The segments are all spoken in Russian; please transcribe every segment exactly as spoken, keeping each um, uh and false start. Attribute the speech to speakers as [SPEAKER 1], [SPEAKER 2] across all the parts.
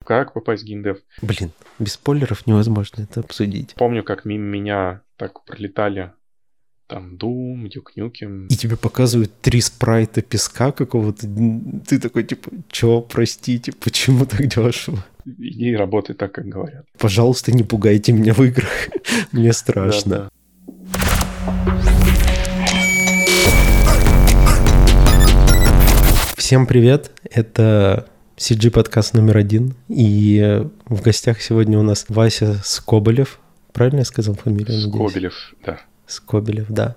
[SPEAKER 1] как попасть в геймдев.
[SPEAKER 2] Блин, без спойлеров невозможно это обсудить.
[SPEAKER 1] Помню, как мимо меня так пролетали там Doom, Duke Nukem.
[SPEAKER 2] И тебе показывают три спрайта песка какого-то. Ты такой, типа, чё, простите, почему так дешево?
[SPEAKER 1] И работай так, как говорят.
[SPEAKER 2] Пожалуйста, не пугайте меня в играх. Мне страшно.
[SPEAKER 1] Да, да.
[SPEAKER 2] Всем привет, это си джи подкаст номер один, и в гостях сегодня у нас Вася Скобелев, правильно я сказал фамилию?
[SPEAKER 1] Скобелев, да.
[SPEAKER 2] Скобелев, да.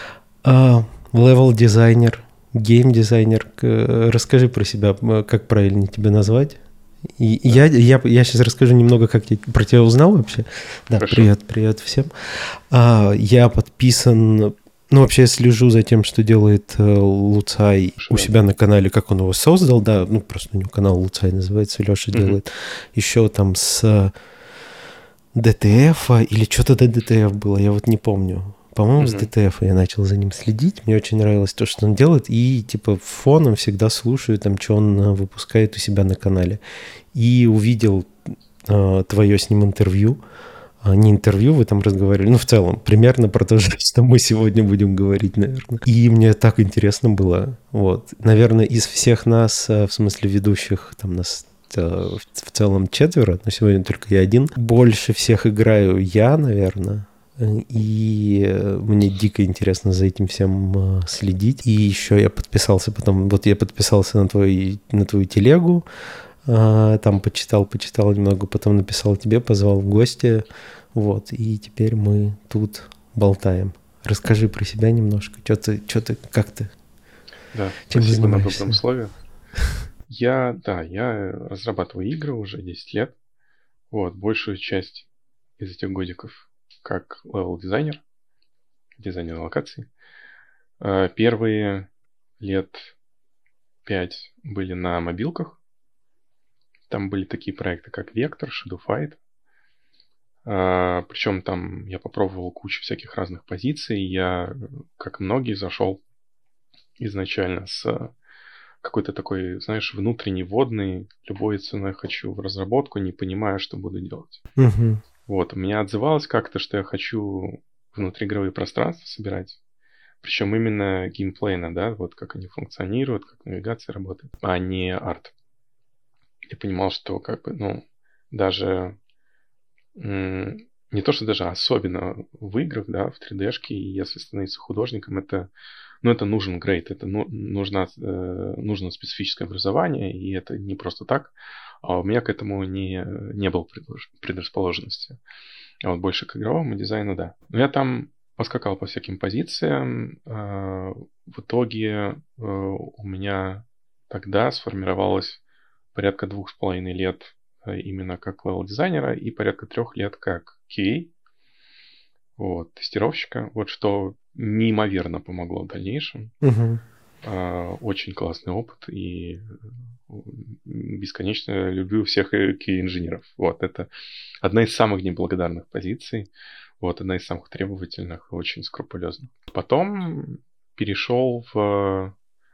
[SPEAKER 2] Левел-дизайнер, гейм-дизайнер. Расскажи про себя, как правильно тебя назвать. И да. я, я, я сейчас расскажу немного, как я про тебя узнал вообще. Да, Хорошо. привет, привет всем. А, я подписан... Ну, вообще, я слежу за тем, что делает э, Луцай Хорошо, у да. себя на канале, как он его создал, да, ну, просто у него канал Луцай называется, Леша mm-hmm. делает. Еще там с ди ти эф или что-то до ди ти эф было, я вот не помню. По-моему, mm-hmm. с ди ти эф я начал за ним следить, мне очень нравилось то, что он делает, и, типа, фоном всегда слушаю, там, что он выпускает у себя на канале. И увидел э, твое с ним интервью, не интервью, вы там разговаривали, ну, в целом, примерно про то же, что мы сегодня будем говорить, наверное. И мне так интересно было, вот. Наверное, из всех нас, в смысле ведущих, там нас в целом четверо, но сегодня только я один, больше всех играю я, наверное, и мне дико интересно за этим всем следить. И еще я подписался потом, вот я подписался на, твой, на твою телегу, там почитал, почитал немного, потом написал тебе, позвал в гости, вот, и теперь мы тут болтаем. Расскажи про себя немножко, что ты, что ты, как ты?
[SPEAKER 1] Да, чем спасибо на добром слове. Я, да, я разрабатываю игры уже десять лет, вот, большую часть из этих годиков как левел-дизайнер, дизайнер локаций. Первые лет пять были на мобилках. Там были такие проекты, как Vector, Shadow Fight. А, причем там я попробовал кучу всяких разных позиций. Я, как многие, зашел изначально с какой-то такой, знаешь, внутренней водной, любой ценой хочу в разработку, не понимая, что буду делать.
[SPEAKER 2] Uh-huh.
[SPEAKER 1] Вот, у меня отзывалось как-то, что я хочу внутриигровые пространства собирать. Причем именно геймплейно, да, вот как они функционируют, как навигация работает, а не арт. Я понимал, что как бы, ну, даже м- не то, что даже особенно в играх, да, в три дэ-шке, если становиться художником, это, ну, это нужен грейд, это ну, нужно, э, нужно специфическое образование, и это не просто так, а у меня к этому не, не было предрасположенности. А вот больше к игровому дизайну, да. Но я там поскакал по всяким позициям, э, в итоге э, у меня тогда сформировалось порядка двух с половиной лет именно как левел-дизайнера и порядка трех лет как кью эй, вот, тестировщика, вот что неимоверно помогло в дальнейшем.
[SPEAKER 2] Uh-huh.
[SPEAKER 1] А, очень классный опыт и бесконечно люблю всех кью эй-инженеров. Вот, это одна из самых неблагодарных позиций, вот, одна из самых требовательных и очень скрупулезных. Потом перешел в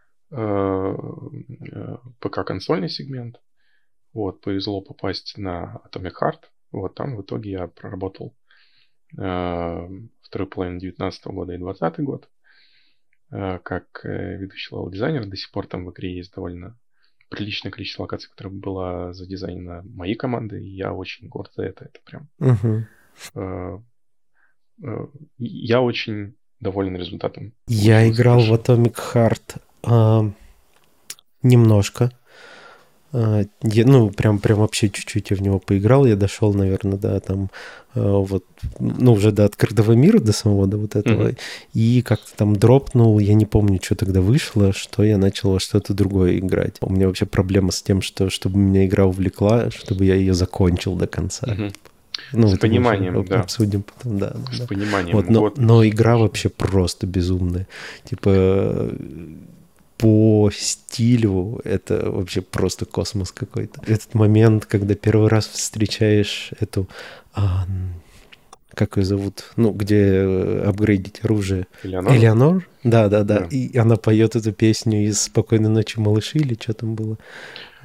[SPEAKER 1] ПК-консольный сегмент. Вот, повезло попасть на Atomic Heart. Вот там в итоге я проработал э, вторую половину девятнадцатого года и двадцатый год э, как э, ведущий левел-дизайнер. До сих пор там в игре есть довольно приличное количество локаций, которое было задизайнено моей командой. И я очень горд за это. Это прям...
[SPEAKER 2] Uh-huh.
[SPEAKER 1] Э, э, я очень доволен результатом.
[SPEAKER 2] Я очень играл в Atomic Heart э, немножко. Я, ну, прям, прям вообще чуть-чуть я в него поиграл. Я дошел, наверное, да, там, вот, ну, уже до открытого мира, до самого, до вот этого. Mm-hmm. И как-то там дропнул, я не помню, что тогда вышло, что я начал во что-то другое играть. У меня вообще проблема с тем, что, чтобы меня игра увлекла, чтобы я ее закончил до конца.
[SPEAKER 1] Mm-hmm.
[SPEAKER 2] Ну,
[SPEAKER 1] с пониманием, да.
[SPEAKER 2] Обсудим потом, да.
[SPEAKER 1] С
[SPEAKER 2] да.
[SPEAKER 1] пониманием.
[SPEAKER 2] Вот, но,
[SPEAKER 1] вот.
[SPEAKER 2] но игра вообще просто безумная. Типа... По стилю это вообще просто космос какой-то. Этот момент, когда первый раз встречаешь эту... А, как ее зовут? Ну, где апгрейдить оружие.
[SPEAKER 1] Элеонор?
[SPEAKER 2] Элеонор? Да, да, да.
[SPEAKER 1] Да.
[SPEAKER 2] И она поет эту песню из «Спокойной ночи, малыши» или что там было?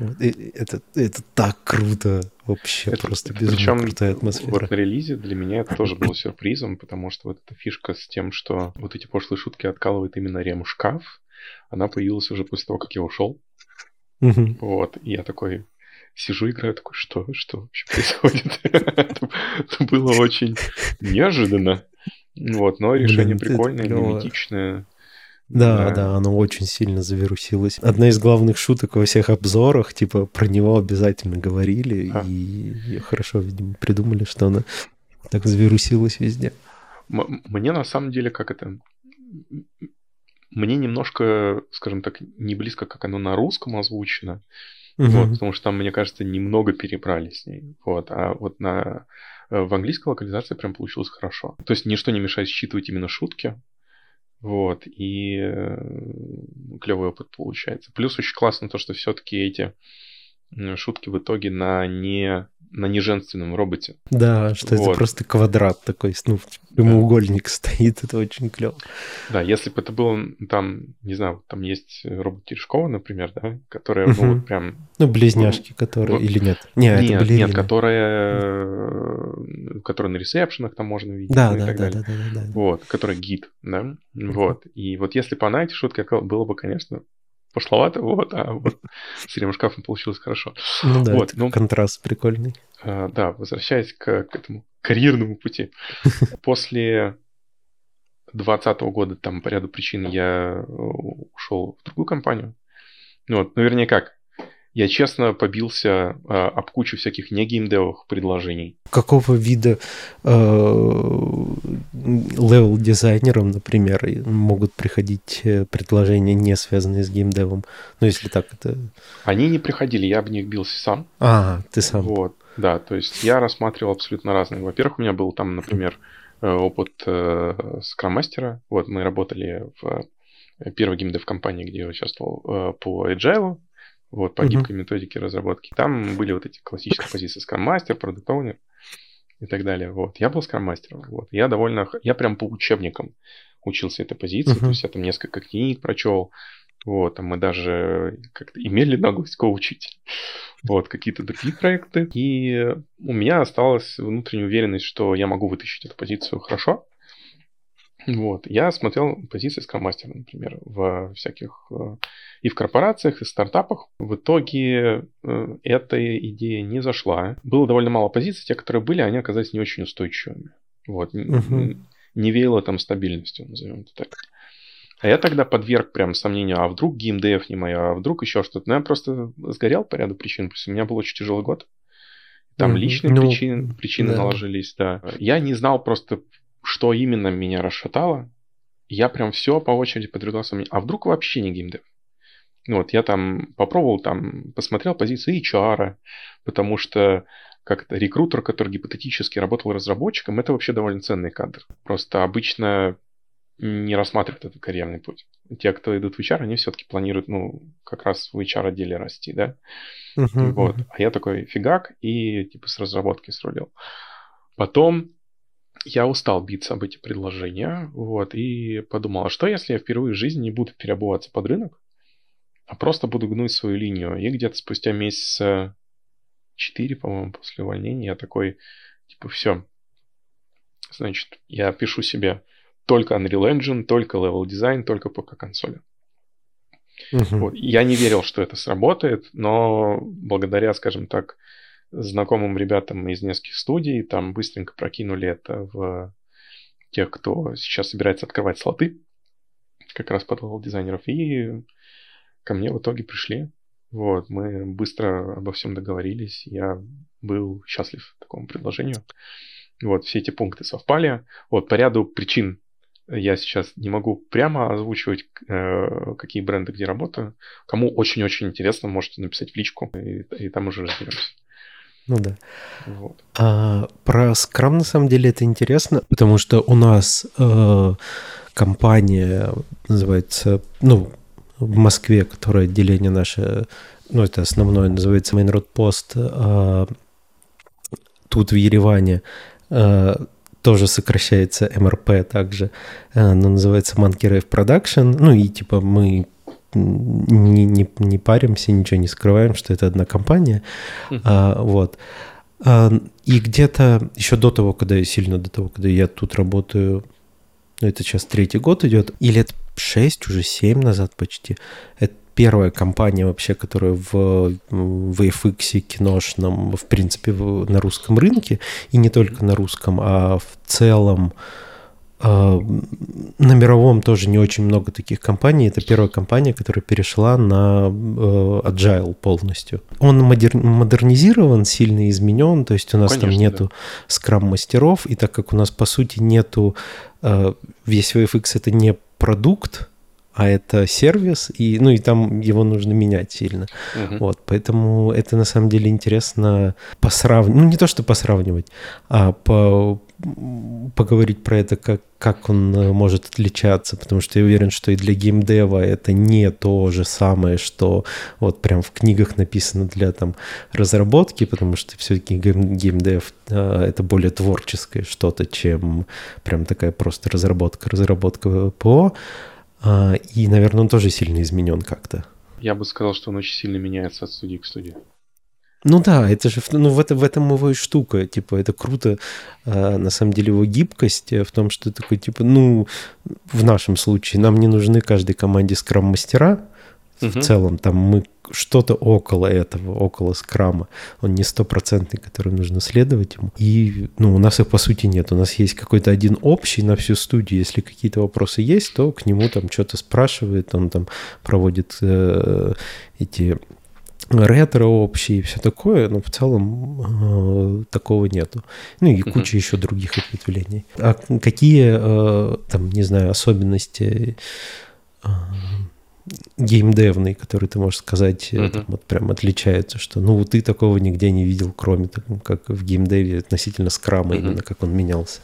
[SPEAKER 2] Вот. Это, это так круто. Вообще это, просто безумно причем крутая атмосфера.
[SPEAKER 1] Вот на релизе для меня это тоже было сюрпризом, потому что вот эта фишка с тем, что вот эти пошлые шутки откалывает именно рем-шкаф, она появилась уже после того, как я ушел.
[SPEAKER 2] Угу.
[SPEAKER 1] Вот, и я такой сижу, играю, такой, что, что вообще происходит? Это было очень неожиданно. Вот, но решение прикольное, миметичное.
[SPEAKER 2] Да, да, да, оно очень сильно завирусилось. Одна из главных шуток во всех обзорах, типа, про него обязательно говорили, а. и хорошо, видимо, придумали, что она так завирусилась везде.
[SPEAKER 1] М- мне на самом деле, как это... Мне немножко, скажем так, не близко, как оно на русском озвучено, угу. вот, потому что там, мне кажется, немного перебрали с ней. Вот, а вот на... в английской локализации прям получилось хорошо. То есть ничто не мешает считывать именно шутки. Вот, и клевый опыт получается. Плюс очень классно то, что все-таки эти шутки в итоге на не на неженственном роботе.
[SPEAKER 2] Да, что вот. Это просто квадрат такой, ну, прямоугольник да. стоит, это очень клево.
[SPEAKER 1] Да, если бы это было там, не знаю, там есть робот Терешкова, например, да, которая, uh-huh. ну, вот прям...
[SPEAKER 2] Ну, близняшки, которые, ну, или нет? Нет,
[SPEAKER 1] нет,
[SPEAKER 2] это балерины.
[SPEAKER 1] Нет, которая, которая на ресепшенах там можно видеть,
[SPEAKER 2] да,
[SPEAKER 1] ну,
[SPEAKER 2] да,
[SPEAKER 1] и так
[SPEAKER 2] да,
[SPEAKER 1] далее.
[SPEAKER 2] Да, да, да, да.
[SPEAKER 1] Вот, которая гид, да, uh-huh. вот. И вот если бы она эти шутки, было бы, конечно... пошловато, вот, а вот с ремшкафом получилось хорошо.
[SPEAKER 2] Ну да,
[SPEAKER 1] вот,
[SPEAKER 2] это ну, контраст прикольный.
[SPEAKER 1] А, да, возвращаясь к, к этому карьерному пути. После двадцатого года, там, по ряду причин, я ушел в другую компанию. Вот, ну, вернее, как, я честно побился а, об кучу всяких не геймдевых предложений.
[SPEAKER 2] Какого вида левел-дизайнерам, например, могут приходить предложения, не связанные с геймдевом? Ну, если так это...
[SPEAKER 1] Они не приходили, я об них бился сам.
[SPEAKER 2] А, ты сам.
[SPEAKER 1] Вот, да, то есть я рассматривал абсолютно разные. Во-первых, у меня был там, например, опыт скрам-мастера. Вот, мы работали в первой геймдев-компании, где я участвовал по Agile. Вот, по гибкой uh-huh. методике разработки. Там были вот эти классические позиции скрам-мастер, продукт-оунер и так далее. Вот. Я был скрам-мастером. Вот. Я довольно... Я прям по учебникам учился этой позиции. Uh-huh. То есть я там несколько книг прочел. Вот. Там мы даже как-то имели наглость коучить. Вот. Какие-то другие проекты. И у меня осталась внутренняя уверенность, что я могу вытащить эту позицию хорошо. Вот. Я смотрел позиции скрам-мастера, например, в всяких и в корпорациях, и в стартапах. В итоге э, эта идея не зашла. Было довольно мало позиций, те, которые были, они оказались не очень устойчивыми. Вот. Uh-huh. Не веяло там стабильностью, назовем это так. А я тогда подверг прям сомнению, а вдруг геймдев не моя, а вдруг еще что-то. Но я просто сгорел по ряду причин. Потому что у меня был очень тяжелый год. Там uh-huh. личные ну, причины, причины да. наложились, да. Я не знал просто, что именно меня расшатало. Я прям все по очереди подвергал сомнению. А вдруг вообще не геймдев? Вот, я там попробовал, там, посмотрел позиции эйч ар, потому что как-то рекрутер, который гипотетически работал разработчиком, это вообще довольно ценный кадр. Просто обычно не рассматривают этот карьерный путь. Те, кто идут в эйч ар, они все-таки планируют, ну, как раз в эйч ар-отделе расти, да? Uh-huh, вот. Uh-huh. А я такой фигак и типа с разработки срулил. Потом я устал биться об эти предложения, вот, и подумал, а что если я впервые в жизни не буду переобуваться под рынок, а просто буду гнуть свою линию. И где-то спустя месяца четыре, по-моему, после увольнения я такой, типа, все. Значит, я пишу себе только Unreal Engine, только Level Design, только ПК-консоли. Uh-huh. Вот. Я не верил, что это сработает, но благодаря, скажем так, знакомым ребятам из нескольких студий, там быстренько прокинули это в тех, кто сейчас собирается открывать слоты, как раз под Level дизайнеров, и ко мне в итоге пришли. Вот, мы быстро обо всем договорились. Я был счастлив такому предложению. Вот, все эти пункты совпали. Вот, по ряду причин я сейчас не могу прямо озвучивать, э, какие бренды где работаю. Кому очень-очень интересно, можете написать в личку, и, и там уже разберемся.
[SPEAKER 2] Ну да. Вот. А, про Scrum на самом деле это интересно, потому что у нас э, компания называется, ну, в Москве, которое отделение наше, ну, это основное, называется Main Road Post, а тут в Ереване а, тоже сокращается эм эр пи также, а, но называется Monkey Rave Production, ну, и типа мы не, не, не паримся, ничего не скрываем, что это одна компания. Uh-huh. А, вот. А, и где-то еще до того, когда я сильно до того, когда я тут работаю, ну, это сейчас третий год идет, и лет шесть, уже семь назад почти, это первая компания вообще, которая в, в эф икс киношном, в принципе, в, на русском рынке, и не только на русском, а в целом э, на мировом тоже не очень много таких компаний. Это первая компания, которая перешла на э, Agile полностью. Он модер, модернизирован, сильно изменен, то есть у нас Конечно, там нету да. скрам-мастеров, и так как у нас, по сути, нету... Э, весь ви эф икс это не продукт, а это сервис, и, ну и там его нужно менять сильно. Uh-huh. Вот, поэтому это на самом деле интересно посравнивать, ну не то, что посравнивать, а по, поговорить про это, как, как он может отличаться, потому что я уверен, что и для геймдева это не то же самое, что вот прям в книгах написано для там разработки, потому что все-таки гейм, геймдев а, это более творческое что-то, чем прям такая просто разработка, разработка ПО. И, наверное, он тоже сильно изменен как-то.
[SPEAKER 1] Я бы сказал, что он очень сильно меняется от студии к студии.
[SPEAKER 2] Ну да, это же ну, в, это, в этом его и штука. Типа, это круто, на самом деле, его гибкость в том, что такой, типа, ну, в нашем случае нам не нужны каждой команде скрам-мастера. Uh-huh. В целом, там мы что-то около этого, около скрама. Он не стопроцентный, который нужно следовать ему. И, ну, у нас их, по сути, нет. У нас есть какой-то один общий на всю студию. Если какие-то вопросы есть, то к нему там что-то спрашивает, он там проводит э, эти ретро общие и все такое, но в целом э, такого нету. Ну и куча uh-huh. еще других ответвлений. А какие, э, там, не знаю, особенности... Э, геймдевный, который ты можешь сказать, uh-huh. там, вот прям отличается, что ну ты такого нигде не видел, кроме того, как в геймдеве относительно скрама, uh-huh. именно как он менялся.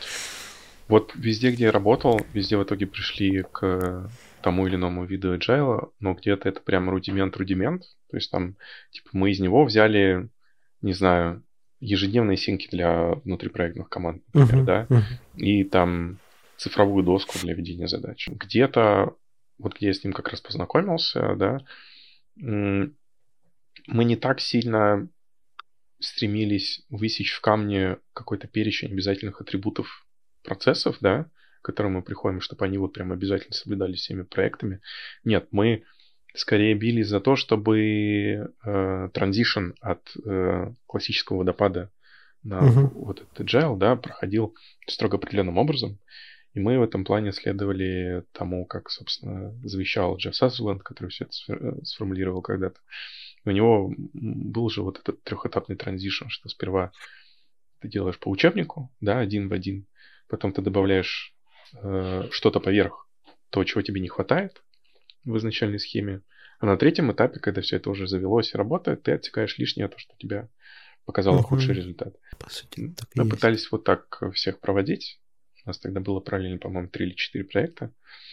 [SPEAKER 1] Вот везде, где я работал, везде в итоге пришли к тому или иному виду agile, но где-то это прям рудимент-рудимент, то есть там, типа, мы из него взяли, не знаю, ежедневные синки для внутрипроектных команд, например, uh-huh. да, uh-huh. и там цифровую доску для ведения задач. Где-то вот где я с ним как раз познакомился, да, мы не так сильно стремились высечь в камне какой-то перечень обязательных атрибутов процессов, да, к которым мы приходим, чтобы они вот прям обязательно соблюдались всеми проектами. Нет, мы скорее бились за то, чтобы транзишн э, от э, классического водопада на uh-huh. вот этот agile, да, проходил строго определенным образом. И мы в этом плане следовали тому, как, собственно, завещал Джефф Сазерленд, который все это сформулировал когда-то. У него был же вот этот трехэтапный транзишн, что сперва ты делаешь по учебнику, да, один в один, потом ты добавляешь э, что-то поверх того, чего тебе не хватает в изначальной схеме, а на третьем этапе, когда все это уже завелось и работает, ты отсекаешь лишнее, то, что тебя показало uh-huh. худший результат.
[SPEAKER 2] По сути, так
[SPEAKER 1] Мы пытались есть. Вот так всех проводить. У нас тогда было параллельно, по-моему, три или четыре проекта.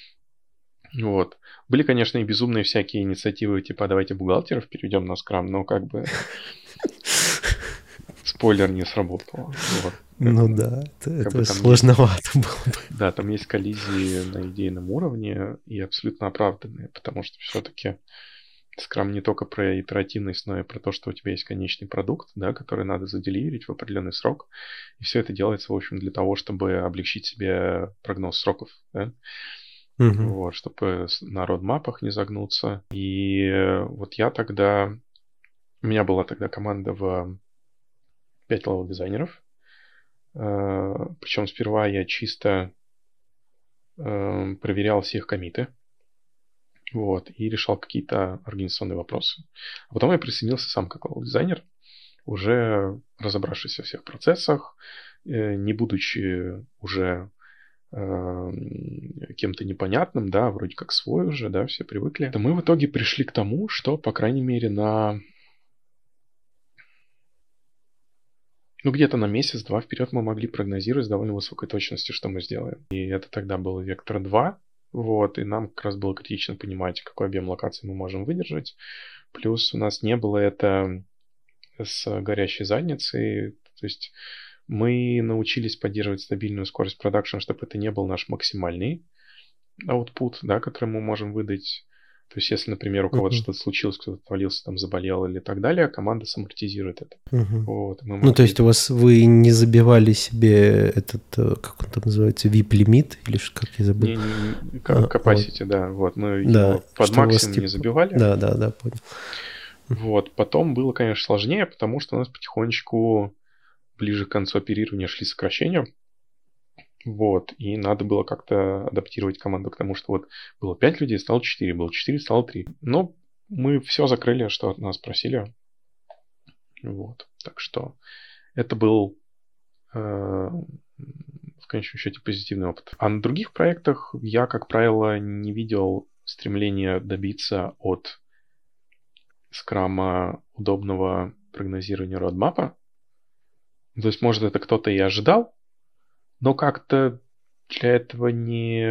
[SPEAKER 1] Вот. Были, конечно, и безумные всякие инициативы, типа, давайте бухгалтеров переведем на скрам, но как бы спойлер, не сработало. Вот.
[SPEAKER 2] Ну как да, это, это сложновато есть, было бы.
[SPEAKER 1] Да, там есть коллизии на идейном уровне и абсолютно оправданные, потому что все-таки скрам не только про итеративность, но и про то, что у тебя есть конечный продукт, да, который надо заделиверить в определенный срок. И все это делается, в общем, для того, чтобы облегчить себе прогноз сроков, да? Uh-huh. Вот, чтобы на родмапах не загнуться. И вот я тогда... У меня была тогда команда в пять левел-дизайнеров. Причем сперва я чисто проверял все их коммиты. Вот, и решал какие-то организационные вопросы. А потом я присоединился сам как левел-дизайнер, уже разобравшись во всех процессах, не будучи уже э, кем-то непонятным, да, вроде как свой уже, да, все привыкли. То мы в итоге пришли к тому, что, по крайней мере, на... Ну, где-то на месяц-два вперед мы могли прогнозировать с довольно высокой точностью, что мы сделаем. И это тогда был вектор два. Вот, и нам как раз было критично понимать, какой объем локаций мы можем выдержать. Плюс у нас не было это с горящей задницей. То есть мы научились поддерживать стабильную скорость продакшена, чтобы это не был наш максимальный output, да, который мы можем выдать То есть, если, например, у кого-то uh-huh. что-то случилось, кто-то отвалился, там, заболел или так далее, команда самортизирует это.
[SPEAKER 2] Uh-huh.
[SPEAKER 1] Вот, мы
[SPEAKER 2] ну, то есть, у вас вы не забивали себе этот, как он там называется, ви ай пи-лимит, или как я забыл?
[SPEAKER 1] Не, не, не, capacity, а, вот. да. Вот, мы
[SPEAKER 2] да,
[SPEAKER 1] его под максимум типа... не забивали.
[SPEAKER 2] Да, да, да, понял.
[SPEAKER 1] Вот, потом было, конечно, сложнее, потому что у нас потихонечку ближе к концу оперирования шли сокращения. Вот, и надо было как-то адаптировать команду к тому, что вот было пять людей, стало четыре, было четыре, стало три. Но мы все закрыли, что от нас просили. Вот, так что это был э, в конечном счете позитивный опыт. А на других проектах я, как правило, не видел стремления добиться от скрама удобного прогнозирования родмапа. То есть, может, это кто-то и ожидал, но как-то для этого не,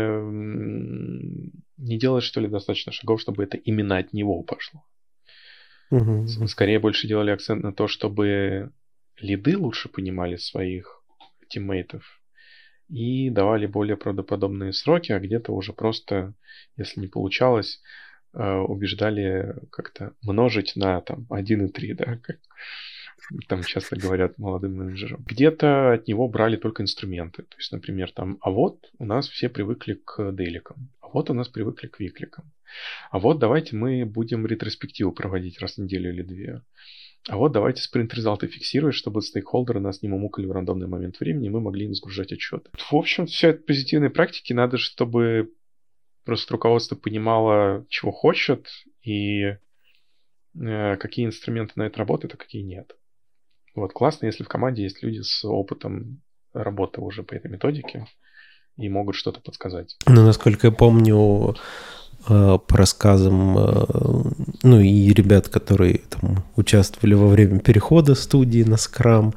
[SPEAKER 1] не делать, что ли, достаточно шагов, чтобы это именно от него пошло.
[SPEAKER 2] Угу.
[SPEAKER 1] Скорее больше делали акцент на то, чтобы лиды лучше понимали своих тиммейтов и давали более правдоподобные сроки, а где-то уже просто, если не получалось, убеждали как-то множить на там один и три, да, как там часто говорят молодым менеджерам. Где-то от него брали только инструменты. То есть, например, там, а вот у нас все привыкли к дейликам, а вот у нас привыкли к викликам. А вот давайте мы будем ретроспективу проводить раз в неделю или две. А вот давайте спринт-резалты фиксировать, чтобы стейкхолдеры нас не мамукали в рандомный момент времени, и мы могли им сгружать отчеты. В общем, все это позитивные практики. Надо, чтобы просто руководство понимало, чего хочет, и э, какие инструменты на это работают, а какие нет. Вот, классно, если в команде есть люди с опытом работы уже по этой методике и могут что-то подсказать.
[SPEAKER 2] Ну, насколько я помню, по рассказам, ну, и ребят, которые там участвовали во время перехода студии на Scrum,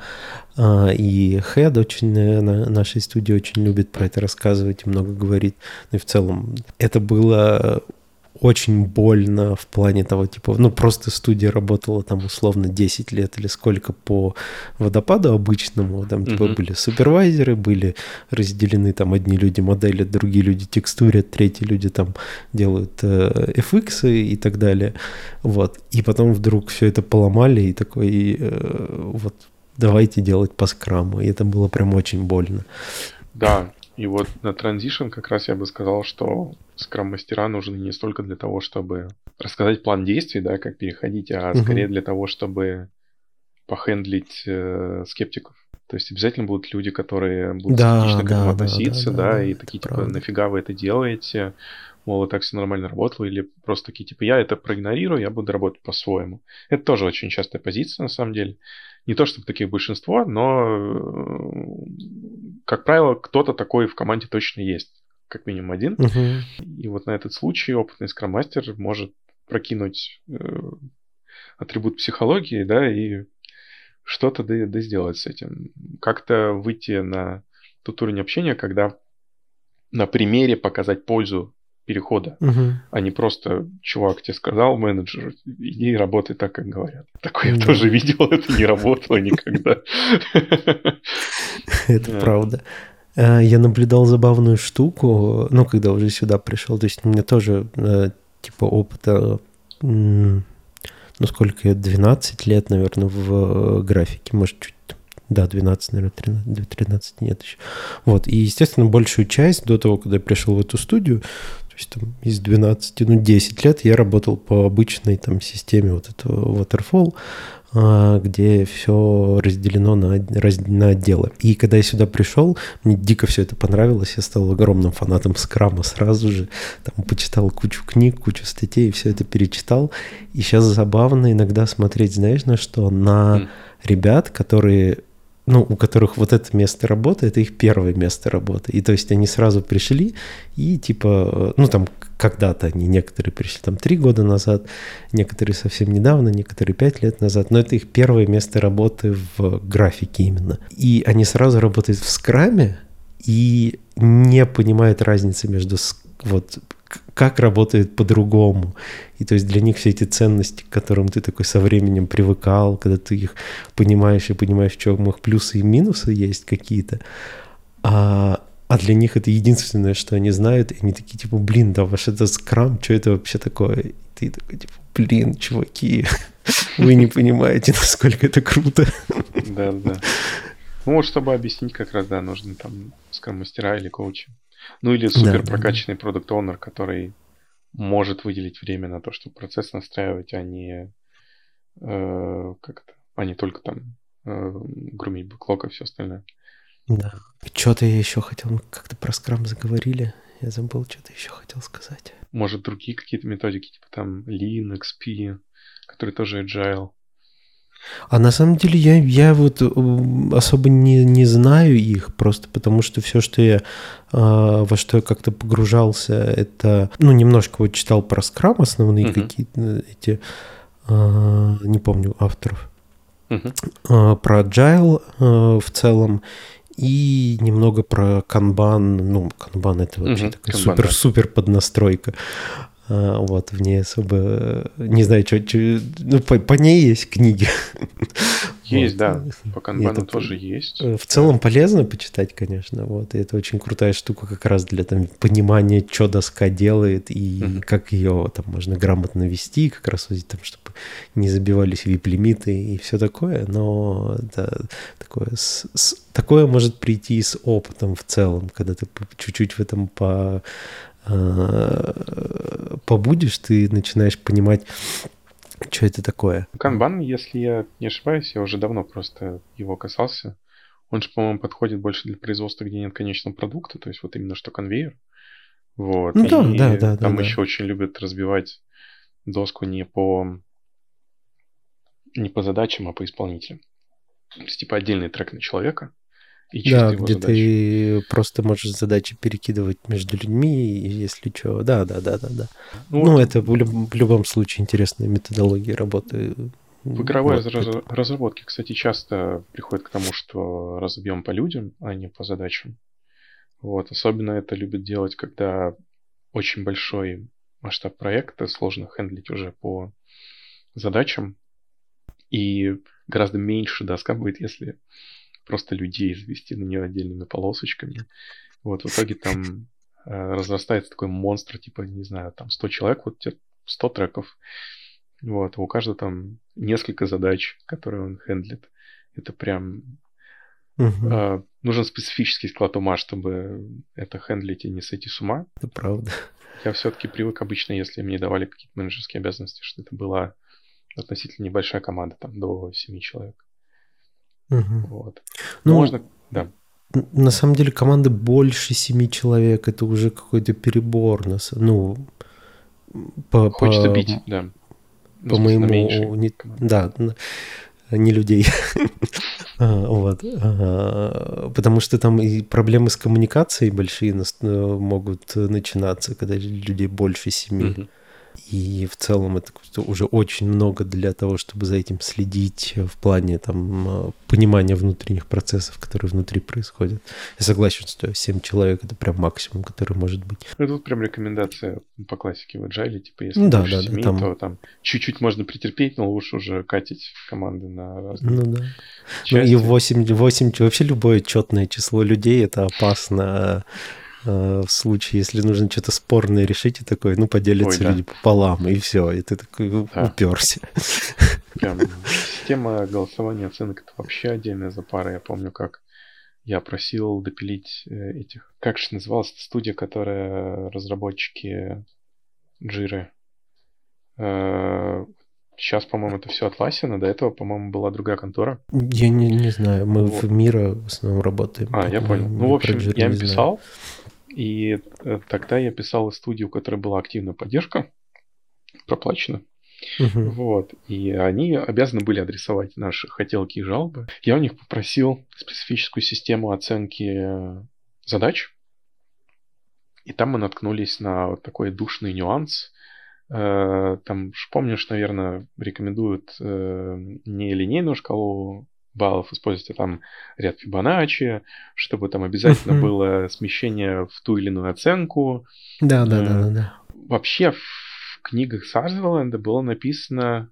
[SPEAKER 2] и Head очень, на нашей студии очень любит про это рассказывать и много говорит. Ну, и в целом это было очень больно в плане того, типа, ну, просто студия работала там условно десять лет или сколько по водопаду обычному, там, типа, mm-hmm. были супервайзеры, были разделены там одни люди модели, другие люди текстурят, третьи люди там делают э, эф икс и так далее, вот, и потом вдруг все это поломали и такой, э, вот, давайте делать по скраму, и это было прям очень больно.
[SPEAKER 1] Да. И вот на Transition как раз я бы сказал, что скрам-мастера нужны не столько для того, чтобы рассказать план действий, да, как переходить, а uh-huh. скорее для того, чтобы похендлить э, скептиков. То есть обязательно будут люди, которые будут
[SPEAKER 2] да,
[SPEAKER 1] скептично
[SPEAKER 2] да,
[SPEAKER 1] к этому
[SPEAKER 2] да,
[SPEAKER 1] относиться,
[SPEAKER 2] да,
[SPEAKER 1] да,
[SPEAKER 2] да,
[SPEAKER 1] и
[SPEAKER 2] да,
[SPEAKER 1] такие, типа,
[SPEAKER 2] правда.
[SPEAKER 1] нафига вы это делаете? Мол, и так все нормально работало, или просто такие, типа, я это проигнорирую, я буду работать по-своему. Это тоже очень частая позиция, на самом деле. Не то, чтобы таких большинство, но, как правило, кто-то такой в команде точно есть. Как минимум один.
[SPEAKER 2] Uh-huh.
[SPEAKER 1] И вот на этот случай опытный скрам-мастер может прокинуть э, атрибут психологии, да, и что-то да, да сделать с этим. Как-то выйти на тот уровень общения, когда на примере показать пользу перехода,
[SPEAKER 2] uh-huh.
[SPEAKER 1] а не просто чувак тебе сказал, менеджер, иди и работай так, как говорят. Такое
[SPEAKER 2] uh-huh.
[SPEAKER 1] я тоже видел, это не работало никогда.
[SPEAKER 2] Это правда. Я наблюдал забавную штуку, ну, когда уже сюда пришел, то есть у меня тоже, типа, опыта, ну, сколько я, двенадцать лет, наверное, в графике, может, чуть, да, двенадцать, наверное, тринадцать, тринадцать нет еще. Вот, и, естественно, большую часть до того, когда я пришел в эту студию, то есть там из двенадцати, ну, десять лет я работал по обычной там системе вот этого Waterfall, где все разделено на, на отделы. И когда я сюда пришел, мне дико все это понравилось, я стал огромным фанатом скрама сразу же, там почитал кучу книг, кучу статей, все это перечитал. И сейчас забавно иногда смотреть, знаешь, на что? На mm. ребят, которые... ну, у которых вот это место работы, это их первое место работы. И то есть они сразу пришли и типа, ну там когда-то они, некоторые пришли там три года назад, некоторые совсем недавно, некоторые пять лет назад, но это их первое место работы в графике именно. И они сразу работают в скраме и не понимают разницы между вот как работает по-другому. И то есть для них все эти ценности, к которым ты такой со временем привыкал, когда ты их понимаешь и понимаешь, в чем их плюсы и минусы есть какие-то, а, А для них это единственное, что они знают, и они такие, типа, блин, да ваш это скрам, что это вообще такое? И ты такой, типа, блин, чуваки, вы не понимаете, насколько это круто.
[SPEAKER 1] Да, да. Ну, вот, чтобы объяснить, как раз, да, нужны там скрам-мастера или коучи. Ну, или супер прокачанный продукт-оунер, который может выделить время на то, чтобы процесс настраивать, а не э, как это, а не только там э, грумить бэклог и все остальное.
[SPEAKER 2] Да. Что-то я еще хотел, мы как-то про скрам заговорили, я забыл, что-то еще хотел сказать.
[SPEAKER 1] Может, другие какие-то методики, типа там Lean, икс пи, которые тоже agile.
[SPEAKER 2] А на самом деле я, я вот особо не, не знаю их, просто потому что все, что я, э, во что я как-то погружался, это, ну, немножко вот читал про скрам, основные uh-huh. какие-то эти, э, не помню авторов, uh-huh. э, про agile э, в целом, и немного про канбан. Ну, канбан это вообще uh-huh. такая супер-супер да. поднастройка. А, вот, в ней особо... Не знаю, что... Ну, по, по ней есть книги.
[SPEAKER 1] Есть, вот. Да. По канбану это тоже есть.
[SPEAKER 2] В целом полезно почитать, конечно. Вот. И это очень крутая штука как раз для там, понимания, что доска делает и uh-huh. как ее там можно грамотно вести, как раз там, чтобы не забивались вип-лимиты и все такое. Но это такое, с, с, такое может прийти с опытом в целом, когда ты чуть-чуть в этом по... побудешь, ты начинаешь понимать, что это такое.
[SPEAKER 1] Канбан, если я не ошибаюсь, я уже давно просто его касался. Он же, по-моему, подходит больше для производства, где нет конечного продукта, то есть вот именно что конвейер. Вот.
[SPEAKER 2] Ну, да,
[SPEAKER 1] и
[SPEAKER 2] да, да,
[SPEAKER 1] там
[SPEAKER 2] да,
[SPEAKER 1] еще
[SPEAKER 2] да.
[SPEAKER 1] очень любят разбивать доску не по не по задачам, а по исполнителям. То есть, типа, отдельный трек на человека. И
[SPEAKER 2] да,
[SPEAKER 1] его
[SPEAKER 2] где
[SPEAKER 1] задачи.
[SPEAKER 2] ты просто можешь задачи перекидывать между людьми, если что. Да, да, да, да, да. Ну, ну вот, это в, люб- в любом случае интересная методология работы.
[SPEAKER 1] В игровой
[SPEAKER 2] вот,
[SPEAKER 1] раз-
[SPEAKER 2] это.
[SPEAKER 1] разработке, кстати, часто приходит к тому, что разобьем по людям, а не по задачам. Вот. Особенно это любят делать, когда очень большой масштаб проекта, сложно хендлить уже по задачам. И гораздо меньше доска будет, если просто людей завести на нее отдельными полосочками. Вот, в итоге там э, разрастается такой монстр, типа, не знаю, там сто человек, вот тебе сто треков. Вот, у каждого там несколько задач, которые он хендлит. Это прям...
[SPEAKER 2] Угу.
[SPEAKER 1] Э, нужен специфический склад ума, чтобы это хендлить и не сойти с ума.
[SPEAKER 2] Это правда.
[SPEAKER 1] Я все-таки привык обычно, если мне давали какие-то менеджерские обязанности, что это была относительно небольшая команда, там, до семи человек.
[SPEAKER 2] Угу.
[SPEAKER 1] Вот.
[SPEAKER 2] Ну,
[SPEAKER 1] можно... Да.
[SPEAKER 2] На самом деле команда больше семи человек, это уже какой-то перебор. Ну, по,
[SPEAKER 1] Хочется
[SPEAKER 2] по,
[SPEAKER 1] бить, да.
[SPEAKER 2] По моему... Не, да, не людей. Вот. Потому что там и проблемы с коммуникацией большие могут начинаться, когда людей больше семи. И в целом это уже очень много для того, чтобы за этим следить в плане там, понимания внутренних процессов, которые внутри происходят. Я согласен, что семь человек — это прям максимум, который может быть.
[SPEAKER 1] Ну, тут прям рекомендация по классике в Agile, типа если
[SPEAKER 2] да,
[SPEAKER 1] больше
[SPEAKER 2] да,
[SPEAKER 1] семи,
[SPEAKER 2] да, там...
[SPEAKER 1] то там чуть-чуть можно претерпеть, но лучше уже катить команды на разные
[SPEAKER 2] ну, да.
[SPEAKER 1] части.
[SPEAKER 2] Ну и восемь, восемь, вообще любое четное число людей — это опасно. В случае, если нужно что-то спорное решить, и такое, ну, поделятся Ой, люди да. пополам, и все, и ты такой да. уперся.
[SPEAKER 1] Прям система голосования оценок — это вообще отдельная запара. Я помню, как я просил допилить этих... Как же называлась эта студия, которая разработчики Jira? Сейчас, по-моему, это все Atlassian, до этого, по-моему, была другая контора.
[SPEAKER 2] Я не, не знаю, мы вот. в Мира в основном работаем.
[SPEAKER 1] А, я понял. Ну, в общем, я им писал, и тогда я писал из студии, у которой была активная поддержка, проплачена. Uh-huh. Вот. И они обязаны были адресовать наши хотелки и жалобы. Я у них попросил специфическую систему оценки задач, и там мы наткнулись на вот такой душный нюанс. Там, помнишь, наверное, рекомендуют не линейную шкалу баллов использовать, а там ряд Фибоначчи, чтобы там обязательно uh-huh. было смещение в ту или иную оценку.
[SPEAKER 2] Да, да, да, да, да.
[SPEAKER 1] Вообще в книгах Сазерленда было написано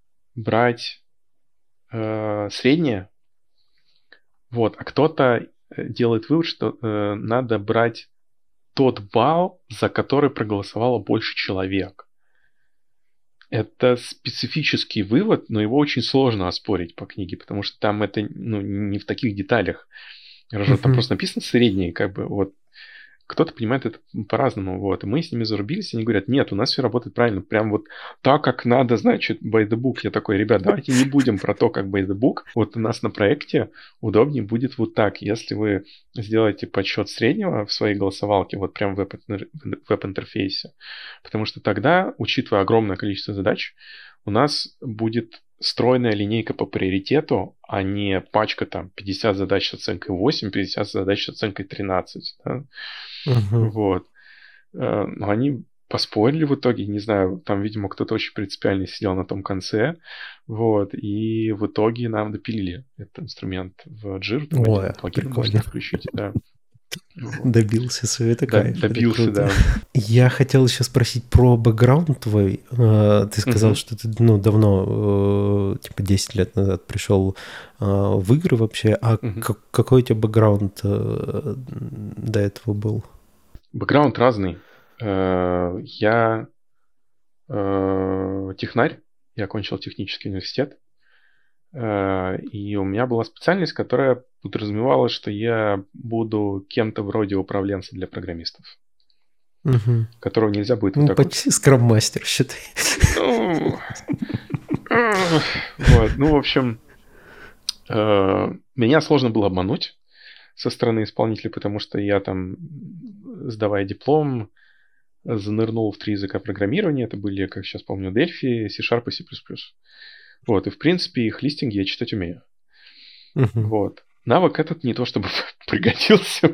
[SPEAKER 1] брать э, среднее. Вот, а кто-то делает вывод, что э, надо брать тот балл, за который проголосовало больше человек. Это специфический вывод, но его очень сложно оспорить по книге, потому что там это ну, не в таких деталях. Uh-huh. Там просто написано средние, как бы, вот. Кто-то понимает это по-разному, вот. И мы с ними зарубились, и они говорят, нет, у нас все работает правильно, прям вот так, как надо, значит, by the book. Я такой, ребят, давайте не будем про то, как by the book. Вот у нас на проекте удобнее будет вот так. Если вы сделаете подсчет среднего в своей голосовалке, вот прям в веб-интерфейсе, потому что тогда, учитывая огромное количество задач, у нас будет стройная линейка по приоритету, а не пачка там пятьдесят задач с оценкой восемь, пятьдесят задач с оценкой тринадцать. Да? Uh-huh. Вот. Но они поспорили в итоге, не знаю, там, видимо, кто-то очень принципиальный сидел на том конце, вот, и в итоге нам допилили этот инструмент в Jira.
[SPEAKER 2] Ой, прикольно.
[SPEAKER 1] Включить, да.
[SPEAKER 2] Вот. Добился совета,
[SPEAKER 1] да,
[SPEAKER 2] кайф.
[SPEAKER 1] Добился, да.
[SPEAKER 2] Я хотел еще спросить про бэкграунд твой. Ты сказал, uh-huh. что ты ну, давно, типа десять лет назад пришел в игры вообще. А uh-huh. как, какой у тебя бэкграунд до этого был?
[SPEAKER 1] Бэкграунд разный. Я технарь, я окончил технический университет. И у меня была специальность, которая подразумевала, что я буду кем-то вроде управленца для программистов,
[SPEAKER 2] угу.
[SPEAKER 1] которого нельзя будет...
[SPEAKER 2] Ну, вот почти скрам-мастер, считай.
[SPEAKER 1] Ну, вот, ну, в общем, меня сложно было обмануть со стороны исполнителя, потому что я там, сдавая диплом, занырнул в три языка программирования. Это были, как сейчас помню, Delphi, C-Sharp и C++. Вот, и в принципе их листинги я читать умею. Uh-huh. Вот. Навык этот не то чтобы пригодился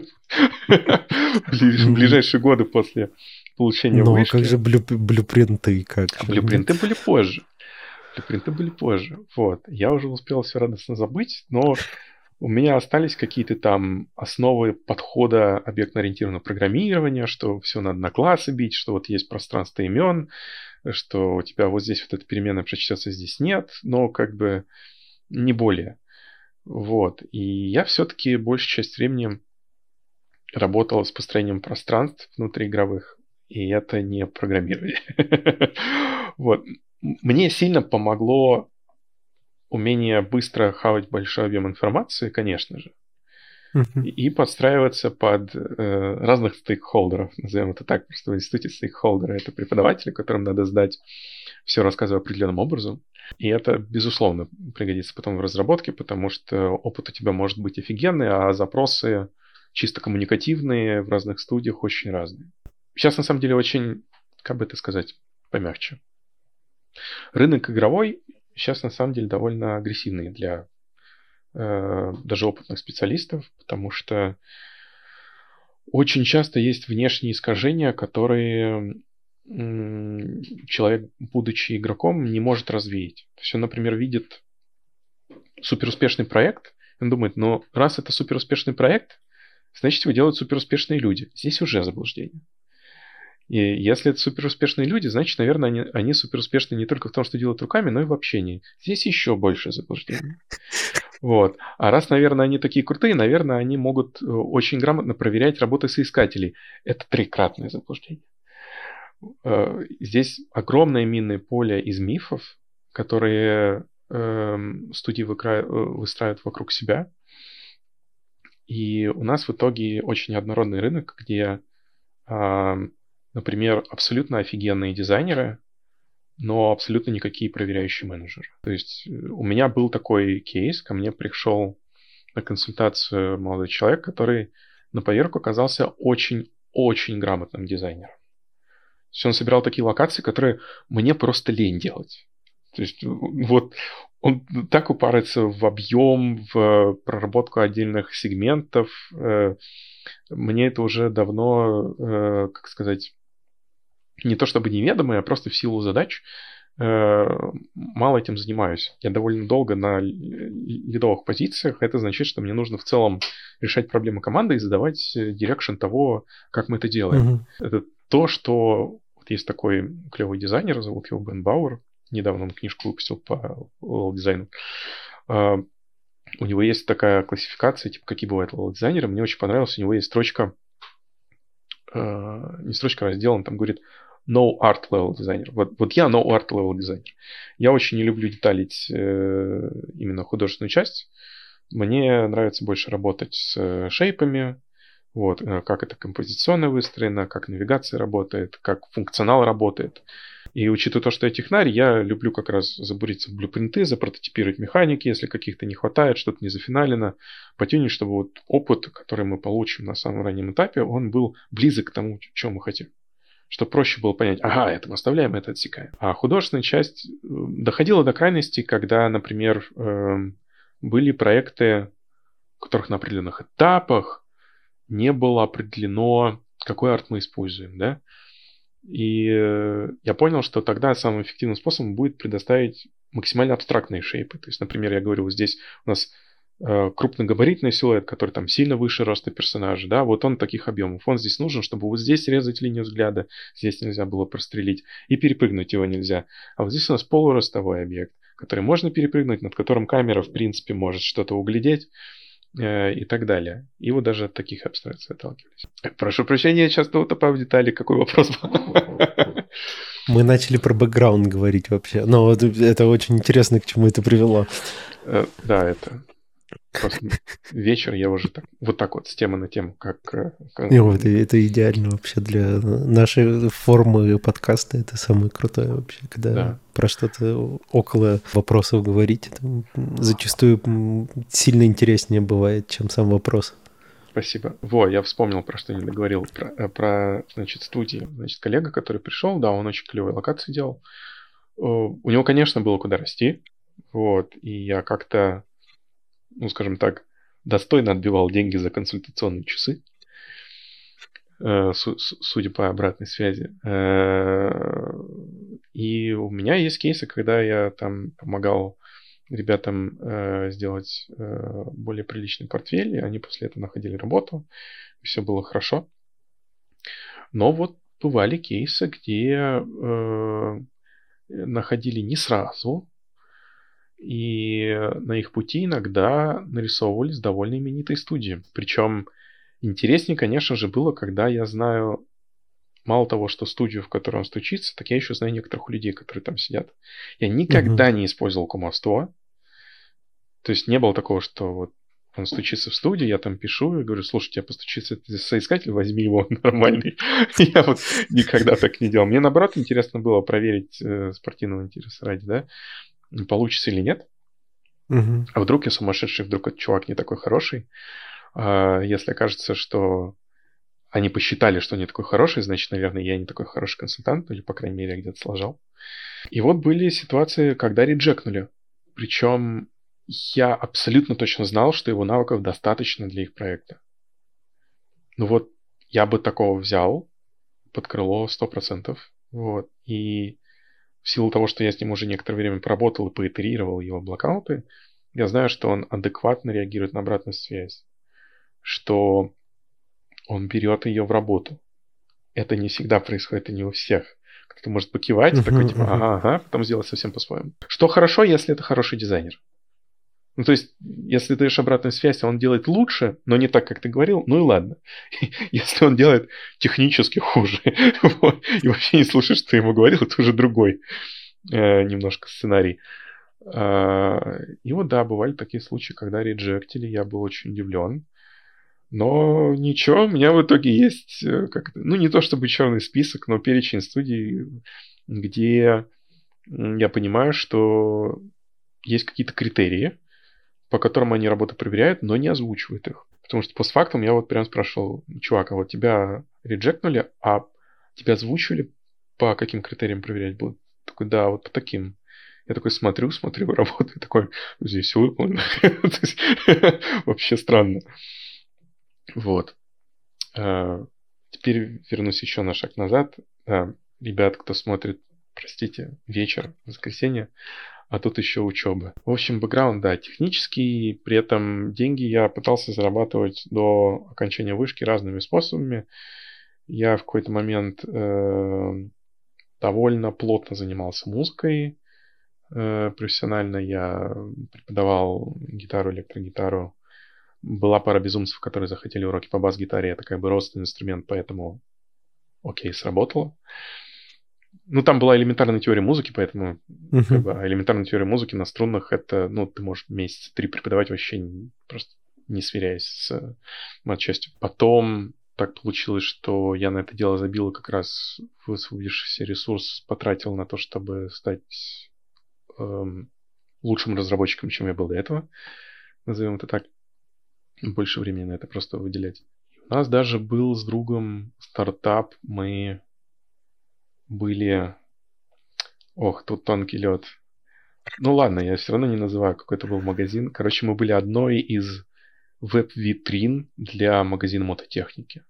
[SPEAKER 1] в ближайшие годы после получения
[SPEAKER 2] Но
[SPEAKER 1] вышки.
[SPEAKER 2] Но как же блю- блюпринты? Как
[SPEAKER 1] а блюпринты были позже. Блюпринты были позже. Вот. Я уже успел все радостно забыть, но у меня остались какие-то там основы подхода объектно-ориентированного программирования, что все надо на классы бить, что вот есть пространство имен, что у тебя вот здесь вот эта переменная прочтется, здесь нет, но как бы не более. Вот. И я все-таки большую часть времени работал с построением пространств внутриигровых, и это не программирование. Вот. Мне сильно помогло умение быстро хавать большой объем информации, конечно же, uh-huh. и подстраиваться под э, разных стейкхолдеров, назовем это так, просто в институте стейкхолдеры — это преподаватели, которым надо сдать все, рассказывая определенным образом, и это, безусловно, пригодится потом в разработке, потому что опыт у тебя может быть офигенный, а запросы чисто коммуникативные в разных студиях очень разные. Сейчас, на самом деле, очень, как бы это сказать, помягче. Рынок игровой сейчас, на самом деле, довольно агрессивный для э, даже опытных специалистов, потому что очень часто есть внешние искажения, которые м- человек, будучи игроком, не может развеять. То есть он, например, видит суперуспешный проект, он думает, ну, раз это суперуспешный проект, значит, его делают суперуспешные люди. Здесь уже заблуждение. И если это суперуспешные люди, значит, наверное, они, они суперуспешны не только в том, что делают руками, но и в общении. Здесь еще больше заблуждений. Вот. А раз, наверное, они такие крутые, наверное, они могут очень грамотно проверять работы соискателей. Это трикратное заблуждение. Здесь огромное минное поле из мифов, которые студии выстраивают вокруг себя. И у нас в итоге очень однородный рынок, где... Например, абсолютно офигенные дизайнеры, но абсолютно никакие проверяющие менеджеры. То есть у меня был такой кейс, ко мне пришел на консультацию молодой человек, который на поверку оказался очень-очень грамотным дизайнером. То есть он собирал такие локации, которые мне просто лень делать. То есть вот он так упарится в объем, в проработку отдельных сегментов. Мне это уже давно, как сказать, не то чтобы неведомые, а просто в силу задач э, мало этим занимаюсь. Я довольно долго на лидовых позициях. Это значит, что мне нужно в целом решать проблемы команды и задавать дирекшн того, как мы это делаем. Uh-huh. Это то, что... Вот есть такой клевый дизайнер, зовут его Бен Бауэр. Недавно он книжку выпустил по левел-дизайну. Э, у него есть такая классификация, типа, какие бывают левел-дизайнеры. Мне очень понравилось, у него есть строчка, э, не строчка, а раздел, он там говорит no art level designer. Вот, вот я no art level designer. Я очень не люблю деталить э, именно художественную часть. Мне нравится больше работать с шейпами, вот, как это композиционно выстроено, как навигация работает, как функционал работает. И учитывая то, что я технарь, я люблю как раз забуриться в блюпринты, запрототипировать механики, если каких-то не хватает, что-то не зафиналено, потюнить, чтобы вот опыт, который мы получим на самом раннем этапе, он был близок к тому, чего мы хотим. Чтобы проще было понять, ага, это мы оставляем, это отсекаем. А художественная часть доходила до крайности, когда, например, были проекты, в которых на определенных этапах не было определено, какой арт мы используем, да. И я понял, что тогда самым эффективным способом будет предоставить максимально абстрактные шейпы. То есть, например, я говорю, вот здесь у нас крупногабаритный силуэт, который там сильно выше роста персонажа, да, вот он таких объемов. Он здесь нужен, чтобы вот здесь резать линию взгляда, здесь нельзя было прострелить, и перепрыгнуть его нельзя. А вот здесь у нас полуростовой объект, который можно перепрыгнуть, над которым камера, в принципе, может что-то углядеть, э, и так далее. И вот даже от таких абстракций отталкивались. Прошу прощения, я часто утопаю в детали. Какой вопрос был?
[SPEAKER 2] Мы начали про бэкграунд говорить вообще. Но вот это очень интересно, к чему это привело.
[SPEAKER 1] Э, да, это... Просто вечер я уже так, вот так вот с темы на тему, как... как...
[SPEAKER 2] Это, это идеально вообще для нашей формы подкаста. Это самое крутое вообще, когда да. про что-то около вопросов говорить. Это зачастую сильно интереснее бывает, чем сам вопрос.
[SPEAKER 1] Спасибо. Во, я вспомнил, про что не договорил. Про, про значит, студии. Значит, коллега, который пришел, да, он очень клевые локации делал. У него, конечно, было куда расти. Вот, и я как-то... ну, скажем так, достойно отбивал деньги за консультационные часы, судя по обратной связи. И у меня есть кейсы, когда я там помогал ребятам сделать более приличный портфель, и они после этого находили работу, и все было хорошо. Но вот бывали кейсы, где находили не сразу, и на их пути иногда нарисовывались довольно именитые студии. Причем интереснее, конечно же, было, когда я знаю мало того, что студию, в которой он стучится, так я еще знаю некоторых людей, которые там сидят. Я никогда uh-huh. не использовал кумовство. То есть не было такого, что вот он стучится в студию, я там пишу и говорю, слушайте, я постучиться, это соискатель, возьми его, он нормальный. Я вот никогда так не делал. Мне, наоборот, интересно было проверить спортивного интереса ради, да, получится или нет.
[SPEAKER 2] Uh-huh.
[SPEAKER 1] А вдруг я сумасшедший, вдруг этот чувак не такой хороший. А если окажется, что они посчитали, что он не такой хороший, значит, наверное, я не такой хороший консультант, или, по крайней мере, я где-то сложал. И вот были ситуации, когда реджекнули. Причем я абсолютно точно знал, что его навыков достаточно для их проекта. Ну вот, я бы такого взял под крыло сто процентов. Вот. И в силу того, что я с ним уже некоторое время поработал и поитерировал его блокауты, я знаю, что он адекватно реагирует на обратную связь. Что он берет ее в работу. Это не всегда происходит, и не у всех. Кто-то может покивать, uh-huh, такой типа, ага, ага, потом сделать совсем по-своему. Что хорошо, если это хороший дизайнер. Ну, то есть, если ты даешь обратную связь, он делает лучше, но не так, как ты говорил, ну и ладно. Если он делает технически хуже, и вообще не слушаешь, что ты ему говорил, это уже другой немножко сценарий. И вот, да, бывали такие случаи, когда реджектили, я был очень удивлен. Но ничего, у меня в итоге есть, как ну, не то чтобы черный список, но перечень студий, где я понимаю, что есть какие-то критерии, по которым они работу проверяют, но не озвучивают их. Потому что постфактум я вот прям спрашивал, чувак, а вот тебя реджектнули, а тебя озвучивали, по каким критериям проверять будут? Такой, да, вот по таким. Я такой смотрю, смотрю, работаю, такой, здесь все выполнено. Вообще странно. Вот. Теперь вернусь еще на шаг назад. Ребят, кто смотрит, простите, вечер, воскресенье, а тут еще учеба. В общем, бэкграунд, да, технический, при этом деньги я пытался зарабатывать до окончания вышки разными способами. Я в какой-то момент э, довольно плотно занимался музыкой, профессионально. Я преподавал гитару, электрогитару. Была пара безумцев, которые захотели уроки по бас-гитаре. Это как бы родственный инструмент, поэтому окей, сработало. Ну, там была элементарная теория музыки, поэтому uh-huh. как бы, элементарная теория музыки на струнных это, ну, ты можешь месяца три преподавать вообще не, просто не сверяясь с матчастью. Потом так получилось, что я на это дело забил и как раз высвободившийся ресурс потратил на то, чтобы стать эм, лучшим разработчиком, чем я был до этого. Назовем это так. Больше времени на это просто выделять. У нас даже был с другом стартап. Мы были... Ох, тут тонкий лед. Ну ладно, я все равно не называю, какой это был магазин. Короче, мы были одной из веб-витрин для магазина мототехники.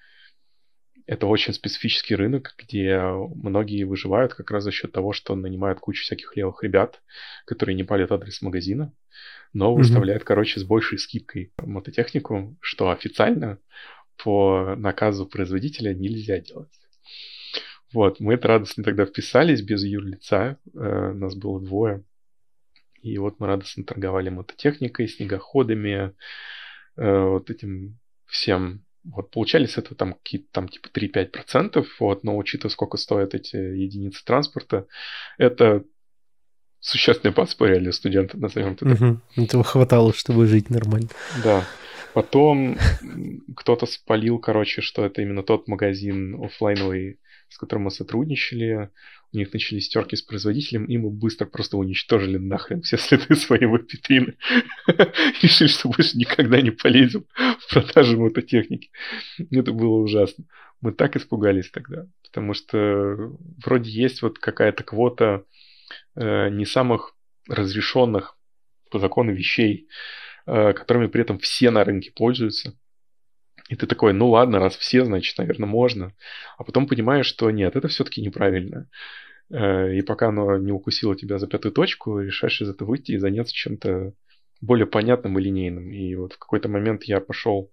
[SPEAKER 1] Это очень специфический рынок, где многие выживают как раз за счет того, что нанимают кучу всяких левых ребят, которые не палят адрес магазина, но mm-hmm. выставляют, короче, с большей скидкой мототехнику, что официально по наказу производителя нельзя делать. Вот, мы это радостно тогда вписались без юрлица, э, нас было двое, и вот мы радостно торговали мототехникой, снегоходами, э, вот этим всем. Вот, получали с этого там какие-то там типа три-пять процентов, вот, но учитывая, сколько стоят эти единицы транспорта, это существенное подспорье для студента, назовем это так.
[SPEAKER 2] Угу. Этого хватало, чтобы жить нормально.
[SPEAKER 1] Да. Потом кто-то спалил, короче, что это именно тот магазин офлайновый, с которым мы сотрудничали. У них начались терки с производителем, и мы быстро просто уничтожили нахрен все следы своей веб-витрины. Решили, что больше никогда не полезем в продажу мототехники. Это было ужасно. Мы так испугались тогда, потому что вроде есть вот какая-то квота э, не самых разрешенных по закону вещей, э, которыми при этом все на рынке пользуются. И ты такой, ну ладно, раз все, значит, наверное, можно. А потом понимаешь, что нет, это все-таки неправильно. И пока оно не укусило тебя за пятую точку, решаешь из этого выйти и заняться чем-то более понятным и линейным. И вот в какой-то момент я пошел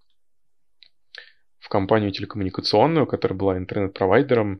[SPEAKER 1] в компанию телекоммуникационную, которая была интернет-провайдером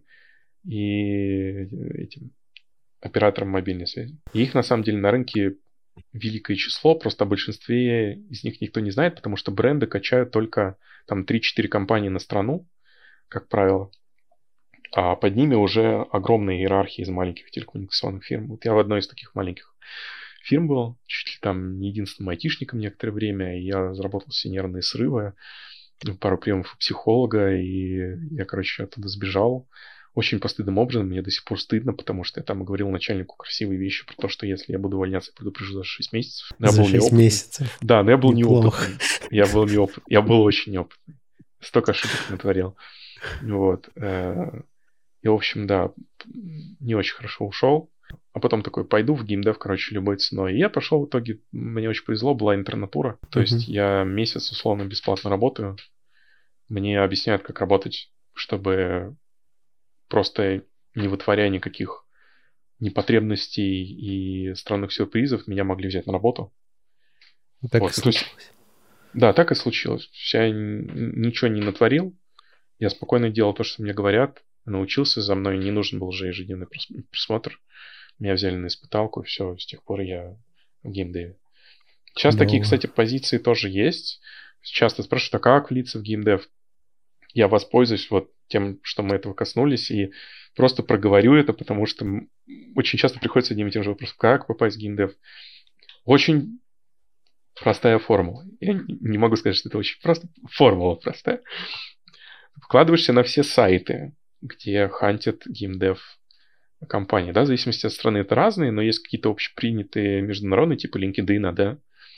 [SPEAKER 1] и этим оператором мобильной связи. И их, на самом деле, на рынке великое число, просто о большинстве из них никто не знает, потому что бренды качают только там три-четыре компании на страну, как правило, а под ними уже огромная иерархия из маленьких телекоммуникационных фирм. Вот я в одной из таких маленьких фирм был, чуть ли там не единственным айтишником некоторое время, и я заработал все нервные срывы, пару приемов у психолога, и я, короче, оттуда сбежал. Очень постыдным образом, мне до сих пор стыдно, потому что я там говорил начальнику красивые вещи про то, что если я буду увольняться, я предупрежу за шесть месяцев. Но
[SPEAKER 2] за
[SPEAKER 1] я был
[SPEAKER 2] шесть
[SPEAKER 1] неопытный.
[SPEAKER 2] месяцев?
[SPEAKER 1] Да, но я был
[SPEAKER 2] Неплохо.
[SPEAKER 1] неопытный. Я был неопытный. Я был очень неопытный. Столько ошибок натворил. Вот. И, в общем, да, не очень хорошо ушел. А потом такой, пойду в геймдев, короче, любой ценой. И я пошел в итоге, мне очень повезло, была интернатура. То uh-huh. есть я месяц условно бесплатно работаю. Мне объясняют, как работать, чтобы просто не вытворяя никаких непотребностей и странных сюрпризов, меня могли взять на работу.
[SPEAKER 2] Так вот. и случилось.
[SPEAKER 1] Есть, да, так и случилось. Я ничего не натворил. Я спокойно делал то, что мне говорят. Научился, за мной не нужен был уже ежедневный просмотр. Меня взяли на испыталку, и все, с тех пор я в геймдеве. Сейчас Но... такие, кстати, позиции тоже есть. Часто спрашивают, а как влиться в геймдев? Я воспользуюсь вот тем, что мы этого коснулись, и просто проговорю это, потому что очень часто приходится одним и тем же вопросом, как попасть в геймдев. Очень простая формула. Я не могу сказать, что это очень просто. Формула простая. Вкладываешься на все сайты, где хантят геймдев компании. Да, в зависимости от страны это разные, но есть какие-то общепринятые международные, типа LinkedIn, да.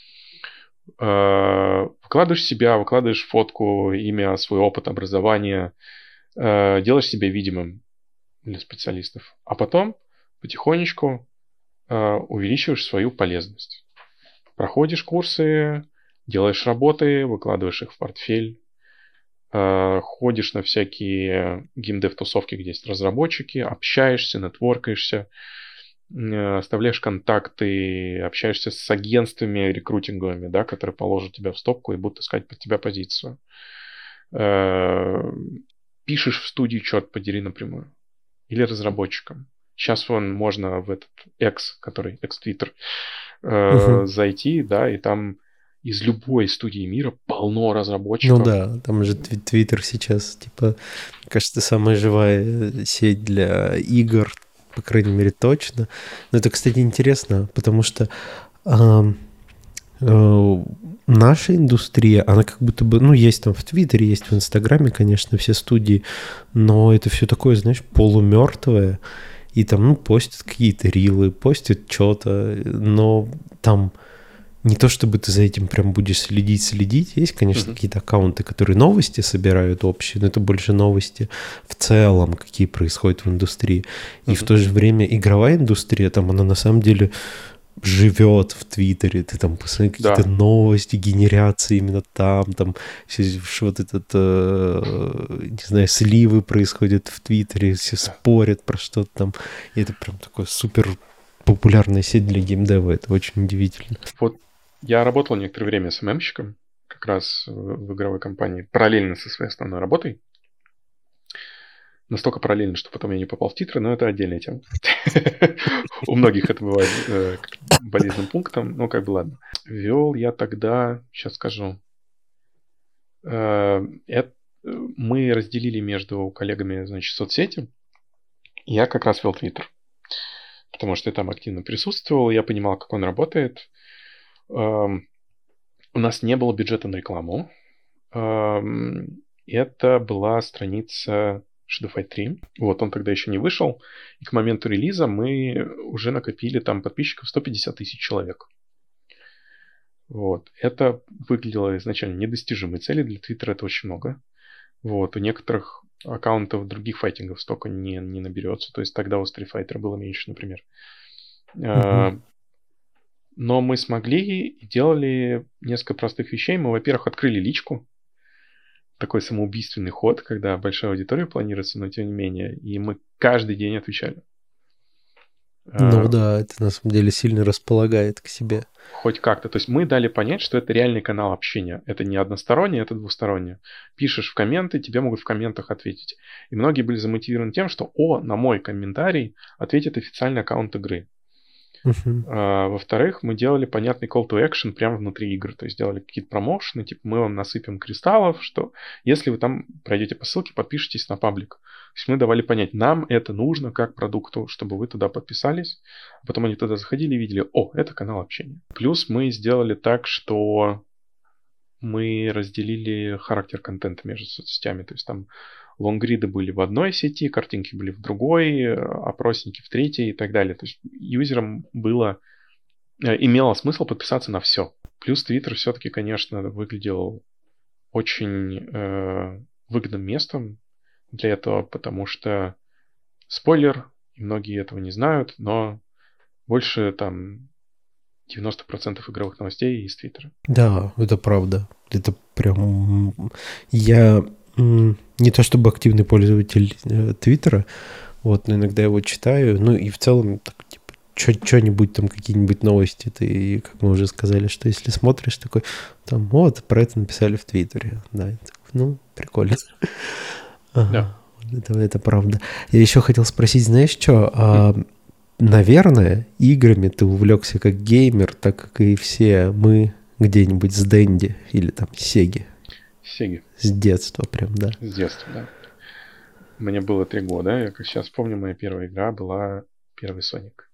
[SPEAKER 1] Выкладываешь себя, выкладываешь фотку, имя, свой опыт образования, делаешь себя видимым для специалистов. А потом потихонечку увеличиваешь свою полезность. Проходишь курсы, делаешь работы, выкладываешь их в портфель, ходишь на всякие геймдев-тусовки, где есть разработчики, общаешься, нетворкаешься, оставляешь контакты, общаешься с агентствами рекрутинговыми, да, которые положат тебя в стопку и будут искать под тебя позицию. Пишешь в студии, черт подери, напрямую. Или разработчикам. Сейчас вон можно в этот X, который X-Twitter, э, uh-huh. зайти, да, и там из любой студии мира полно разработчиков.
[SPEAKER 2] Ну да, там же Твиттер сейчас, типа, кажется, самая живая сеть для игр, по крайней мере, точно. Но это, кстати, интересно, потому что э, э, наша индустрия, она как будто бы, ну, есть там в Твиттере, есть в Инстаграме, конечно, все студии, но это все такое, знаешь, полумертвое, и там, ну, постят какие-то рилы, постят что-то, но там не то, чтобы ты за этим прям будешь следить, следить. Есть, конечно, mm-hmm. какие-то аккаунты, которые новости собирают общие, но это больше новости в целом, какие происходят в индустрии. И mm-hmm. в то же время игровая индустрия, там она на самом деле живет в Твиттере. Ты там посмотри, какие-то да. новости генерятся именно там, там вот этот, не знаю, сливы происходят в Твиттере, все спорят про что-то там. И это прям такое супер популярная сеть для геймдева. Это очень удивительно.
[SPEAKER 1] Вот я работал некоторое время эс эм эм-щиком, как раз в игровой компании, параллельно со своей основной работой. Настолько параллельно, что потом я не попал в титры, но это отдельная тема. У многих это бывает болезненным пунктом, но как бы ладно. Вел я тогда, сейчас скажу, мы разделили между коллегами, значит, соцсети. Я как раз вел Твиттер, потому что я там активно присутствовал, я понимал, как он работает. У нас не было бюджета на рекламу. Это была страница Shadow Fight три. Вот, он тогда еще не вышел. И к моменту релиза мы уже накопили там подписчиков сто пятьдесят тысяч человек. Вот. Это выглядело изначально недостижимой цели. Для Твиттера это очень много. Вот. У некоторых аккаунтов других файтингов столько не, не наберется. То есть тогда у Street Fighter было меньше, например. Mm-hmm. Но мы смогли и делали несколько простых вещей. Мы, во-первых, открыли личку. Такой самоубийственный ход, когда большая аудитория планируется, но тем не менее. И мы каждый день отвечали.
[SPEAKER 2] Ну а, да, это на самом деле сильно располагает к себе.
[SPEAKER 1] Хоть как-то. То есть мы дали понять, что это реальный канал общения. Это не одностороннее, это двустороннее. Пишешь в комменты, тебе могут в комментах ответить. И многие были замотивированы тем, что «О, на мой комментарий ответит официальный аккаунт игры». Uh-huh. А, во-вторых, мы делали понятный call to action прямо внутри игр. То есть делали какие-то промоушены, типа мы вам насыпем кристаллов, что если вы там пройдете по ссылке, подпишитесь на паблик. То есть мы давали понять, нам это нужно как продукту, чтобы вы туда подписались. А потом они туда заходили и видели, о, это канал общения. Плюс мы сделали так, что мы разделили характер контента между соцсетями. То есть там лонгриды были в одной сети, картинки были в другой, опросники в третьей и так далее. То есть юзерам было, имело смысл подписаться на все. Плюс Twitter все-таки, конечно, выглядел очень э, выгодным местом для этого, потому что, спойлер, и многие этого не знают, но больше там девяносто процентов игровых новостей из Твиттера.
[SPEAKER 2] Да, это правда. Это прям... Я... Не то чтобы активный пользователь Твиттера, вот, но иногда его читаю, ну и в целом так, типа, что-нибудь там, какие-нибудь новости, ты, как мы уже сказали, что если смотришь, такой, там, вот, про это написали в Твиттере, да, это, ну, прикольно. Ага, да. это, это правда. Я еще хотел спросить, знаешь что, а, наверное, играми ты увлекся как геймер, так как и все мы где-нибудь с Денди или там Сеги.
[SPEAKER 1] Сеги.
[SPEAKER 2] С детства прям, да?
[SPEAKER 1] С детства, да. Мне было три года. Я как сейчас помню, моя первая игра была первый Соник.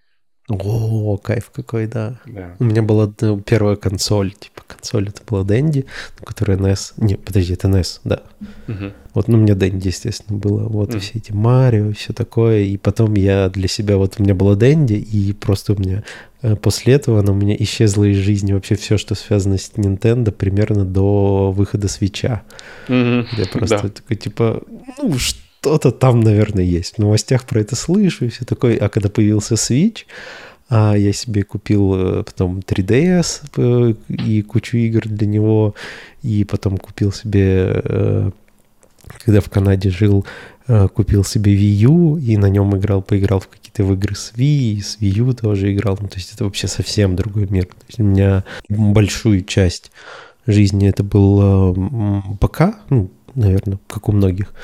[SPEAKER 2] О, кайф какой, да.
[SPEAKER 1] да.
[SPEAKER 2] У меня была первая консоль. Типа консоль это была Денди, которая эн и эс. Не, подожди, это эн и эс, да.
[SPEAKER 1] Угу.
[SPEAKER 2] Вот, ну, у меня Денди, естественно, было. Вот угу. все эти Марио, все такое. И потом я для себя, вот у меня была Денди, и просто у меня после этого она у меня исчезла из жизни вообще все, что связано с Nintendo, примерно до выхода Свитча.
[SPEAKER 1] Угу.
[SPEAKER 2] Я просто да. такой, типа, ну, что-то там, наверное, есть. В новостях про это слышу и все такое. А когда появился Switch, а я себе купил потом три ди эс и кучу игр для него, и потом купил себе, когда в Канаде жил, купил себе Wii U, и на нем играл, поиграл в какие-то в игры с Wii, и с Wii U тоже играл. Ну, то есть это вообще совсем другой мир. То есть у меня большую часть жизни это был ПК, ну, наверное, как у многих.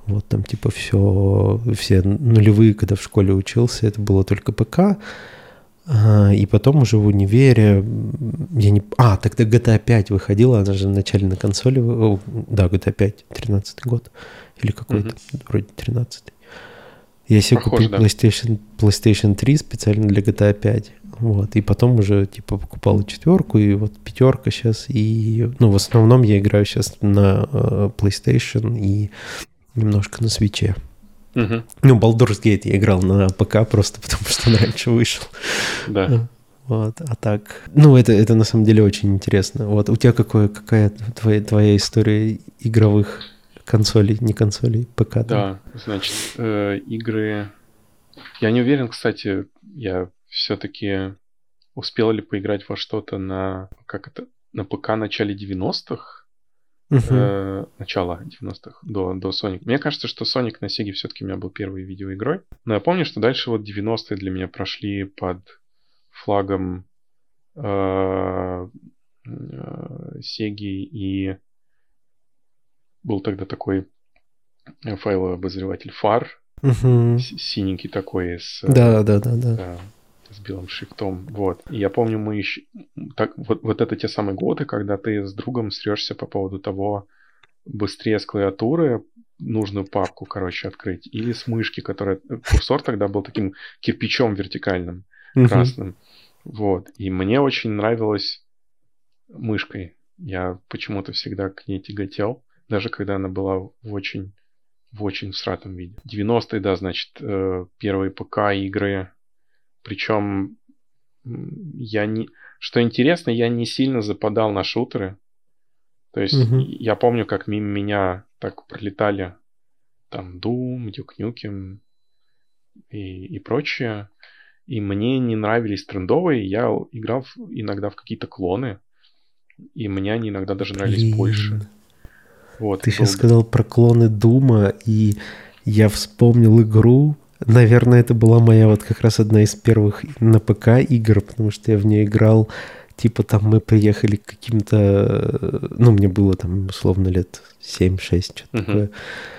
[SPEAKER 2] Вот там типа все, все нулевые, когда в школе учился, это было только ПК. А, и потом уже в универе, я не... А, тогда джи ти эй пять выходила, она же вначале на консоли... О, да, джи ти эй пять, тринадцатый год. Или какой-то, mm-hmm. вроде тринадцатый. Я себе Похоже, купил да. PlayStation, PlayStation три специально для джи ти эй пять. Вот. И потом уже типа покупал четверку, и вот пятерка сейчас. И, ну, в основном я играю сейчас на uh, PlayStation и немножко на Switch'е.
[SPEAKER 1] Угу.
[SPEAKER 2] Ну, Baldur's Gate я играл на ПК просто потому, что он раньше вышел.
[SPEAKER 1] Да.
[SPEAKER 2] Вот, а так... Ну, это, это на самом деле очень интересно. Вот у тебя какое, какая твоя, твоя история игровых консолей, не консолей, ПК?
[SPEAKER 1] Да, да? Значит, э, игры... Я не уверен, кстати, я все-таки успел ли поиграть во что-то на... Как это? На ПК в начале девяностых? Uh-huh. Э, начала девяностых, до, до Sonic. Мне кажется, что Sonic на Sega все-таки у меня был первой видеоигрой. Но я помню, что дальше вот девяностые для меня прошли под флагом э, э, Sega, и был тогда такой файловый обозреватель фар,
[SPEAKER 2] uh-huh.
[SPEAKER 1] синенький такой с...
[SPEAKER 2] Да, да, да, да.
[SPEAKER 1] да с белым шрифтом, вот. И я помню, мы еще... Так, вот, вот это те самые годы, когда ты с другом срешься по поводу того, быстрее с клавиатуры нужную папку, короче, открыть, или с мышки, которая... Курсор тогда был таким кирпичом вертикальным, uh-huh. красным. Вот. И мне очень нравилась мышкой. Я почему-то всегда к ней тяготел, даже когда она была в очень, в очень всратом виде. девяностые, да, значит, первые ПК-игры. Причем я не... Что интересно, я не сильно западал на шутеры. То есть uh-huh. я помню, как мимо меня так пролетали там Doom, Duke Nukem и, и прочее. И мне не нравились трендовые. Я играл иногда в какие-то клоны. И мне они иногда даже нравились Блин. больше. Вот,
[SPEAKER 2] Ты
[SPEAKER 1] был...
[SPEAKER 2] сейчас сказал про клоны Дума, и я вспомнил игру. Наверное, это была моя вот как раз одна из первых на ПК игр, потому что я в нее играл, типа там мы приехали к каким-то, ну, мне было там условно лет семь-шесть, что-то uh-huh. такое,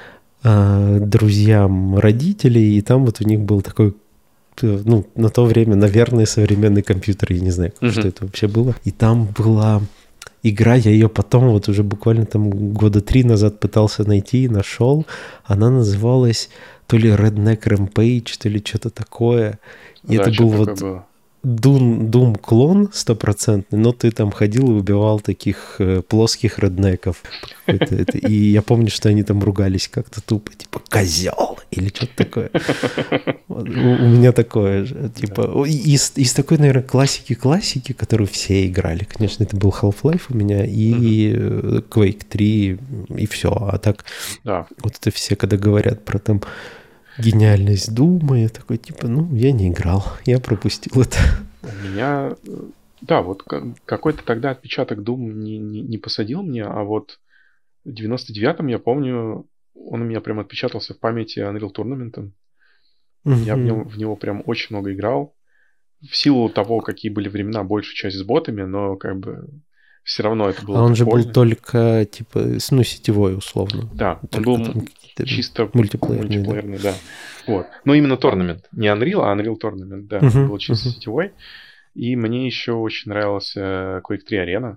[SPEAKER 2] а, друзьям родителей, и там вот у них был такой, ну, на то время, наверное, современный компьютер, я не знаю, uh-huh. что это вообще было, и там была... Игра, я ее потом вот уже буквально там года три назад пытался найти и нашел. Она называлась то ли Redneck Rampage, то ли что-то такое. И да, это был вот было. Doom, Doom клон стопроцентный, но ты там ходил и убивал таких э, плоских реднеков. Это, это, и я помню, что они там ругались как-то тупо, типа «козел» или что-то такое. Вот, у, у меня такое же. Типа, из, из такой, наверное, классики-классики, которую все играли. Конечно, это был Half-Life у меня и mm-hmm. Quake три, и все. А так,
[SPEAKER 1] да.
[SPEAKER 2] вот это все, когда говорят про там гениальность Дума, я такой, типа, ну, я не играл, я пропустил это.
[SPEAKER 1] У меня, да, вот какой-то тогда отпечаток Doom не, не, не посадил мне, а вот в девяносто девятом, я помню, он у меня прям отпечатался в памяти Unreal Tournament. Mm-hmm. Я в, нем, в него прям очень много играл. В силу того, какие были времена, большую часть с ботами, но как бы все равно это было
[SPEAKER 2] А он
[SPEAKER 1] прикольно.
[SPEAKER 2] же был только, типа, ну, сетевой, условно.
[SPEAKER 1] Да,
[SPEAKER 2] только
[SPEAKER 1] он был чисто
[SPEAKER 2] мультиплеерный,
[SPEAKER 1] мультиплеерный, да. да. Вот. Но именно Tournament. Не Unreal, а Unreal Tournament, да. Uh-huh, он был чисто uh-huh. сетевой. И мне еще очень нравился Quake три Arena.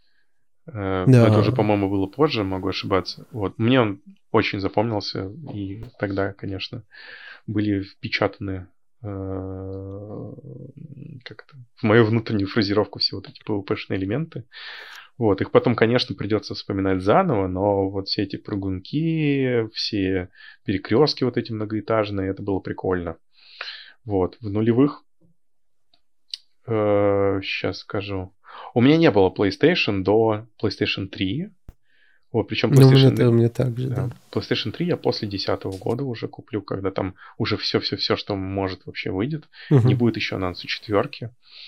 [SPEAKER 1] Да. Это уже, по-моему, было позже, могу ошибаться. Вот. Мне он очень запомнился. И тогда, конечно, были впечатаны как это, в мою внутреннюю фразировку все вот эти пи ви пи-шные элементы. Вот, их потом, конечно, придется вспоминать заново, но вот все эти прыгунки, все перекрестки вот эти многоэтажные, это было прикольно. Вот, в нулевых, э, сейчас скажу, у меня не было PlayStation до PlayStation три. Вот, причем PlayStation,
[SPEAKER 2] ну, у, меня, у меня так же, да.
[SPEAKER 1] да. PlayStation три я после две тысячи десятого года уже куплю, когда там уже все-все-все, что может, вообще выйдет. Uh-huh. Не будет еще анонса четверки.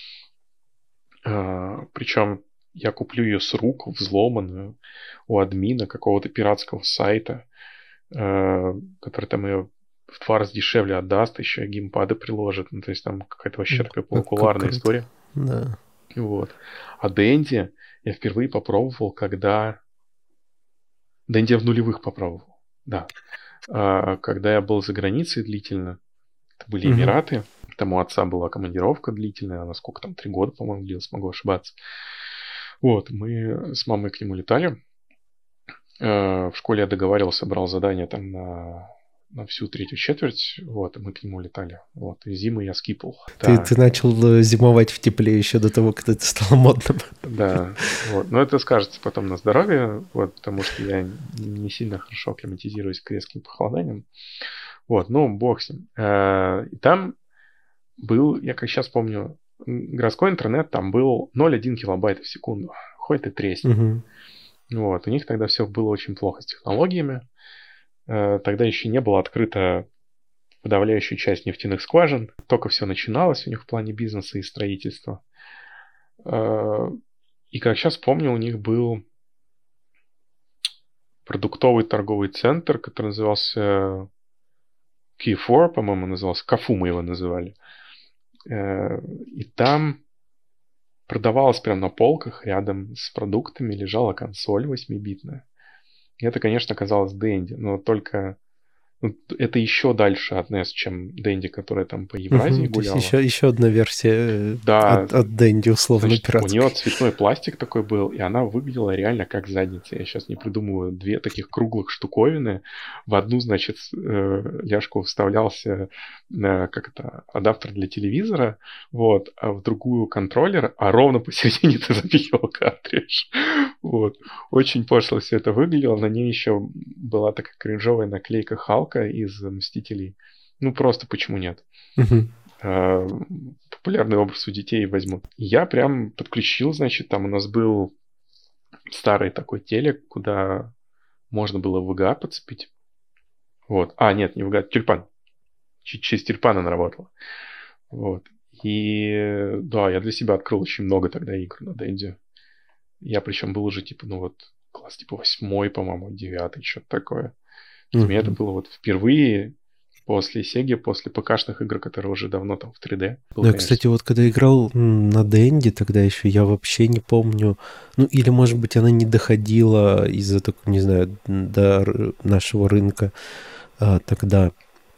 [SPEAKER 1] А, причем я куплю ее с рук, взломанную, у админа какого-то пиратского сайта, а, который там ее в два раза дешевле отдаст, еще и геймпады приложит. Ну, то есть там какая-то вообще такая полукуларная история.
[SPEAKER 2] Да.
[SPEAKER 1] Вот. А Dendy я впервые попробовал, когда... Dendy в нулевых попробовал. Да. А, когда я был за границей длительно, это были
[SPEAKER 2] Мгм.
[SPEAKER 1] Эмираты, там у отца была командировка длительная, она сколько там, три года, по-моему, длилась, могу ошибаться. Вот, мы с мамой к нему летали. Э, В школе я договаривался, брал задание там на, на всю третью четверть, вот, и мы к нему летали. Вот, и зимы я скипал.
[SPEAKER 2] Ты,
[SPEAKER 1] Да,
[SPEAKER 2] ты начал э, зимовать в тепле еще до того, как это стало модным.
[SPEAKER 1] да, вот. Но это скажется потом на здоровье, вот, потому что я не сильно хорошо акклиматизируюсь к резким похолоданиям. Вот, ну, бог с ним. Э, И там был, я как сейчас помню, м, городской интернет, там был ноль целых одна десятая килобайта в секунду. Хоть ты тресни.
[SPEAKER 2] Мгм.
[SPEAKER 1] Вот, у них тогда все было очень плохо с технологиями. Э, Тогда еще не было открыто подавляющую часть нефтяных скважин. Только все начиналось у них в плане бизнеса и строительства. Э, И как сейчас помню, у них был продуктовый торговый центр, который назывался кей четыре, по-моему, назывался. Кафу мы его называли. Э, И там продавалась прямо на полках рядом с продуктами лежала консоль восьмибитная. И это, конечно, казалось Денди, но только ну, это еще дальше от нес, чем Денди, которая там по Евразии
[SPEAKER 2] Мгм. То есть
[SPEAKER 1] гуляла.
[SPEAKER 2] еще, еще одна версия э,
[SPEAKER 1] Да,
[SPEAKER 2] от, от Дэнди, условно,
[SPEAKER 1] значит, у
[SPEAKER 2] пиратской.
[SPEAKER 1] нее цветной пластик такой был, и она выглядела реально как задница. Я сейчас не придумываю две таких круглых штуковины. В одну, значит, с- э, ляжку вставлялся э, как это, адаптер для телевизора, вот, а в другую контроллер, а ровно посередине ты запихивал картридж. Вот. Очень пошло все это выглядело. На ней еще была такая кринжовая наклейка Халка из «Мстителей». Ну, просто почему нет?
[SPEAKER 2] Мгм.
[SPEAKER 1] Э, популярный образ у детей возьмут. Я прям подключил, значит, там у нас был старый такой телек, куда можно было ви джи эй подцепить. Вот. А, нет, не ви джи эй, тюльпан. Ч- Через тюльпан она работала. Вот. И да, я для себя открыл очень много тогда игр на Денде. Я причем был уже типа, ну вот, класс типа восьмой, по-моему, девятый, что-то такое. То есть у меня это
[SPEAKER 2] Мгм.
[SPEAKER 1] было вот впервые после Сеги, после ПК-шных игр, которые уже давно там в три дэ. Был,
[SPEAKER 2] Ну, я,
[SPEAKER 1] конечно,
[SPEAKER 2] кстати, вот когда играл м, на Денди, тогда еще я вообще не помню. Ну, или, может быть, она не доходила из-за такого, не знаю, до р- нашего рынка а, тогда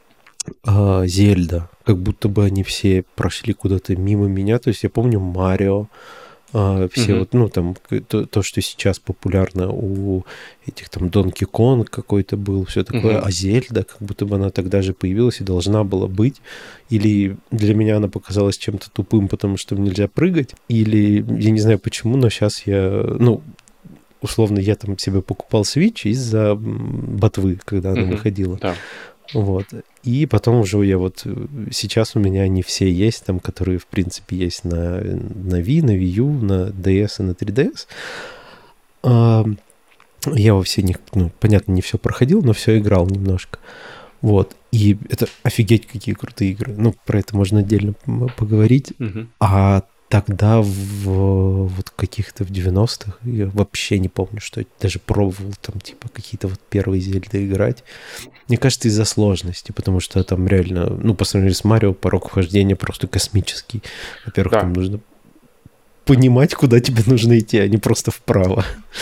[SPEAKER 2] а, Зельда. Как будто бы они все прошли куда-то мимо меня. То есть я помню Марио, а, все
[SPEAKER 1] Мгм.
[SPEAKER 2] вот, ну, там, к- то, то, что сейчас популярно у этих там Донки Конг какой-то был, все такое,
[SPEAKER 1] Мгм.
[SPEAKER 2] а Зельда, как будто бы она тогда же появилась и должна была быть, или для меня она показалась чем-то тупым, потому что нельзя прыгать, или я не знаю почему, но сейчас я, ну, условно, я там себе покупал Switch из-за м, ботвы, когда она
[SPEAKER 1] Мгм.
[SPEAKER 2] выходила.
[SPEAKER 1] Да.
[SPEAKER 2] Вот. И потом уже я вот... э, Сейчас у меня они все есть, там, которые, в принципе, есть на, на Wii, на Wii U, на ди эс и на три ди эс. А, я во все них, ну, понятно, не все проходил, но все играл немножко. Вот. И это офигеть, какие крутые игры. Ну, про это можно отдельно м, поговорить.
[SPEAKER 1] Мгм.
[SPEAKER 2] А тогда в вот каких-то в девяностых я вообще не помню, что я даже пробовал там типа какие-то вот первые Зельды играть. Мне кажется, из-за сложности, потому что там реально, ну, по сравнению с Марио, порог вхождения просто космический. Во-первых, там
[SPEAKER 1] Да.
[SPEAKER 2] нужно понимать, куда тебе нужно идти, а не просто вправо.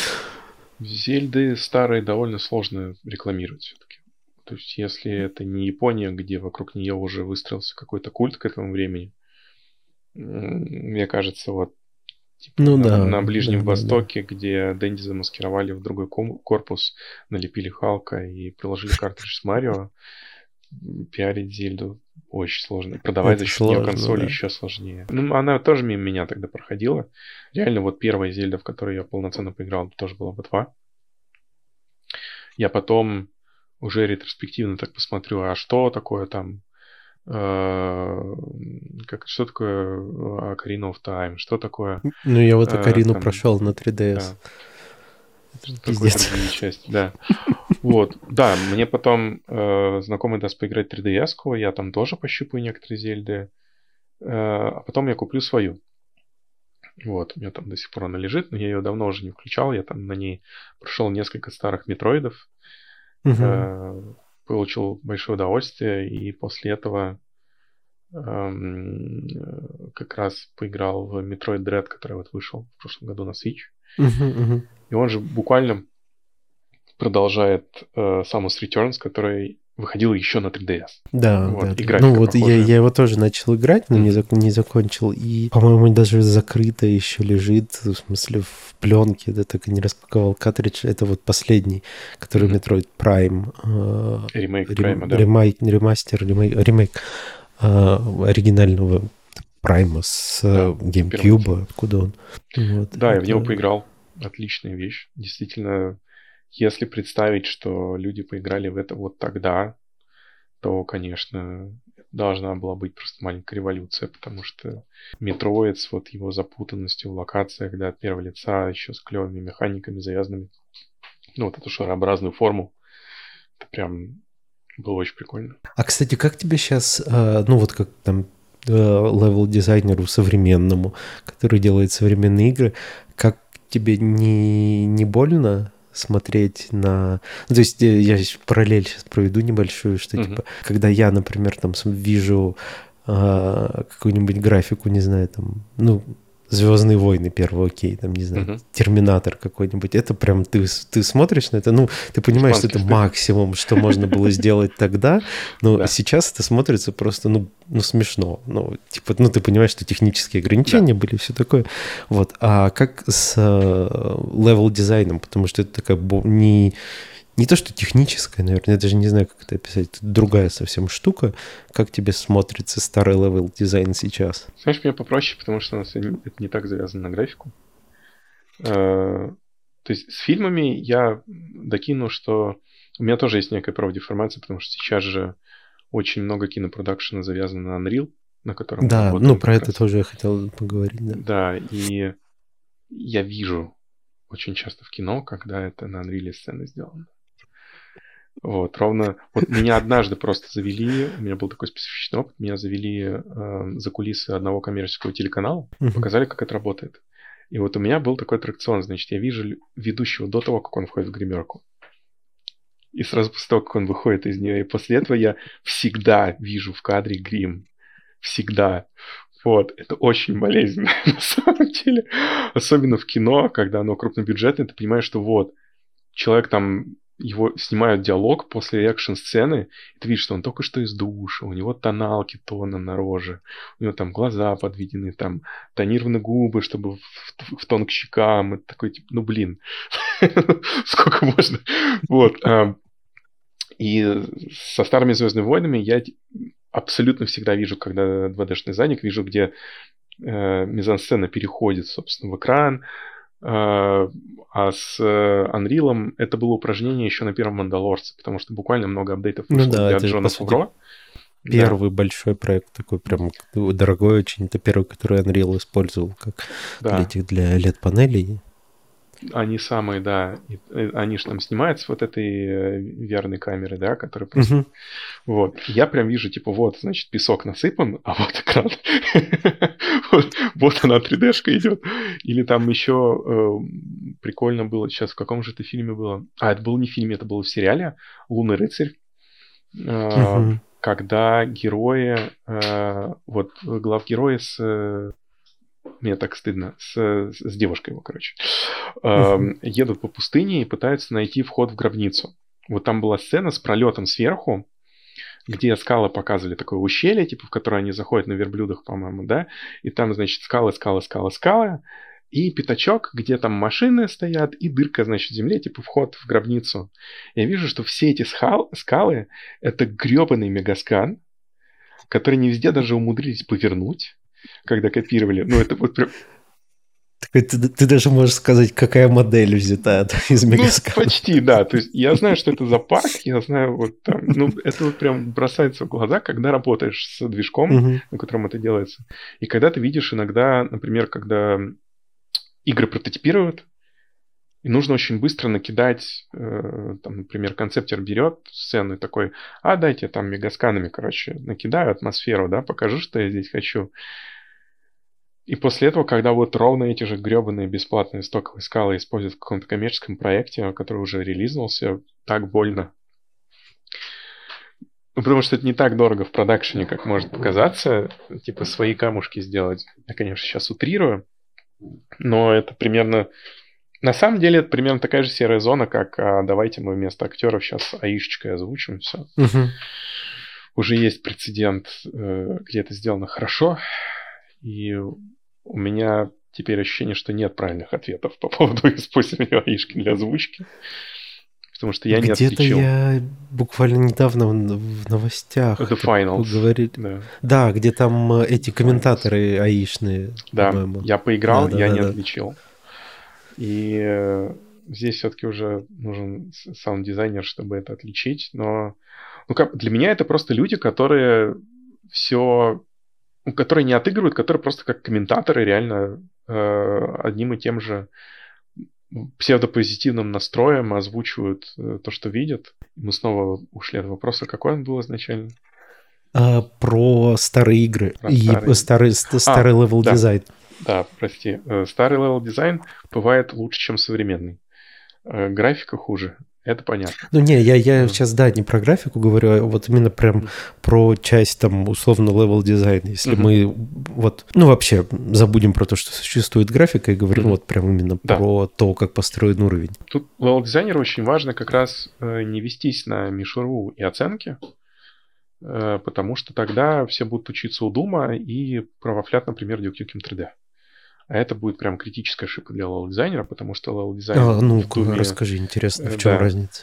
[SPEAKER 1] Зельды старые довольно сложно рекламировать все-таки. То есть, если это не Япония, где вокруг нее уже выстроился какой-то культ к этому времени, м, мне кажется, вот типа
[SPEAKER 2] Ну
[SPEAKER 1] на,
[SPEAKER 2] да,
[SPEAKER 1] на
[SPEAKER 2] да,
[SPEAKER 1] Ближнем
[SPEAKER 2] да, да.
[SPEAKER 1] Востоке, где Дэнди замаскировали в другой ком- корпус, налепили Халка и приложили картридж с Марио, м, пиарить Зельду очень сложно. И продавать за
[SPEAKER 2] Это
[SPEAKER 1] счет нее
[SPEAKER 2] сложно,
[SPEAKER 1] консоли
[SPEAKER 2] да.
[SPEAKER 1] еще сложнее. Ну, она тоже мимо меня тогда проходила. Реально, вот первая Зельда, в которой я полноценно поиграл, тоже была ботва. Я потом уже ретроспективно так посмотрю, а что такое там, э, как, что такое э, Ocarina of Time, что такое
[SPEAKER 2] Ну, я вот
[SPEAKER 1] э,
[SPEAKER 2] Акарину
[SPEAKER 1] там,
[SPEAKER 2] прошел на три ди эс.
[SPEAKER 1] да,
[SPEAKER 2] Это
[SPEAKER 1] что такое
[SPEAKER 2] пиздец.
[SPEAKER 1] другие части, да. Вот, да, мне потом э, знакомый даст поиграть три ди эс-ку, я там тоже пощупаю некоторые Зельды, э, а потом я куплю свою. Вот, у меня там до сих пор она лежит, но я ее давно уже не включал, я там на ней прошел несколько старых метроидов,
[SPEAKER 2] Мгм.
[SPEAKER 1] э, получил большое удовольствие, и после этого эм, э, как раз поиграл в Metroid Dread, который вот вышел в прошлом году на Switch.
[SPEAKER 2] Мгм, мгм.
[SPEAKER 1] И он же буквально продолжает э, Samus Returns, который выходил еще на три ди эс.
[SPEAKER 2] Да,
[SPEAKER 1] вот,
[SPEAKER 2] да. Ну вот я, я его тоже начал играть, но mm-hmm. не, зак- не закончил. И, по-моему, даже закрыто еще лежит, в смысле, в пленке. Да, так и не распаковал картридж. Это вот последний, который mm-hmm. Metroid Prime. Э,
[SPEAKER 1] ремейк
[SPEAKER 2] рем,
[SPEAKER 1] Prime, да.
[SPEAKER 2] Ремайк, ремастер, ремейк, ремейк э, оригинального Прайма с да, GameCube. Откуда он? Вот,
[SPEAKER 1] да,
[SPEAKER 2] это...
[SPEAKER 1] я в него поиграл. Отличная вещь. Действительно... Если представить, что люди поиграли в это вот тогда, то, конечно, должна была быть просто маленькая революция, потому что Metroid с вот его запутанностью в локациях, да, от первого лица, еще с клевыми механиками, завязанными, ну, вот эту шарообразную форму, это прям было очень прикольно.
[SPEAKER 2] А, кстати, как тебе сейчас, ну, вот как там левел-дизайнеру современному, который делает современные игры, как тебе не, не больно смотреть на... Ну, то есть я параллель сейчас проведу небольшую, что, uh-huh. типа, когда я, например, там вижу а, какую-нибудь графику, не знаю, там, ну, «Звездные войны» первый, окей, там, не знаю, uh-huh. «Терминатор» какой-нибудь, это прям ты, ты смотришь на это, ну, ты понимаешь, что это максимум, что можно было сделать тогда, но да. сейчас это смотрится просто, ну, ну, смешно, ну, типа, ну, ты понимаешь, что технические ограничения да. были, все такое, вот, а как с левел-дизайном, потому что это такая не... Не то, что техническая, наверное, я даже не знаю, как это описать. Это другая совсем штука. Как тебе смотрится старый левел-дизайн сейчас?
[SPEAKER 1] Знаешь, мне попроще, потому что у нас это не так завязано на графику. То есть с фильмами я докину, что у меня тоже есть некая профдеформация, потому что сейчас же очень много кинопродакшена завязано на Unreal, на котором
[SPEAKER 2] да, ну про это тоже я хотел поговорить. Да.
[SPEAKER 1] да, и я вижу очень часто в кино, когда это на Unreal сцены сделано. Вот, ровно... Вот меня однажды просто завели, у меня был такой специфичный опыт, меня завели э, за кулисы одного коммерческого телеканала, uh-huh. показали, как это работает. И вот у меня был такой аттракцион, значит, я вижу ведущего до того, как он входит в гримерку. И сразу после того, как он выходит из нее. И после этого я всегда вижу в кадре грим. Всегда. Вот, это очень болезненно на самом деле. Особенно в кино, когда оно крупнобюджетное, ты понимаешь, что вот, человек там... Его снимают диалог после экшн-сцены, и ты видишь, что он только что из душа, у него тоналки тона на роже, у него там глаза подведены, там тонированы губы, чтобы в, в, в тон к щекам. Это такой, типа, ну блин, сколько можно? Вот. И со старыми «Звездными войнами» я абсолютно всегда вижу, когда два дэ-шный задник, вижу, где мизансцена переходит, собственно, в экран. А с Unreal это было упражнение еще на первом «Мандалорце», потому что буквально много апдейтов вышло
[SPEAKER 2] ну да,
[SPEAKER 1] для Джона Фавро.
[SPEAKER 2] Первый да. большой проект такой прям дорогой очень. Это первый, который Unreal использовал как да. для этих для эл и ди-панелей.
[SPEAKER 1] Они самые, да. Они же там снимаются вот этой ви ар-ной камерой, да, которая просто... Uh-huh. Вот. Я прям вижу, типа, вот, значит, песок насыпан, а вот экран. вот, вот она три дэ-шка идет. Или там еще э, прикольно было, сейчас в каком же это фильме было? А, это был не в фильме, это было в сериале «Лунный рыцарь». Э, uh-huh. Когда герои, э, вот главгерои с... Мне так стыдно. С, с девушкой его, короче. Uh-huh. Э, едут по пустыне и пытаются найти вход в гробницу. Вот там была сцена с пролетом сверху, где скалы показывали такое ущелье, типа, в которое они заходят на верблюдах, по-моему, да? И там, значит, скалы, скалы, скалы, скалы. И пятачок, где там машины стоят, и дырка, значит, в земле, типа, вход в гробницу. Я вижу, что все эти скал, скалы — это гребаный мегаскан, который не везде даже умудрились повернуть, когда копировали. Ну, это вот прям...
[SPEAKER 2] Ты, ты, ты даже можешь сказать, какая модель взята из мегаскана.
[SPEAKER 1] Ну, почти, да. То есть я знаю, что это за парк, я знаю, вот там... Ну, это вот прям бросается в глаза, когда работаешь с движком, uh-huh. на котором это делается. И когда ты видишь иногда, например, когда игры прототипируют, и нужно очень быстро накидать, э, там, например, концептер берет сцену и такой, а дайте там мегасканами, короче, накидаю атмосферу, да, покажу, что я здесь хочу. И после этого, когда вот ровно эти же гребаные бесплатные стоковые скалы используют в каком-то коммерческом проекте, который уже релизнулся, так больно. Ну, потому что это не так дорого в продакшене, как может показаться. Типа свои камушки сделать. Я, конечно, сейчас утрирую, но это примерно На самом деле это примерно такая же серая зона, как а, давайте мы вместо актеров сейчас аишечкой озвучим все.
[SPEAKER 2] Угу.
[SPEAKER 1] Уже есть прецедент, где это сделано хорошо, и у меня теперь ощущение, что нет правильных ответов по поводу использования аишки для озвучки. Потому что я
[SPEAKER 2] Где-то
[SPEAKER 1] не отличил.
[SPEAKER 2] я буквально недавно в новостях
[SPEAKER 1] The Finals.
[SPEAKER 2] Говорили.
[SPEAKER 1] Да.
[SPEAKER 2] да, где там эти комментаторы аишные,
[SPEAKER 1] да,
[SPEAKER 2] по-моему.
[SPEAKER 1] Я поиграл,
[SPEAKER 2] да, да,
[SPEAKER 1] я
[SPEAKER 2] да,
[SPEAKER 1] не
[SPEAKER 2] да.
[SPEAKER 1] отличил. И э, здесь все-таки уже нужен саунд-дизайнер, чтобы это отличить. Но ну, как, для меня это просто люди, которые все... которые не отыгрывают, которые просто как комментаторы реально э, одним и тем же псевдопозитивным настроем озвучивают э, то, что видят. Мы снова ушли от вопроса, какой он был изначально?
[SPEAKER 2] А, про старые игры
[SPEAKER 1] Про
[SPEAKER 2] и
[SPEAKER 1] старые...
[SPEAKER 2] старый, старый
[SPEAKER 1] а,
[SPEAKER 2] левел
[SPEAKER 1] да.
[SPEAKER 2] дизайн.
[SPEAKER 1] Да, прости. Старый левел дизайн бывает лучше, чем современный. Графика хуже. Это понятно.
[SPEAKER 2] Ну, не, я, я mm. сейчас, да, не про графику говорю, а вот именно прям mm. про часть, там, условно, левел дизайна. Если mm-hmm. мы вот, ну, вообще забудем про то, что существует графика, и говорим mm-hmm. вот прям именно да. про то, как построен уровень.
[SPEAKER 1] Тут левел дизайнеру очень важно как раз не вестись на мишуру и оценки, потому что тогда все будут учиться у Дума и провафлят, например, Duke Nukem три дэ. А это будет прям критическая ошибка для левел-дизайнера, потому что левел-дизайн
[SPEAKER 2] а, ну,
[SPEAKER 1] в Думе...
[SPEAKER 2] расскажи, интересно, в
[SPEAKER 1] да,
[SPEAKER 2] чем разница?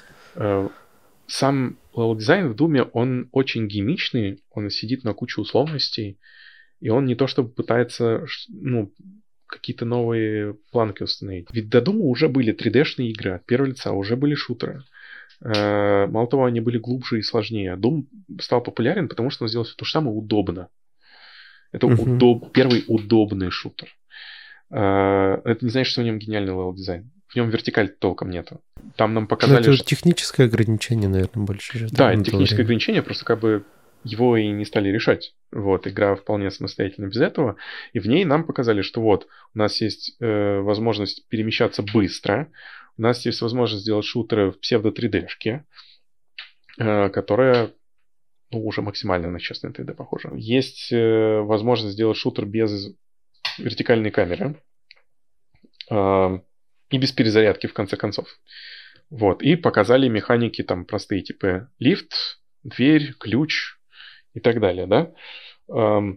[SPEAKER 1] Сам левел-дизайн в Думе, он очень гимичный, он сидит на куче условностей, и он не то чтобы пытается ну, какие-то новые планки установить. Ведь до Дума уже были три дэ-шные игры от первого лица, уже были шутеры. Мало того, они были глубже и сложнее. Doom стал популярен, потому что он сделал все то же самое удобно. Это uh-huh. удоб... первый удобный шутер. Это не значит, что в нем гениальный левел-дизайн. В нем вертикаль толком нету. Там нам показали...
[SPEAKER 2] Но это
[SPEAKER 1] что...
[SPEAKER 2] техническое ограничение, наверное, больше. Же,
[SPEAKER 1] да, это техническое время. ограничение, просто как бы его и не стали решать. Вот, игра вполне самостоятельно без этого. И в ней нам показали, что вот, у нас есть э, возможность перемещаться быстро, у нас есть возможность сделать шутеры в псевдо-три дэ-шке, э, которая ну, уже максимально на честное три дэ похожа. Есть э, возможность сделать шутер без вертикальной камеры э, и без перезарядки, в конце концов. Вот. И показали механики там простые, типа лифт, дверь, ключ и так далее, да. Э,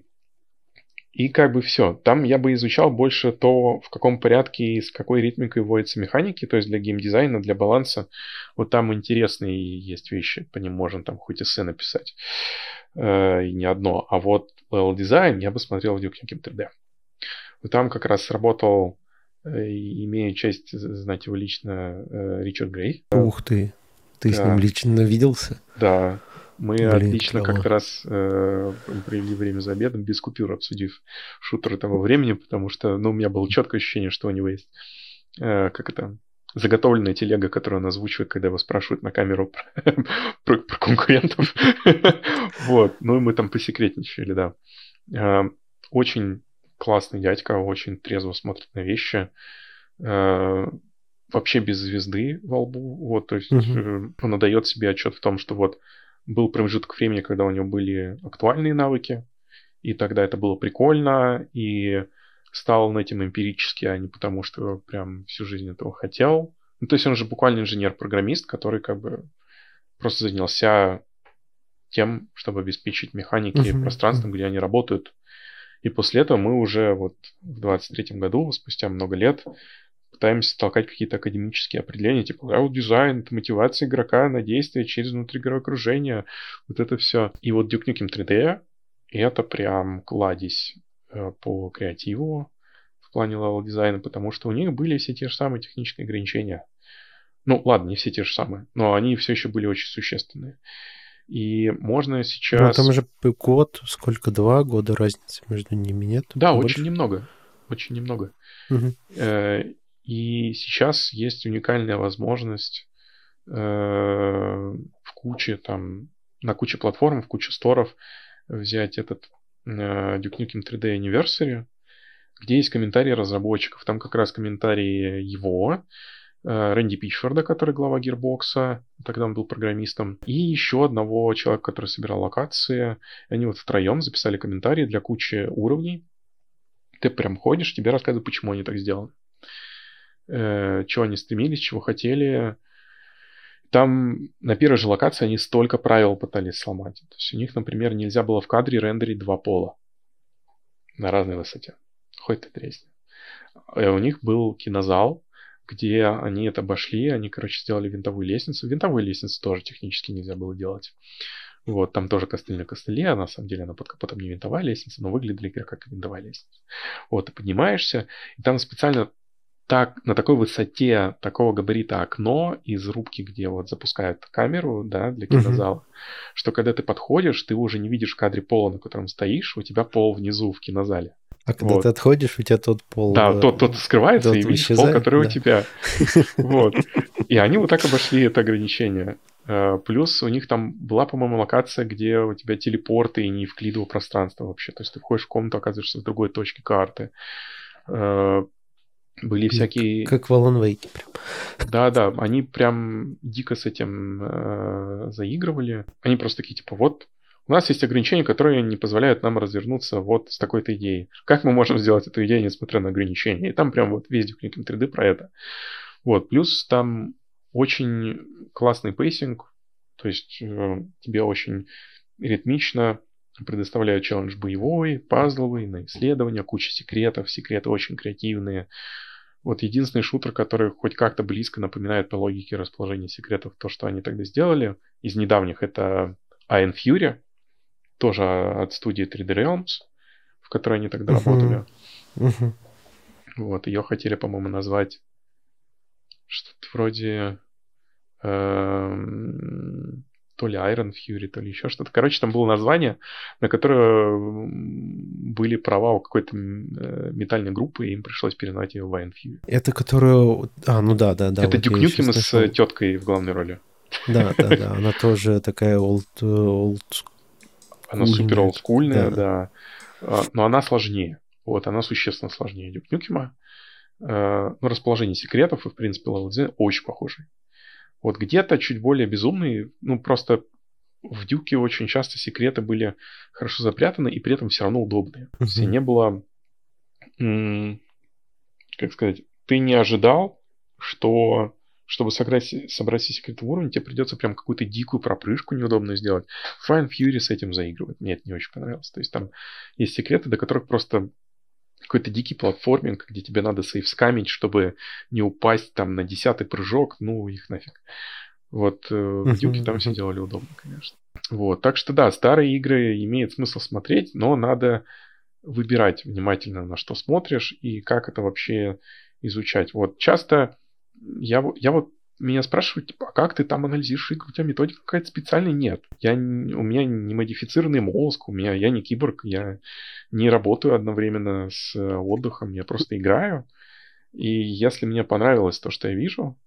[SPEAKER 1] и как бы все. Там я бы изучал больше то, в каком порядке и с какой ритмикой вводятся механики, то есть для геймдизайна, для баланса. Вот там интересные есть вещи, по ним можно там хоть эссе написать. Э, и не одно. А вот level дизайн я бы смотрел в Duke Nukem три дэ. Там как раз работал, имея честь знать его лично, Ричард Грей.
[SPEAKER 2] Ух ты, ты да. с ним лично виделся?
[SPEAKER 1] Да, мы Блин, отлично клево. как-то раз э, провели время за обедом, без купюр обсудив шутеры того времени, потому что ну, у меня было четкое ощущение, что у него есть, э, как это, заготовленная телега, которую он озвучивает, когда его спрашивают на камеру про, про, про конкурентов. Вот, ну и мы там посекретничали, да. Очень классный дядька, очень трезво смотрит на вещи. Э, вообще без звезды во лбу. Вот, то есть uh-huh. он отдает себе отчет в том, что вот был промежуток времени, когда у него были актуальные навыки, и тогда это было прикольно, и стал он этим эмпирически, а не потому, что прям всю жизнь этого хотел. Ну, то есть он же буквально инженер-программист, который как бы просто занялся тем, чтобы обеспечить механики uh-huh. пространством, где они работают. И после этого мы уже вот в двадцать третьем году, спустя много лет, пытаемся толкать какие-то академические определения, типа level дизайн, это мотивация игрока на действие через внутриигровое окружение, вот это все. И вот Duke Nukem три дэ это прям кладезь э, по креативу в плане level дизайна, потому что у них были все те же самые технические ограничения. Ну, ладно, не все те же самые, но они все еще были очень существенные. И можно сейчас...
[SPEAKER 2] Ну, там же год, сколько, два года разницы между ними, нет?
[SPEAKER 1] Да,
[SPEAKER 2] Больше?
[SPEAKER 1] очень немного. Очень немного.
[SPEAKER 2] Угу.
[SPEAKER 1] И сейчас есть уникальная возможность в куче, там, на куче платформ, в куче сторов взять этот Duke Nukem три дэ Anniversary, где есть комментарии разработчиков. Там как раз комментарии его, Рэнди Пичфорда, который глава Gearbox, тогда он был программистом, и еще одного человека, который собирал локации. Они вот втроем записали комментарии для кучи уровней. Ты прям ходишь, тебе рассказывают, почему они так сделаны. э, чего они стремились, чего хотели. Там на первой же локации они столько правил пытались сломать. То есть у них, например, нельзя было в кадре рендерить два пола на разной высоте. Хоть ты тресни. И у них был кинозал, где они это обошли. Они, короче, сделали винтовую лестницу. Винтовую лестницу тоже технически нельзя было делать. Вот, там тоже костыль на костыле, а на самом деле она под капотом не винтовая лестница, но выглядит игра как винтовая лестница. Вот, ты поднимаешься, и там специально так, на такой высоте, такого габарита окно из рубки, где вот запускают камеру, да, для кинозала, uh-huh. что когда ты подходишь, ты уже не видишь в кадре пола, на котором стоишь, у тебя пол внизу в кинозале.
[SPEAKER 2] А когда вот. Ты отходишь, у тебя тот пол...
[SPEAKER 1] Да, тот, тот скрывается, тот и видишь исчезает, пол, который да. у тебя. Вот. И они вот так обошли это ограничение. Плюс у них там была, по-моему, локация, где у тебя телепорты и не евклидово пространство вообще. То есть ты входишь в комнату, оказываешься в другой точке карты. Были всякие...
[SPEAKER 2] Как в Alan Wake прям.
[SPEAKER 1] Да-да, они прям дико с этим э, заигрывали. Они просто такие, типа, вот, у нас есть ограничения, которые не позволяют нам развернуться вот с такой-то идеей. Как мы можем сделать эту идею, несмотря на ограничения? И там прям вот весь Duke Nukem три дэ про это. Вот, плюс там очень классный пейсинг, то есть э, тебе очень ритмично предоставляют челлендж боевой, пазловый, на исследование, куча секретов, секреты очень креативные. Вот единственный шутер, который хоть как-то близко напоминает по логике расположения секретов то, что они тогда сделали, из недавних, это Iron Fury, тоже от студии три дэ Realms, в которой они тогда uh-huh. работали. Uh-huh. Вот, ее хотели, по-моему, назвать что-то вроде эм, то ли Iron Fury, то ли еще что-то. Короче, там было название, на которое были права у какой-то метальной группы, и им пришлось переназвать ее в Iron Fury.
[SPEAKER 2] Это которую... А, ну да, да, да.
[SPEAKER 1] Это Duke Nukem с нашел. Теткой в главной роли.
[SPEAKER 2] Да, да, да. Она тоже такая old... old
[SPEAKER 1] она супер олдскульная, да. да. Но она сложнее. Вот, она существенно сложнее Duke Nukem. Ну, расположение секретов и, в принципе, левел-дизайн очень похожий. Вот где-то чуть более безумные, ну, просто в Дюке очень часто секреты были хорошо запрятаны и при этом все равно удобные. Uh-huh. То есть не было, м- как сказать, ты не ожидал, что, чтобы собрать, собрать все секреты в уровне, тебе придется прям какую-то дикую пропрыжку неудобную сделать. Fine Fury с этим заигрывает. Мне это не очень понравилось. То есть там есть секреты, до которых просто какой-то дикий платформинг, где тебе надо сейфскамить, чтобы не упасть там на десятый прыжок, ну их нафиг. Вот uh-huh, в Дюке там uh-huh. все делали удобно, конечно. Вот, так что да, старые игры имеет смысл смотреть, но надо выбирать внимательно, на что смотришь и как это вообще изучать. Вот часто я, я вот меня спрашивают, типа, а как ты там анализируешь игру? У тебя методика какая-то специальная? Нет. Я, у меня не модифицированный мозг, у меня, я не киборг, я не работаю одновременно с отдыхом, я просто играю. И если мне понравилось то, что я вижу,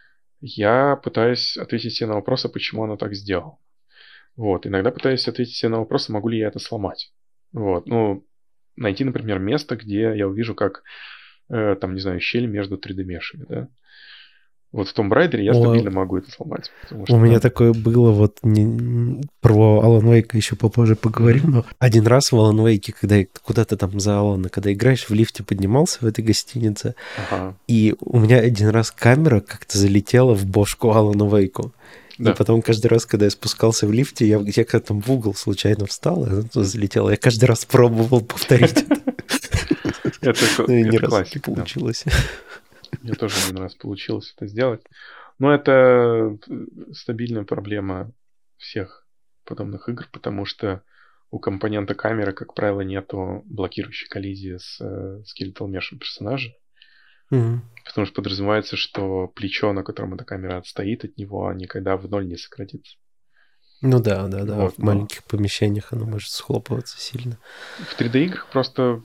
[SPEAKER 1] я пытаюсь ответить себе на вопросы, почему оно так сделало. Вот. Иногда пытаюсь ответить себе на вопросы, могу ли я это сломать. Вот. Ну, найти, например, место, где я увижу, как, э, там, не знаю, щель между три дэ-мешами, да. Вот в Tomb Raider я О, стабильно могу это сломать.
[SPEAKER 2] Что, у меня да. такое было, вот не, про Alan Wake еще попозже поговорим, но один раз в Alan Wake, когда я куда-то там за Алана, когда играешь, в лифте поднимался в этой гостинице, ага. и у меня один раз камера как-то залетела в бошку Алану Вейку. Да. И потом каждый раз, когда я спускался в лифте, я, я как-то там в угол случайно встал, и она туда залетела. Я каждый раз пробовал повторить это. Это ни разу не получилось.
[SPEAKER 1] Мне тоже один раз получилось это сделать. Но это стабильная проблема всех подобных игр, потому что у компонента камеры, как правило, нету блокирующей коллизии с skeletal mesh персонажа. Mm-hmm. Потому что подразумевается, что плечо, на котором эта камера отстоит от него, никогда в ноль не сократится.
[SPEAKER 2] Ну да, да, да. Вот, в маленьких но... помещениях оно может схлопываться сильно.
[SPEAKER 1] В три дэ-играх просто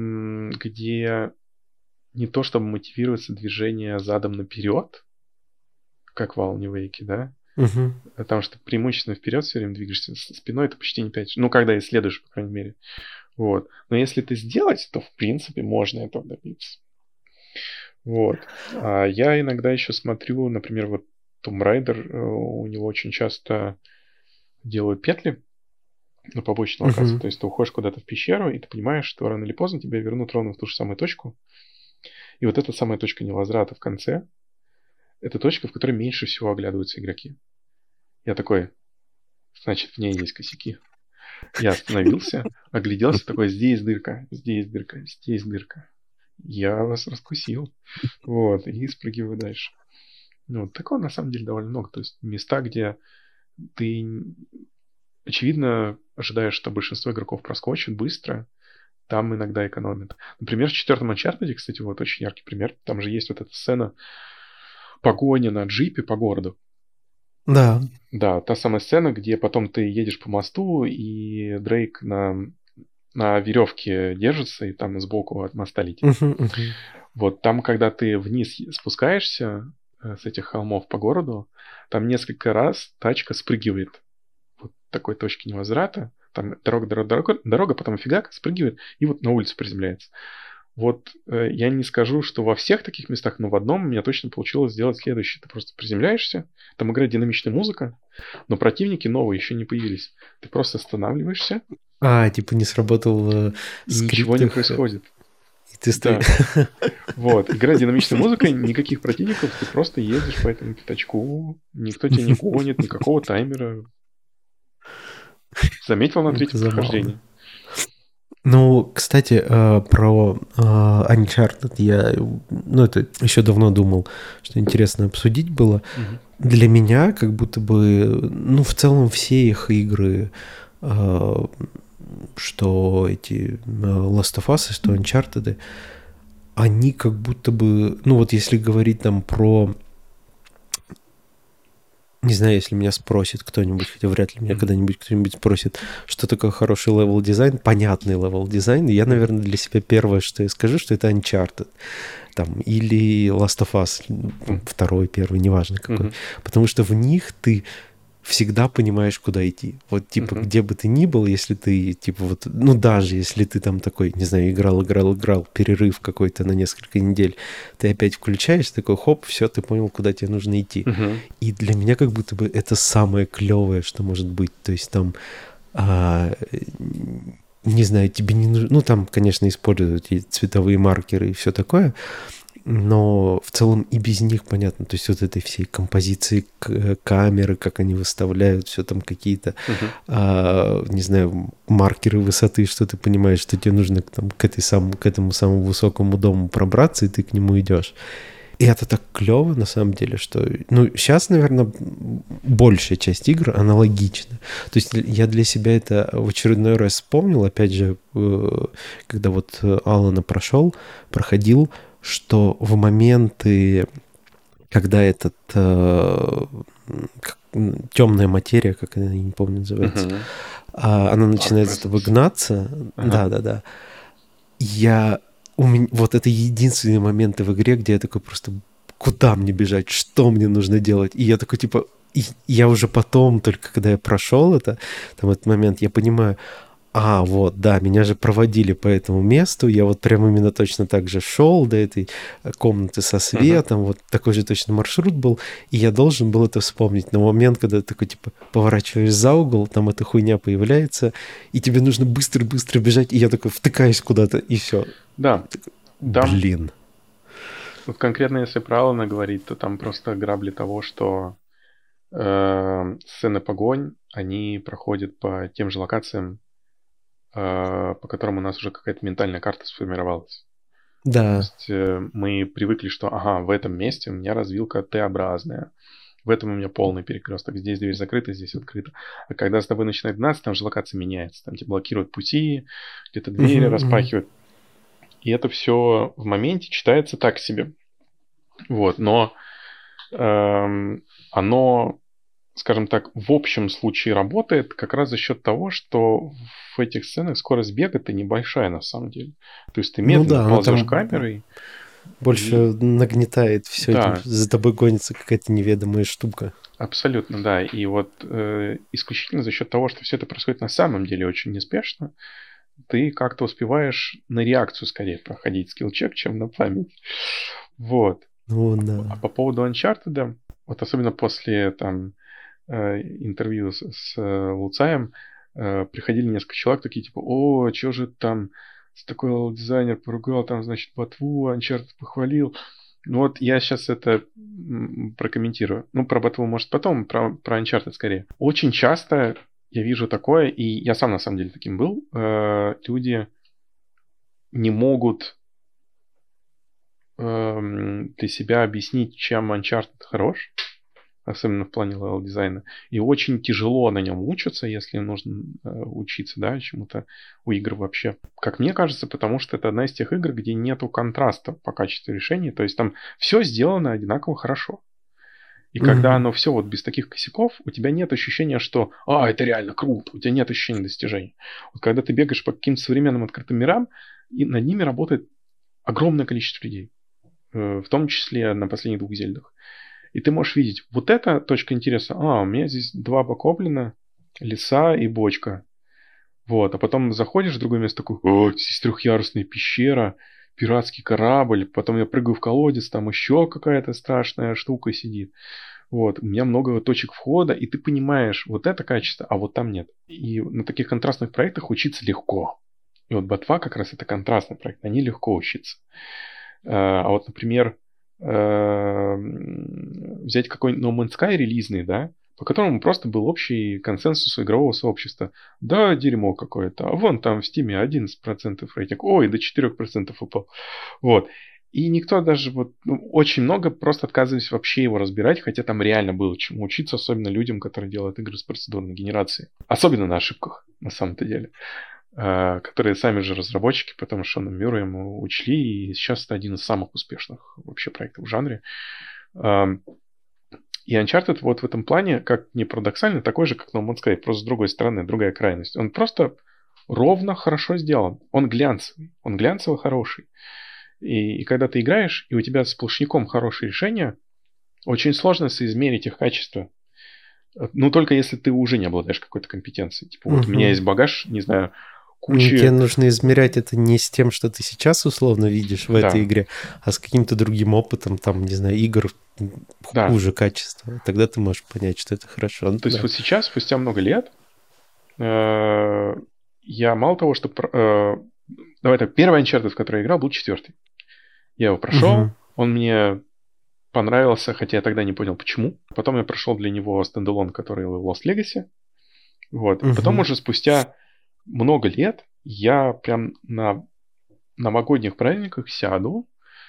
[SPEAKER 1] где не то, чтобы мотивируется движение задом наперед, как в Alan Wake, да?
[SPEAKER 2] Угу.
[SPEAKER 1] Потому что преимущественно вперед все время двигаешься, спиной это почти не пятишь. Ну, когда исследуешь, по крайней мере. Вот. Но если это сделать, то, в принципе, можно этого добиться. Вот. А я иногда еще смотрю, например, вот Tomb Raider, у него очень часто делают петли на побочной локации. Uh-huh. То есть ты уходишь куда-то в пещеру, и ты понимаешь, что рано или поздно тебя вернут ровно в ту же самую точку, И вот эта самая точка невозврата в конце, это точка, в которой меньше всего оглядываются игроки. Я такой, значит, в ней есть косяки. Я остановился, огляделся, такой, здесь дырка, здесь дырка, здесь дырка. Я вас раскусил. Вот, и спрыгиваю дальше. Ну, такого на самом деле довольно много. То есть места, где ты, очевидно, ожидаешь, что большинство игроков проскочит быстро, там иногда экономят. Например, в четвертом Uncharted, кстати, вот очень яркий пример. Там же есть вот эта сцена погони на джипе по городу.
[SPEAKER 2] Да.
[SPEAKER 1] Да, та самая сцена, где потом ты едешь по мосту, и Дрейк на, на веревке держится, и там сбоку от моста летит.
[SPEAKER 2] Uh-huh, uh-huh.
[SPEAKER 1] Вот там, когда ты вниз спускаешься с этих холмов по городу, там несколько раз тачка спрыгивает вот такой точки невозврата. Там дорога, дорога, дорога, дорога, потом фигак, спрыгивает, и вот на улицу приземляется. Вот э, я не скажу, что во всех таких местах, но в одном у меня точно получилось сделать следующее. Ты просто приземляешься, там играет динамичная музыка, но противники новые еще не появились. Ты просто останавливаешься.
[SPEAKER 2] А, типа не сработал э, скрипт.
[SPEAKER 1] Ничего не происходит.
[SPEAKER 2] И ты стоишь.
[SPEAKER 1] Да. Вот, играет динамичная музыка, никаких противников, ты просто едешь по этому пятачку, никто тебя не гонит, никакого таймера. Заметил на третьем прохождении.
[SPEAKER 2] Ну, кстати, про Uncharted я, ну, это еще давно думал, что интересно обсудить было. Угу. Для меня, как будто бы, ну, в целом все их игры, что эти Last of Us, что Uncharted, они как будто бы, ну, вот если говорить там про... Не знаю, если меня спросит кто-нибудь, хотя вряд ли меня когда-нибудь кто-нибудь спросит, что такое хороший левел-дизайн, понятный левел-дизайн, я, наверное, для себя первое, что я скажу, что это Uncharted. Там, или Last of Us, второй, первый, неважно какой. Mm-hmm. Потому что в них ты всегда понимаешь, куда идти. Вот, типа, uh-huh. где бы ты ни был, если ты, типа, вот, ну, даже если ты там такой, не знаю, играл, играл, играл, перерыв какой-то на несколько недель, ты опять включаешь, такой, хоп, все, ты понял, куда тебе нужно идти. Uh-huh. И для меня как будто бы это самое клевое, что может быть. То есть там, а, не знаю, тебе не нужно... Ну, там, конечно, используют эти цветовые маркеры и все такое, но в целом и без них понятно, то есть вот этой всей композиции камеры, как они выставляют, все там какие-то, uh-huh. а, не знаю, маркеры высоты, что ты понимаешь, что тебе нужно там, к, этой сам, к этому самому высокому дому пробраться, и ты к нему идешь. И это так клево, на самом деле, что... Ну, сейчас, наверное, большая часть игр аналогична. То есть я для себя это в очередной раз вспомнил, опять же, когда вот Алана прошел, проходил, что в моменты, когда этот э, темная материя, как она, я не помню, называется, uh-huh. а, она начинает за тобой гнаться, uh-huh. да-да-да, я, у меня, вот это единственные моменты в игре, где я такой просто, куда мне бежать, что мне нужно делать, и я такой типа, и я уже потом, только когда я прошел это, там этот момент, я понимаю, а, вот, да, меня же проводили по этому месту, я вот прям именно точно так же шел до этой комнаты со светом, uh-huh. вот такой же точно маршрут был, и я должен был это вспомнить. На момент, когда ты такой, типа, поворачиваешь за угол, там эта хуйня появляется, и тебе нужно быстро-быстро бежать, и я такой втыкаюсь куда-то, и все.
[SPEAKER 1] Да.
[SPEAKER 2] Такой,
[SPEAKER 1] там,
[SPEAKER 2] блин.
[SPEAKER 1] Вот конкретно, если про Алана говорить, то там просто грабли того, что э, сцены погонь, они проходят по тем же локациям, по которым у нас уже какая-то ментальная карта сформировалась.
[SPEAKER 2] Да.
[SPEAKER 1] То есть э, мы привыкли, что ага, в этом месте у меня развилка Т-образная, в этом у меня полный перекресток, здесь дверь закрыта, здесь открыта. А когда с тобой начинает гнаться, там же локация меняется, там тебе блокируют пути, где-то двери uh-huh, распахивают. Uh-huh. И это все в моменте читается так себе. Вот, но эм, оно, скажем так, в общем случае работает как раз за счет того, что в этих сценах скорость бега-то небольшая на самом деле. То есть ты медленно ну да, ползешь камерой.
[SPEAKER 2] Больше и... нагнетает все, да. За тобой гонится какая-то неведомая штука.
[SPEAKER 1] Абсолютно, да. И вот э, исключительно за счет того, что все это происходит на самом деле очень неспешно, ты как-то успеваешь на реакцию скорее проходить скилл-чек, чем на память. Вот.
[SPEAKER 2] Ну, да.
[SPEAKER 1] А по поводу Uncharted, вот особенно после там интервью с, с Луцаем, приходили несколько человек такие, типа, о, что же там такой левел-дизайнер поругал, там, значит, ботву, Uncharted похвалил. Ну вот я сейчас это прокомментирую. Ну, про ботву, может, потом, про, про Uncharted скорее. Очень часто я вижу такое, и я сам на самом деле таким был, э, люди не могут э, для себя объяснить, чем Uncharted хорош, особенно в плане левел-дизайна. И очень тяжело на нем учиться, если им нужно э, учиться, да, чему-то у игр вообще. Как мне кажется, потому что это одна из тех игр, где нету контраста по качеству решений. То есть там все сделано одинаково хорошо. И mm-hmm. когда оно все вот без таких косяков, у тебя нет ощущения, что «А, это реально круто», у тебя нет ощущения достижений. Вот когда ты бегаешь по каким-то современным открытым мирам, и над ними работает огромное количество людей. Э, в том числе на последних двух зельдах. И ты можешь видеть, вот эта точка интереса, а, у меня здесь два бокоблина, леса и бочка. Вот, а потом заходишь в другое место, такой, о, здесь трехъярусная пещера, пиратский корабль, потом я прыгаю в колодец, там еще какая-то страшная штука сидит. Вот, у меня много точек входа, и ты понимаешь, вот это качество, а вот там нет. И на таких контрастных проектах учиться легко. И вот ботва как раз это контрастный проект, на ней легко учиться. А вот, например, взять какой-нибудь No Man's Sky релизный, да, по которому просто был общий консенсус игрового сообщества. Да, дерьмо какое-то. А вон там в Steam одиннадцать процентов рейтинг. Ой, до четыре процента упал. Вот. И никто даже вот... Ну, очень много просто отказывались вообще его разбирать, хотя там реально было чему учиться, особенно людям, которые делают игры с процедурной генерацией. Особенно на ошибках, на самом-то деле. Которые сами же разработчики, потому что Шона Мюррея мы учли, и сейчас это один из самых успешных вообще проектов в жанре. И Uncharted вот в этом плане, как ни парадоксально, такой же, как No Man's Sky, просто с другой стороны, другая крайность. Он просто ровно хорошо сделан. Он глянцевый, он глянцево хороший. И, и когда ты играешь, и у тебя сплошняком хорошие решения, очень сложно соизмерить их качество. Ну, только если ты уже не обладаешь какой-то компетенцией. Типа, вот угу. у меня есть багаж, не знаю, кучи...
[SPEAKER 2] Тебе нужно измерять это не с тем, что ты сейчас условно видишь в да. этой игре, а с каким-то другим опытом, там, не знаю, игр да. хуже качества. Тогда ты можешь понять, что это хорошо.
[SPEAKER 1] То да. есть вот сейчас, спустя много лет, э- я мало того, что... Э- давай так, первый Uncharted, в который я играл, был четвертый. Я его прошел, угу. он мне понравился, хотя я тогда не понял, почему. Потом я прошел для него стендалон, который Lost Legacy. Вот. Угу. Потом уже спустя много лет я прям на новогодних праздниках сяду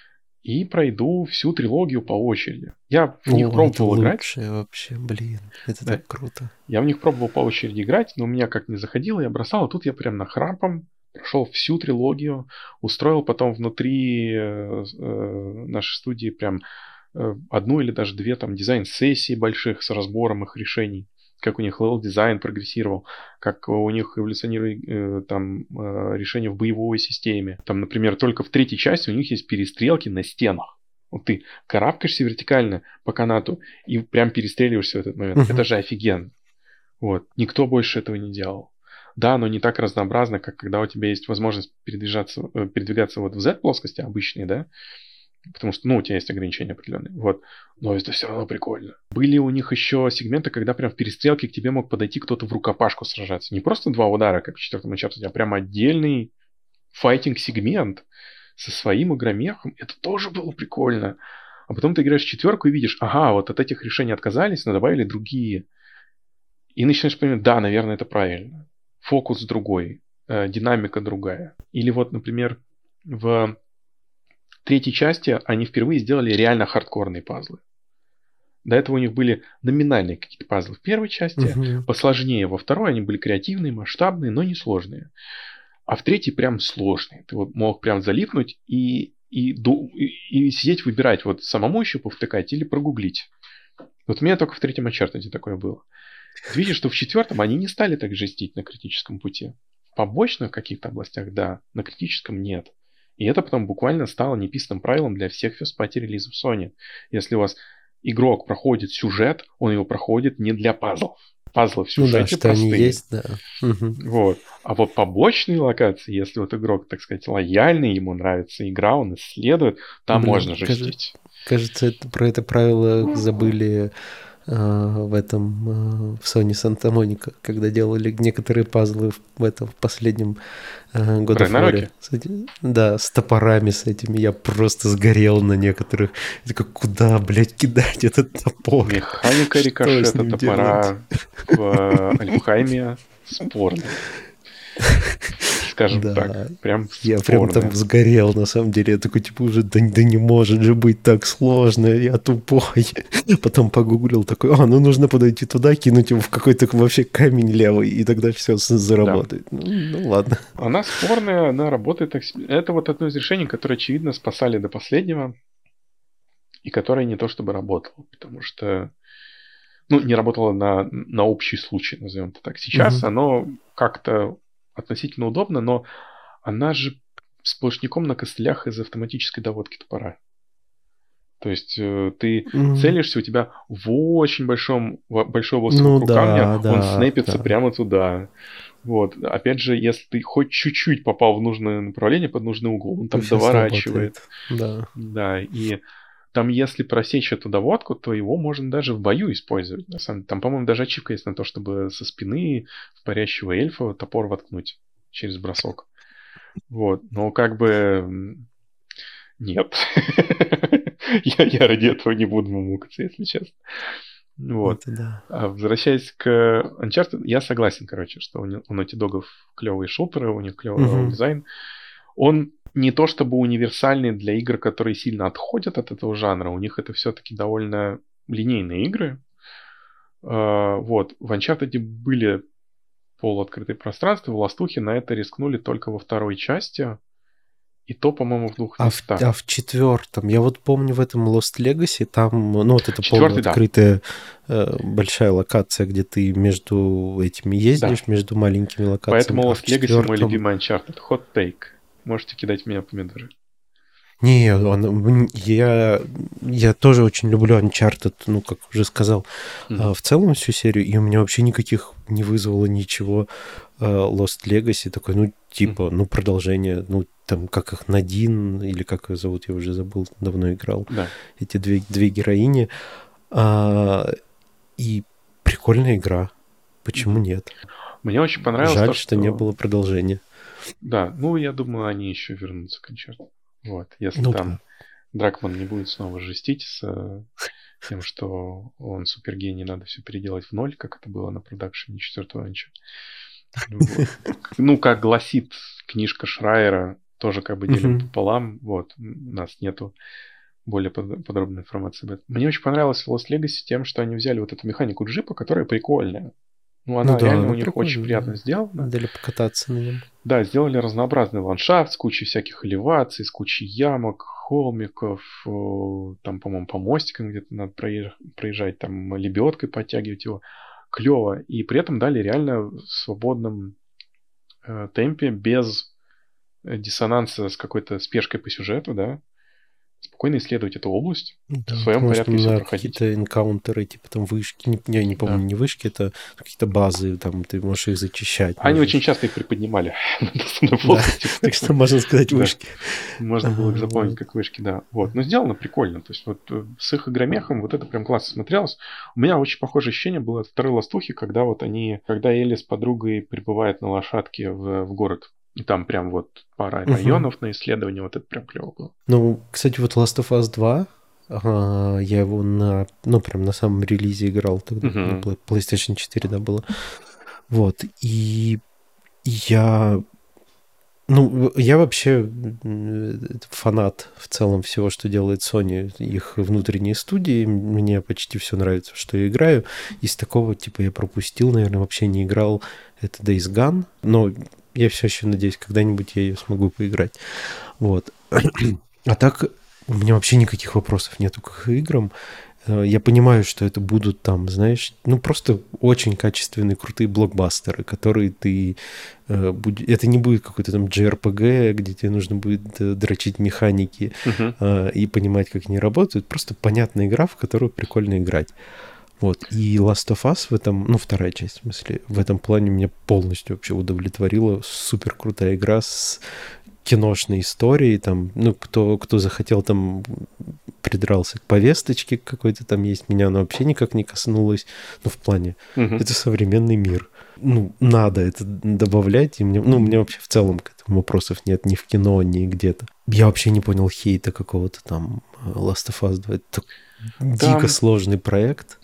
[SPEAKER 1] и пройду всю трилогию по очереди. Я в них О, пробовал
[SPEAKER 2] это
[SPEAKER 1] играть.
[SPEAKER 2] Лучшее вообще, блин, это
[SPEAKER 1] да.
[SPEAKER 2] так круто.
[SPEAKER 1] Я в них пробовал по очереди играть, но у меня как не заходило, я бросал, а тут я прям нахрапом прошел всю трилогию, устроил потом внутри э, э, нашей студии прям э, одну или даже две там дизайн-сессии больших с разбором их решений, как у них левел-дизайн прогрессировал, как у них эволюционирует э, там э, решения в боевой системе. Там, например, только в третьей части у них есть перестрелки на стенах. Вот ты карабкаешься вертикально по канату и прям перестреливаешься в этот момент. Uh-huh. Это же офигенно. Вот. Никто больше этого не делал. Да, оно не так разнообразно, как когда у тебя есть возможность передвигаться, передвигаться вот в Z-плоскости обычной, да, потому что, ну, у тебя есть ограничения определенные, вот, но это все равно прикольно. Были у них еще сегменты, когда прям в перестрелке к тебе мог подойти кто-то в рукопашку сражаться. Не просто два удара, как в четвертом Uncharted, а прям отдельный файтинг-сегмент со своим игромехом. Это тоже было прикольно. А потом ты играешь в четверку и видишь, ага, вот от этих решений отказались, но добавили другие. И начинаешь понимать, да, наверное, это правильно. Фокус другой, э, динамика другая. Или вот, например, в третьей части они впервые сделали реально хардкорные пазлы. До этого у них были номинальные какие-то пазлы в первой части, uh-huh. посложнее во второй, они были креативные, масштабные, но не сложные. А в третьей прям сложные. Ты вот мог прям залипнуть и, и, и, и сидеть выбирать, вот самому еще повтыкать или прогуглить. Вот у меня только в третьем Uncharted такое было. Ты видишь, что в четвертом они не стали так жестить на критическом пути. В побочных каких-то областях, да, на критическом нет. И это потом буквально стало неписанным правилом для всех first-party релизов Sony. Если у вас игрок проходит сюжет, он его проходит не для пазлов. Пазлы в сюжете ну да, что простые.
[SPEAKER 2] Они есть, да.
[SPEAKER 1] Вот. А вот побочные локации, если вот игрок, так сказать, лояльный, ему нравится игра, он исследует, там Блин, можно жестить.
[SPEAKER 2] Кажется, кажется это, про это правило забыли в этом, в Sony Santa Monica, когда делали некоторые пазлы в этом в последнем God of War. Да, с топорами с этими. Я просто сгорел на некоторых. Я такой, куда, блядь, кидать этот топор?
[SPEAKER 1] Механика рикошета топора в Альфхайме спорная. Скажем
[SPEAKER 2] да.
[SPEAKER 1] так, прям
[SPEAKER 2] Я
[SPEAKER 1] спорная.
[SPEAKER 2] прям там сгорел, на самом деле. Я такой, типа, уже, да, да не может же быть так сложно, я тупой. Потом погуглил, такой, а, ну нужно подойти туда, кинуть его в какой-то вообще камень левый, и тогда все заработает. Да. Ну, ну, ладно.
[SPEAKER 1] Она спорная, она работает так себе. Это вот одно из решений, которое, очевидно, спасали до последнего, и которое не то чтобы работало, потому что, ну, не работало на, на общий случай, назовем это так. Сейчас угу. оно как-то относительно удобно, но она же сплошняком на костылях из автоматической доводки топора. То есть э, ты mm-hmm. целишься, у тебя в очень большом, в большой области
[SPEAKER 2] ну,
[SPEAKER 1] вокруг
[SPEAKER 2] да,
[SPEAKER 1] камня,
[SPEAKER 2] да,
[SPEAKER 1] он снэпится
[SPEAKER 2] да.
[SPEAKER 1] прямо туда. Вот. Опять же, если ты хоть чуть-чуть попал в нужное направление, под нужный угол, он там
[SPEAKER 2] Сейчас
[SPEAKER 1] доворачивает.
[SPEAKER 2] Да.
[SPEAKER 1] Да, и там, если просечь эту доводку, то его можно даже в бою использовать. На самом деле, там, по-моему, даже ачивка есть на то, чтобы со спины в парящего эльфа топор воткнуть через бросок. Вот. Но как бы нет. я, я ради этого не буду мукаться, если честно. Вот.
[SPEAKER 2] Да.
[SPEAKER 1] А возвращаясь к Uncharted, я согласен, короче, что у, у Naughty Dog'ов клевые шутеры, у них клевый uh-huh. дизайн. Он не то чтобы универсальный для игр, которые сильно отходят от этого жанра. У них это все-таки довольно линейные игры. Uh, вот. В Uncharted были полуоткрытые пространства. В Ластухе на это рискнули только во второй части. И то, по-моему, в двух
[SPEAKER 2] а
[SPEAKER 1] местах.
[SPEAKER 2] В, а в четвертом? Я вот помню в этом Lost Legacy, там, ну, вот это
[SPEAKER 1] Четвертый,
[SPEAKER 2] полуоткрытая да. э, большая локация, где ты между этими ездишь, да. между маленькими локациями.
[SPEAKER 1] Поэтому Lost
[SPEAKER 2] а
[SPEAKER 1] Legacy
[SPEAKER 2] четвертом...
[SPEAKER 1] мой любимый Uncharted. Hot take. Можете кидать в меня помидоры.
[SPEAKER 2] Не, он, я, я тоже очень люблю Uncharted, ну, как уже сказал, mm-hmm. в целом всю серию, и у меня вообще никаких не вызвало ничего Lost Legacy, такой, ну, типа, mm-hmm. ну, продолжение, ну, там, как их Надин, или как ее зовут, я уже забыл, давно играл,
[SPEAKER 1] да.
[SPEAKER 2] эти две, две героини, а, и прикольная игра, почему mm-hmm. нет?
[SPEAKER 1] Мне очень понравилось
[SPEAKER 2] Жаль,
[SPEAKER 1] то,
[SPEAKER 2] что... что не было продолжения.
[SPEAKER 1] Да, ну, я думаю, они еще вернутся к Uncharted. Вот, если
[SPEAKER 2] ну,
[SPEAKER 1] там
[SPEAKER 2] да.
[SPEAKER 1] Дракман не будет снова жестить с тем, что он супергений, надо все переделать в ноль, как это было на продакшене четвертого анча. Вот. Ну, как гласит книжка Шрайера, тоже как бы делим uh-huh. пополам. Вот, у нас нету более подробной информации об этом. Мне очень понравилось Lost Legacy тем, что они взяли вот эту механику джипа, которая прикольная. Ну, она ну, да, реально у них очень приятно сделана.
[SPEAKER 2] Дали покататься на нем.
[SPEAKER 1] Да, сделали разнообразный ландшафт с кучей всяких элеваций, с кучей ямок, холмиков. Там, по-моему, по мостикам где-то надо проезжать, там лебедкой подтягивать его. Клево. И при этом дали реально в свободном э, темпе, без диссонанса с какой-то спешкой по сюжету, да, спокойно исследовать эту область, да, в своем порядке все проходить.
[SPEAKER 2] Какие-то энкаунтеры, типа там вышки, не, я не помню, да. не вышки, это какие-то базы, там ты можешь их зачищать.
[SPEAKER 1] Они
[SPEAKER 2] можешь...
[SPEAKER 1] очень часто их приподнимали.
[SPEAKER 2] Так что можно сказать вышки.
[SPEAKER 1] Можно было их запомнить как вышки, да. Вот. Но сделано прикольно. То есть вот с их игромехом вот это прям классно смотрелось. У меня очень похожее ощущение было от второй Ластухи, когда вот они, когда Элли с подругой прибывает на лошадке в город. И там прям вот пара районов uh-huh. на исследование, вот это прям клево было.
[SPEAKER 2] Ну, кстати, вот Last of Us два, ага, я его на, ну, прям на самом релизе играл, тогда uh-huh. на PlayStation четыре, да, было. Вот, и я, ну, я вообще фанат в целом всего, что делает Sony, их внутренние студии, мне почти все нравится, что я играю. Из такого, типа, я пропустил, наверное, вообще не играл, это Days Gone, но... Я все еще надеюсь, когда-нибудь я ее смогу поиграть. Вот. А так у меня вообще никаких вопросов нету к их играм. Я понимаю, что это будут там, знаешь, ну просто очень качественные, крутые блокбастеры, которые ты... Это не будет какой-то там джей ар пи джи, где тебе нужно будет дрочить механики uh-huh. и понимать, как они работают. Просто понятная игра, в которую прикольно играть. Вот. И Last of Us в этом, ну, вторая часть, в смысле, в этом плане меня полностью вообще удовлетворила. Супер крутая игра с киношной историей. Там, ну, кто, кто захотел там придрался к повесточке какой-то там есть, меня она вообще никак не коснулась. Ну, в плане, угу. это современный мир. Ну, надо это добавлять, и мне, ну, у меня вообще в целом к этому вопросов нет ни в кино, ни где-то. Я вообще не понял хейта какого-то там Last of Us два. Это там... дико сложный проект.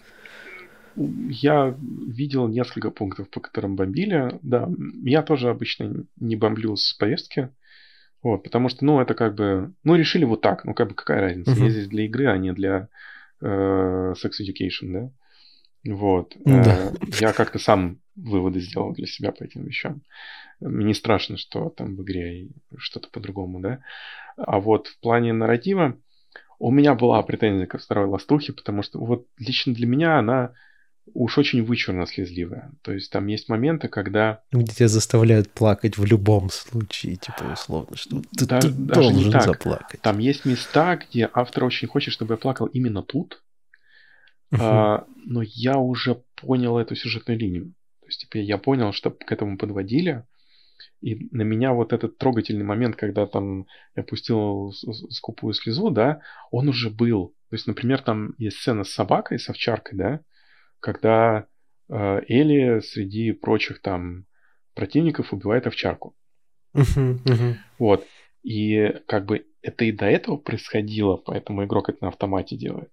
[SPEAKER 1] Я видел несколько пунктов, по которым бомбили. Да, я тоже обычно не бомблю с повестки. Вот, потому что, ну, это как бы... Ну, решили вот так. Ну, как бы какая разница? Uh-huh. Я здесь для игры, а не для э, sex education, да? Вот. Да. Э, я как-то сам выводы сделал для себя по этим вещам. Мне не страшно, что там в игре что-то по-другому, да? А вот в плане нарратива у меня была претензия ко второй ластухе, потому что вот лично для меня она уж очень вычурно-слезливая. То есть там есть моменты, когда...
[SPEAKER 2] Где тебя заставляют плакать в любом случае, типа условно, что ты, даже, ты
[SPEAKER 1] даже
[SPEAKER 2] должен
[SPEAKER 1] так.
[SPEAKER 2] заплакать.
[SPEAKER 1] Там есть места, где автор очень хочет, чтобы я плакал именно тут, uh-huh. а, но я уже понял эту сюжетную линию. То есть типа, я понял, что к этому подводили, и на меня вот этот трогательный момент, когда там я пустил скупую слезу, да, он уже был. То есть, например, там есть сцена с собакой, с овчаркой, да, когда э, Элли среди прочих там противников убивает овчарку.
[SPEAKER 2] Uh-huh, uh-huh.
[SPEAKER 1] Вот. И как бы это и до этого происходило, поэтому игрок это на автомате делает.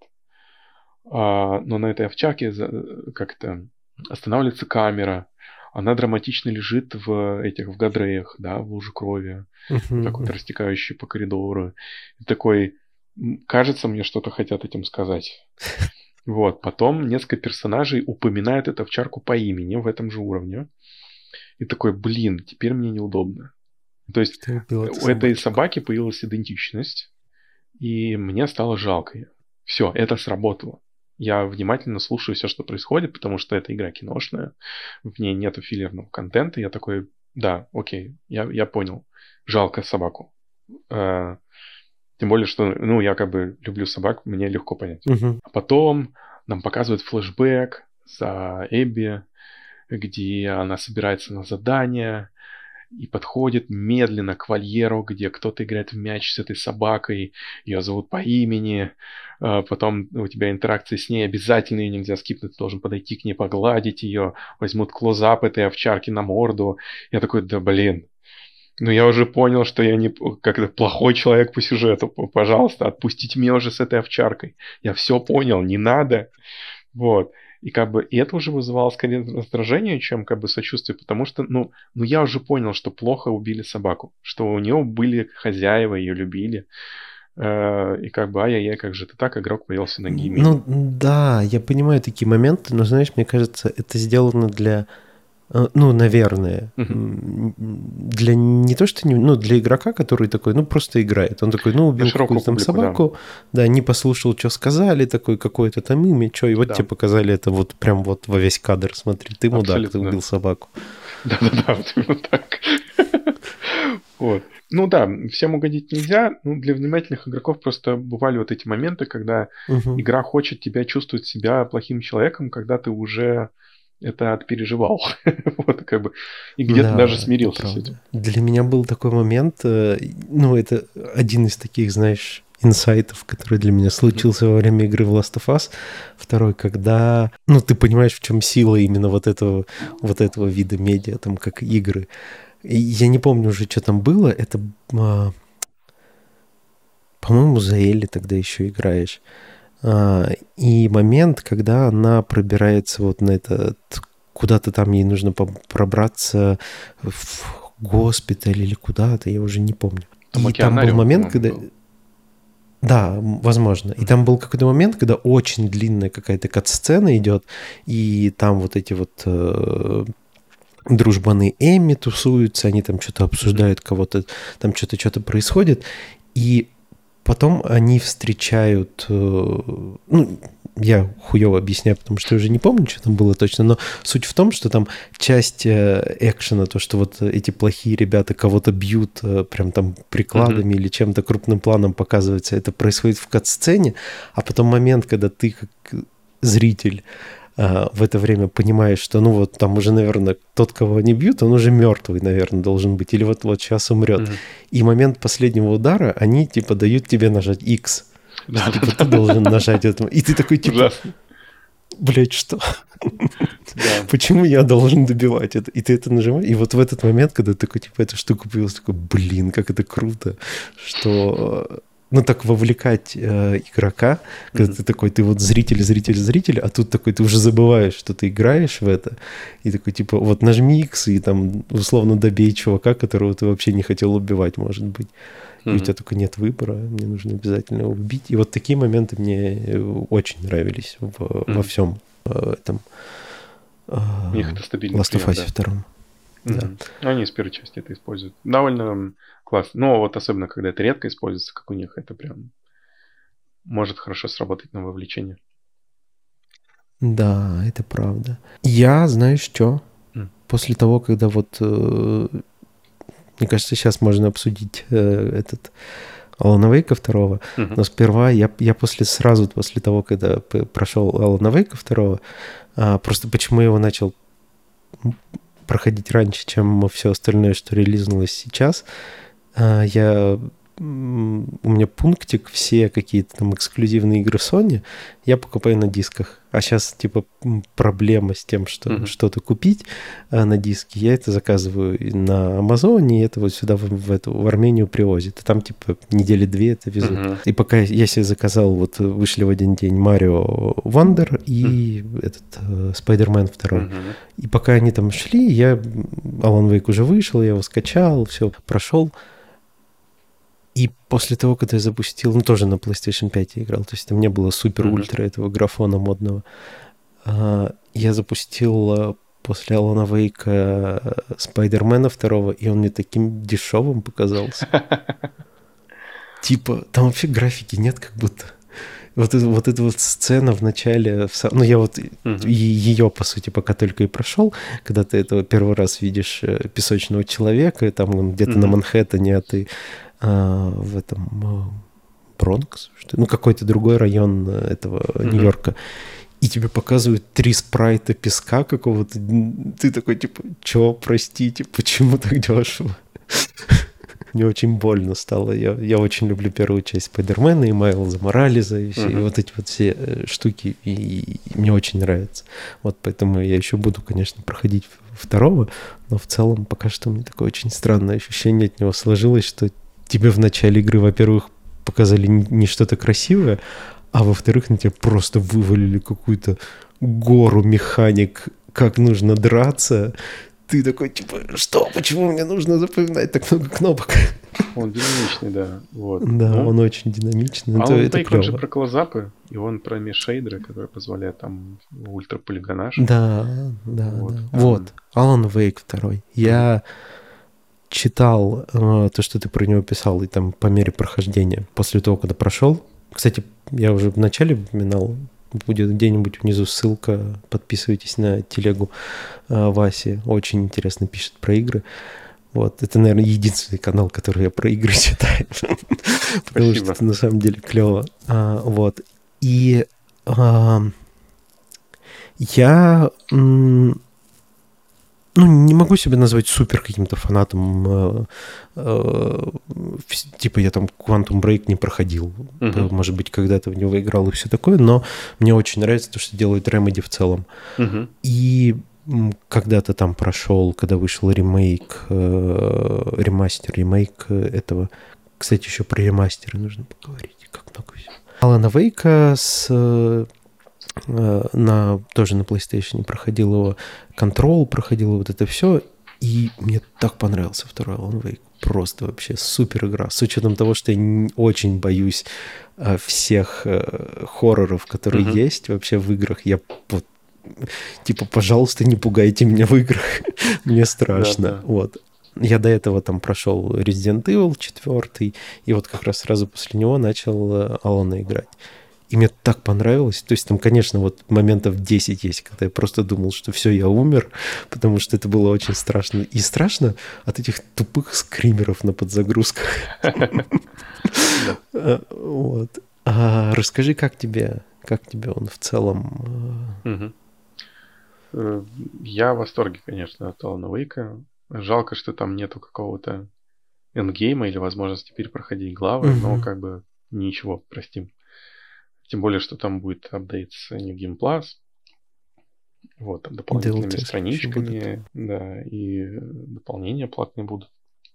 [SPEAKER 1] А, но на этой овчарке как-то останавливается камера, она драматично лежит в этих, в гадреях, да, в луже крови, uh-huh, так вот растекающей по коридору. И такой, кажется, мне что-то хотят этим сказать. Вот, потом несколько персонажей упоминают эту овчарку по имени в этом же уровне. И такой, блин, теперь мне неудобно. То есть у этой собаки появилась идентичность, и мне стало жалко ее. Все, это сработало. Я внимательно слушаю все, что происходит, потому что эта игра киношная, в ней нету филлерного контента. Я такой, да, окей, я, я понял. Жалко собаку. Тем более, что, ну, я как бы люблю собак, мне легко понять.
[SPEAKER 2] Uh-huh.
[SPEAKER 1] А потом нам показывают флешбэк за Эбби, где она собирается на задание и подходит медленно к вольеру, где кто-то играет в мяч с этой собакой, ее зовут по имени, потом у тебя интеракция с ней, обязательно ее нельзя скипнуть, ты должен подойти к ней, погладить ее, возьмут клоузап этой овчарки на морду. Я такой, да блин. Ну, я уже понял, что я не как-то плохой человек по сюжету. Пожалуйста, отпустите меня уже с этой овчаркой. Я все понял, не надо. Вот. И как бы и это уже вызывало скорее раздражение, чем как бы сочувствие, потому что, ну, ну я уже понял, что плохо убили собаку, что у нее были хозяева, ее любили. И как бы, ай-яй-яй, как же ты так, игрок повелся на гейминг.
[SPEAKER 2] Ну, да, я понимаю такие моменты, но, знаешь, мне кажется, это сделано для... Ну, наверное, uh-huh. для не то, что не, ну, для игрока, который такой, ну, просто играет. Он такой, ну, убил какую-то там собаку, да. да, не послушал, что сказали, такой, какое-то там имя, что, и вот да. тебе показали это вот прям вот во весь кадр, смотри, ты мудак, абсолютно, ты убил да. собаку.
[SPEAKER 1] Да-да-да, вот именно так. Вот. Ну да, всем угодить нельзя, ну, для внимательных игроков просто бывали вот эти моменты, когда uh-huh. игра хочет тебя чувствовать себя плохим человеком, когда ты уже... это отпереживал. Вот, как бы, и где-то да, даже смирился с этим.
[SPEAKER 2] Для меня был такой момент, ну, это один из таких, знаешь, инсайтов, который для меня случился mm-hmm. во время игры в Last of Us. Второй, когда, ну, ты понимаешь, в чем сила именно вот этого, вот этого вида медиа, там, как игры. И я не помню уже, что там было. Это, а, по-моему, за Элли тогда еще играешь. И момент, когда она пробирается вот на этот, куда-то там ей нужно пробраться в госпиталь или куда-то, я уже не помню. Там и там был момент, когда... Был. Да, возможно. И там был какой-то момент, когда очень длинная какая-то кат-сцена идет, и там вот эти вот э, дружбаны Эмми тусуются, они там что-то обсуждают, кого-то, там что-то, что-то происходит, и потом они встречают, ну, я хуёво объясняю, потому что я уже не помню, что там было точно, но суть в том, что там часть экшена, то, что вот эти плохие ребята кого-то бьют прям там прикладами uh-huh. или чем-то крупным планом показывается, это происходит в кат-сцене, а потом момент, когда ты как зритель в это время понимаешь, что, ну, вот там уже, наверное, тот, кого они бьют, он уже мертвый, наверное, должен быть, или вот, вот сейчас умрет. Mm-hmm. И момент последнего удара, они, типа, дают тебе нажать X. Да, типа, ты должен нажать этому. И ты такой, типа, блядь, что? Почему я должен добивать это? И ты это нажимаешь. И вот в этот момент, когда такой, типа, эта штука появилась, такой, блин, как это круто, что... Ну, так вовлекать э, игрока, когда mm-hmm. ты такой, ты вот зритель, зритель, зритель, а тут такой, ты уже забываешь, что ты играешь в это, и такой, типа, вот нажми X и там, условно, добей чувака, которого ты вообще не хотел убивать, может быть. Mm-hmm. И у тебя только нет выбора, мне нужно обязательно его убить. И вот такие моменты мне очень нравились в, mm-hmm. во всем э, этом э,
[SPEAKER 1] у них это стабильный
[SPEAKER 2] Last of Us два.
[SPEAKER 1] Mm-hmm. Да. Они с первой части это используют. Довольно классно. Но вот особенно, когда это редко используется, как у них, это прям может хорошо сработать на вовлечение.
[SPEAKER 2] Да, это правда. Я, знаешь что? Mm. После того, когда вот... Э, мне кажется, сейчас можно обсудить э, этот Alan Wake второго, mm-hmm. но сперва я, я после, сразу после того, когда прошел Alan Wake второго, э, просто почему я его начал... проходить раньше, чем все остальное, что релизнулось сейчас. Я... У меня пунктик, все какие-то там эксклюзивные игры Sony я покупаю на дисках. А сейчас, типа, проблема с тем, что mm-hmm. что-то купить на диске, я это заказываю на Амазоне, и это вот сюда, в, в, эту, в Армению привозят. И там, типа, недели две это везут. Mm-hmm. И пока я себе заказал, вот вышли в один день Марио Вандер и mm-hmm. этот Spider-Man два. Mm-hmm. И пока они там шли, я... Alan Wake уже вышел, я его скачал, все, прошел. И после того, когда я запустил, ну, тоже на PlayStation пять я играл, то есть там не было супер-ультра mm-hmm. этого графона модного, я запустил после Alan Wake Spider-Man два, и он мне таким дешевым показался. Типа, там вообще графики нет как будто. Вот, это, вот эта вот сцена в начале, ну, я вот uh-huh. ее, по сути, пока только и прошел, когда ты этого первый раз видишь песочного человека, там он где-то uh-huh. на Манхэттене, а ты а, в этом а, Бронкс, что, ну, какой-то другой район этого uh-huh. Нью-Йорка, и тебе показывают три спрайта песка какого-то, ты такой, типа, чё, простите, почему так дешево? Мне очень больно стало. Я, я очень люблю первую часть Спайдермена и Майлза Моралеса, и, все, uh-huh. и вот эти вот все штуки, и, и мне очень нравится. Вот поэтому я еще буду, конечно, проходить второго, но в целом пока что у меня такое очень странное ощущение от него сложилось, что тебе в начале игры, во-первых, показали не что-то красивое, а во-вторых, на тебя просто вывалили какую-то гору механик, как нужно драться. Ты такой, типа, что? Почему мне нужно запоминать так много кнопок?
[SPEAKER 1] Он динамичный, да. Вот.
[SPEAKER 2] Да, ну, он очень динамичный.
[SPEAKER 1] Alan Wake, он же про клозапы, и он про меш-шейдеры, которые позволяют там ультраполигонаж.
[SPEAKER 2] Да, да, вот. да. Вот, Alan Wake два. Я читал э, то, что ты про него писал, и там по мере прохождения, после того, когда прошел. Кстати, я уже вначале упоминал, будет где-нибудь внизу ссылка, подписывайтесь на телегу э, Васи, очень интересно пишет про игры. Вот, это, наверное, единственный канал, который я про игры читаю, потому что это на самом деле клево. А, вот, и а, я, м, ну, не могу себя назвать супер каким-то фанатом, э, э, типа я там Quantum Break не проходил, uh-huh. может быть, когда-то в него играл и все такое, но мне очень нравится то, что делает Remedy в целом. Uh-huh. И когда-то там прошел, когда вышел ремейк, э, ремастер, ремейк этого, кстати, еще про ремастеры нужно поговорить, как много всего. Alan Wake с... На, тоже на PlayStation проходил его Control, проходил вот это все, и мне так понравился второй Alan Wake. Просто вообще супер игра. С учетом того, что я очень боюсь э, всех э, хорроров, которые uh-huh. есть вообще в играх. Я вот, типа, пожалуйста, не пугайте меня в играх. Мне страшно. Да, да. Вот. Я до этого там прошел Resident Evil четыре, и вот как раз сразу после него начал Алана играть. И мне так понравилось. То есть там, конечно, вот моментов десять есть, когда я просто думал, что все, я умер, потому что это было очень страшно. И страшно от этих тупых скримеров на подзагрузках. Вот. Расскажи, как тебе, как тебе он в целом?
[SPEAKER 1] Я в восторге, конечно, от Алана Вейка. Жалко, что там нету какого-то эндгейма или возможности теперь проходить главы, но как бы ничего, простим. Тем более, что там будет апдейт с New Game Plus. Вот, там дополнительными
[SPEAKER 2] ди эл си
[SPEAKER 1] страничками, да, и дополнения платные будут.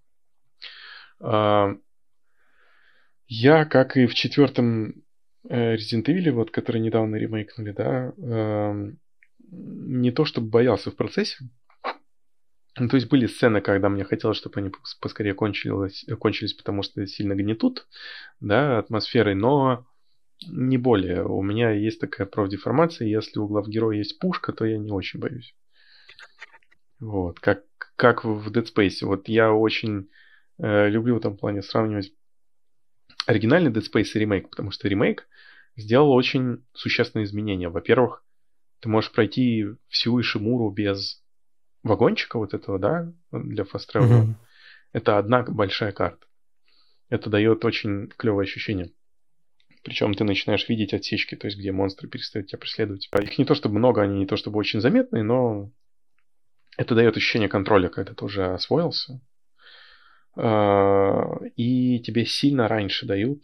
[SPEAKER 1] А, я, как и в четвертом Resident Evil, вот, который недавно ремейкнули, да, э, не то чтобы боялся в процессе. Ну, то есть были сцены, когда мне хотелось, чтобы они поскорее кончились, кончились, потому что сильно гнетут, да, атмосферой, но не более. У меня есть такая профдеформация, если у главгероя есть пушка, то я не очень боюсь. Вот, как, как в Dead Space. Вот я очень э, люблю в этом плане сравнивать оригинальный Dead Space и ремейк, потому что ремейк сделал очень существенные изменения. Во-первых, ты можешь пройти всю Ишимуру без вагончика вот этого, да, для Fast Travel. Mm-hmm. Это одна большая карта. Это дает очень клевое ощущение. Причем ты начинаешь видеть отсечки, то есть где монстры перестают тебя преследовать. Их не то чтобы много, они не то чтобы очень заметные, но это дает ощущение контроля, когда ты уже освоился. И тебе сильно раньше дают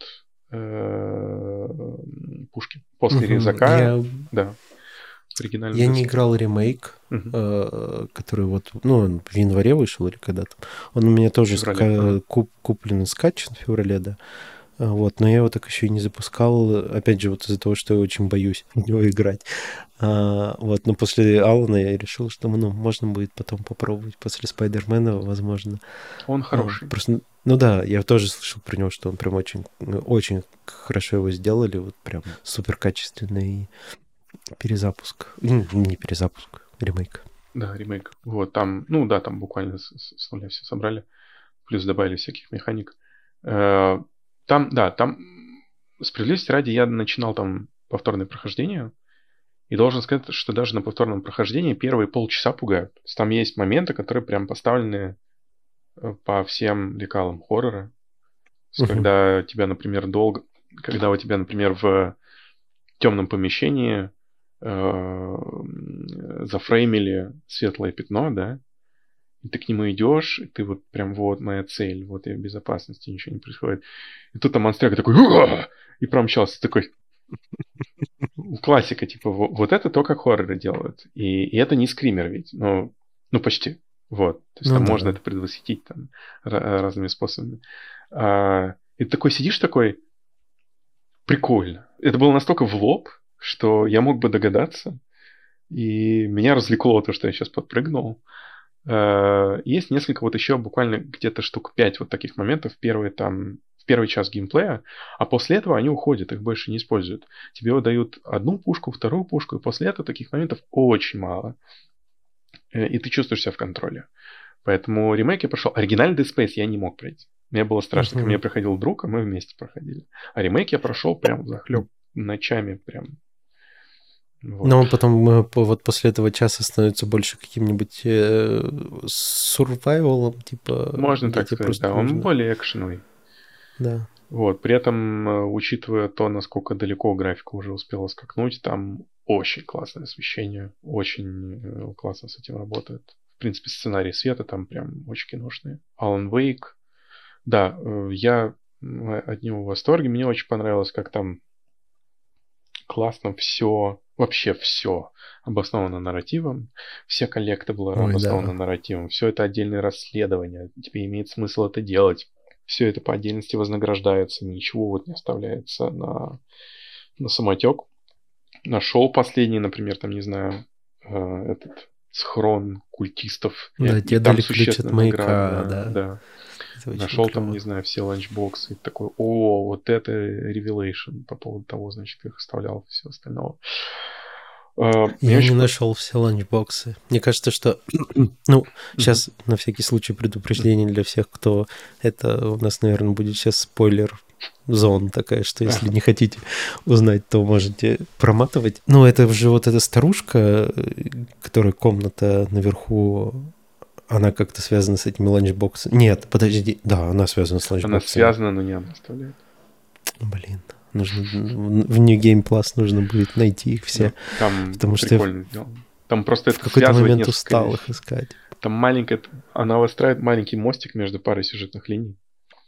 [SPEAKER 1] пушки. После угу. резака.
[SPEAKER 2] Я...
[SPEAKER 1] Да.
[SPEAKER 2] Я не играл ремейк, угу. который вот, ну, в январе вышел или когда-то. Он у меня тоже ска- куп- куплен и скачан в феврале, да. Вот, но я его так еще и не запускал, опять же, вот из-за того, что я очень боюсь в него играть. А, вот, но после Алана я решил, что, ну, можно будет потом попробовать после Спайдермена, возможно.
[SPEAKER 1] Он хороший.
[SPEAKER 2] А, просто, ну да, я тоже слышал про него, что он прям очень, очень хорошо его сделали, вот прям супер качественный перезапуск. Не перезапуск, ремейк.
[SPEAKER 1] Да, ремейк. Вот, там, ну да, там буквально с, с нуля все собрали, плюс добавили всяких механик. Там, да, там, справедливости ради, я начинал там повторное прохождение, и должен сказать, что даже на повторном прохождении первые полчаса пугают. То есть там есть моменты, которые прям поставлены по всем лекалам хоррора. То есть, uh-huh. когда тебя, например, долго... Когда у тебя, например, в темном помещении э, зафреймили светлое пятно, да, и ты к нему идешь, и ты вот прям вот моя цель, вот я в безопасности, ничего не происходит. И тут там монстряга такой и промчался, такой классика, типа вот это то, как хорроры делают. И, и это не скример ведь, ну, ну почти. Вот. То есть ну, там да. можно это предвосхитить там разными способами. А, и ты такой сидишь такой, прикольно. Это было настолько в лоб, что я мог бы догадаться, и меня развлекло то, что я сейчас подпрыгнул. Есть несколько вот еще буквально где-то штук пять вот таких моментов. Первый там, в первый час геймплея, а после этого они уходят, их больше не используют. Тебе выдают одну пушку, вторую пушку, и после этого таких моментов очень мало. И ты чувствуешь себя в контроле. Поэтому ремейк я прошел. Оригинальный Dead Space я не мог пройти. Мне было страшно. Uh-huh. Ко мне приходил друг, а мы вместе проходили. А ремейк я прошел прям захлеб ночами прям.
[SPEAKER 2] Вот. Но он потом вот после этого часа становится больше каким-нибудь э, сурвайвалом, типа...
[SPEAKER 1] Можно так сказать, да. Он более экшеновый.
[SPEAKER 2] Да.
[SPEAKER 1] Вот. При этом, учитывая то, насколько далеко графика уже успела скакнуть, там очень классное освещение. Очень классно с этим работает. В принципе, сценарий света там прям очень киношные. Alan Wake. Да, я от него в восторге. Мне очень понравилось, как там классно все... Вообще все обосновано нарративом, все коллектаблы обоснованы да. нарративом, все это отдельное расследование, тебе имеет смысл это делать, все это по отдельности вознаграждается, ничего вот не оставляется на, на самотек. Нашел последний, например, там, не знаю, э, этот схрон культистов.
[SPEAKER 2] Да, и, тебе и дали ключ от маяка, да.
[SPEAKER 1] да. Нашел там, не знаю, все ланчбоксы, и такой, о, вот это revelation по поводу того, значит, как их оставлял, все остального.
[SPEAKER 2] Uh, я не нашел все ланчбоксы. Мне кажется, что... ну, сейчас mm-hmm. на всякий случай предупреждение для всех, кто... Это у нас, наверное, будет сейчас спойлер-зона такая, что если не хотите узнать, то можете проматывать. Ну, это же вот эта старушка, которая комната наверху, она как-то связана с этими ланчбоксами. Нет, подожди. Да, она связана с ланчбоксами.
[SPEAKER 1] Она связана, но не она оставляет.
[SPEAKER 2] Блин. Нужно, в New Game Plus нужно будет найти их все.
[SPEAKER 1] Там
[SPEAKER 2] потому
[SPEAKER 1] прикольно
[SPEAKER 2] что
[SPEAKER 1] сделано. Там просто это
[SPEAKER 2] в какой-то момент устал их искать.
[SPEAKER 1] Там маленькая... Она выстраивает маленький мостик между парой сюжетных линий.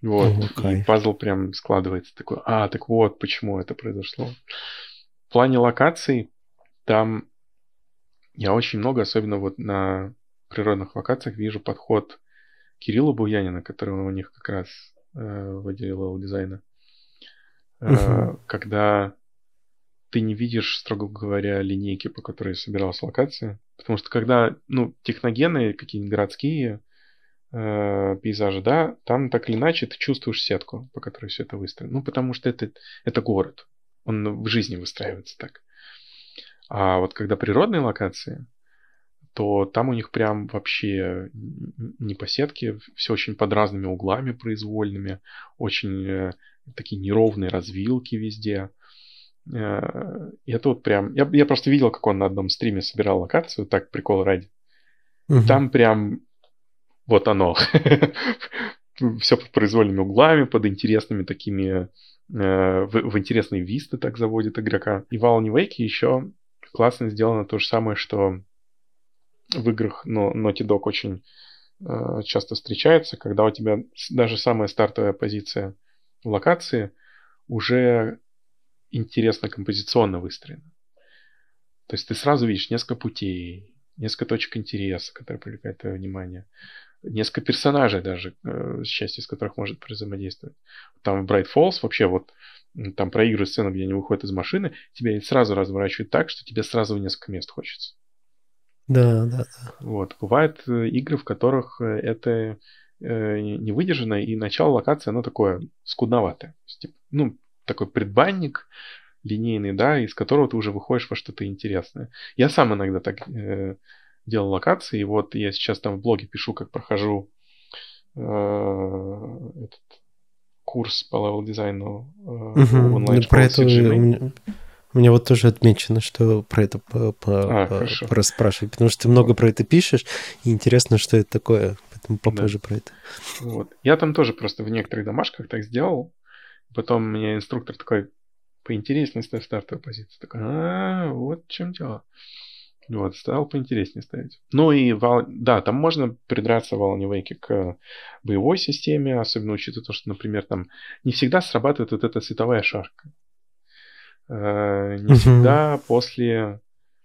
[SPEAKER 1] Вот,
[SPEAKER 2] Okay.
[SPEAKER 1] и пазл прям складывается такой, а, так вот, почему это произошло. В плане локаций, там я очень много, особенно вот на природных локациях, вижу подход Кирилла Буянина, который у них как раз э, в отделе левел-дизайна. Э,
[SPEAKER 2] Uh-huh.
[SPEAKER 1] Когда ты не видишь, строго говоря, линейки, по которой собиралась локация. Потому что когда, ну, техногенные, какие-нибудь городские э, пейзажи, да, там так или иначе ты чувствуешь сетку, по которой все это выстроено. Ну, потому что это, это город. Он в жизни выстраивается так. А вот когда природные локации, то там у них прям вообще не по сетке, все очень под разными углами произвольными, очень э, такие неровные развилки везде. И это вот прям... Я, я просто видел, как он на одном стриме собирал локацию, так, прикол ради.
[SPEAKER 2] Uh-huh.
[SPEAKER 1] Там прям вот оно. Все под произвольными углами, под интересными такими... В, в интересные висты так заводит игрока. И в Alan Wake еще классно сделано то же самое, что в играх но, Naughty Dog очень э, часто встречается, когда у тебя даже самая стартовая позиция в локации уже интересно композиционно выстроена. То есть ты сразу видишь несколько путей, несколько точек интереса, которые привлекают твое внимание, несколько персонажей даже, э, часть из которых может взаимодействовать. Там в Bright Falls вообще вот там проигрывают сцену, где они выходят из машины, тебя сразу разворачивают так, что тебе сразу в несколько мест хочется.
[SPEAKER 2] Да, да, да.
[SPEAKER 1] Вот. Бывают игры, в которых это э, не выдержано, и начало локации, оно такое скудноватое. Типа, ну, такой предбанник линейный, да, из которого ты уже выходишь во что-то интересное. Я сам иногда так э, делал локации, и вот я сейчас там в блоге пишу, как прохожу э, этот курс по левел-дизайну э,
[SPEAKER 2] угу.
[SPEAKER 1] в онлайн-школе
[SPEAKER 2] про это
[SPEAKER 1] си джи
[SPEAKER 2] у меня, у меня вот тоже отмечено, что про это по, по,
[SPEAKER 1] а,
[SPEAKER 2] по, пораспрашивать, потому что ты много про это пишешь, и интересно, что это такое, поэтому попозже да. про это.
[SPEAKER 1] Вот. Я там тоже просто в некоторых домашках так сделал, потом мне инструктор такой, поинтереснее ставь стартовую позицию. Такой, а, вот в чем дело. Вот, стал поинтереснее ставить. Ну и, да, там можно придраться в Alan Wake к боевой системе, особенно учитывая то, что, например, там не всегда срабатывает вот эта световая шашка. Не uh-huh. всегда после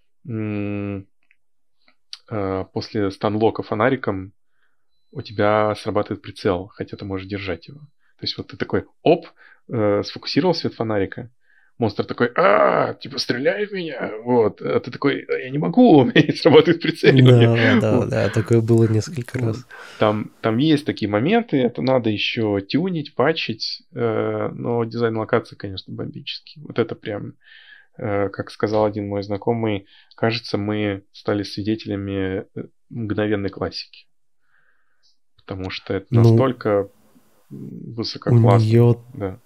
[SPEAKER 1] после станлока фонариком у тебя срабатывает прицел, хотя ты можешь держать его. То есть вот ты такой, оп, сфокусировал свет фонарика, монстр такой, а, типа, стреляй в меня, вот, а ты такой, я не могу, у меня не срабатывает прицеливание.
[SPEAKER 2] Да, да,
[SPEAKER 1] вот.
[SPEAKER 2] да, такое было несколько раз.
[SPEAKER 1] Там, там есть такие моменты, это надо еще тюнить, патчить, но дизайн локации, конечно, бомбический. Вот это прям, как сказал один мой знакомый, кажется, мы стали свидетелями мгновенной классики. Потому что это настолько ну, высококлассно.
[SPEAKER 2] У нее
[SPEAKER 1] да.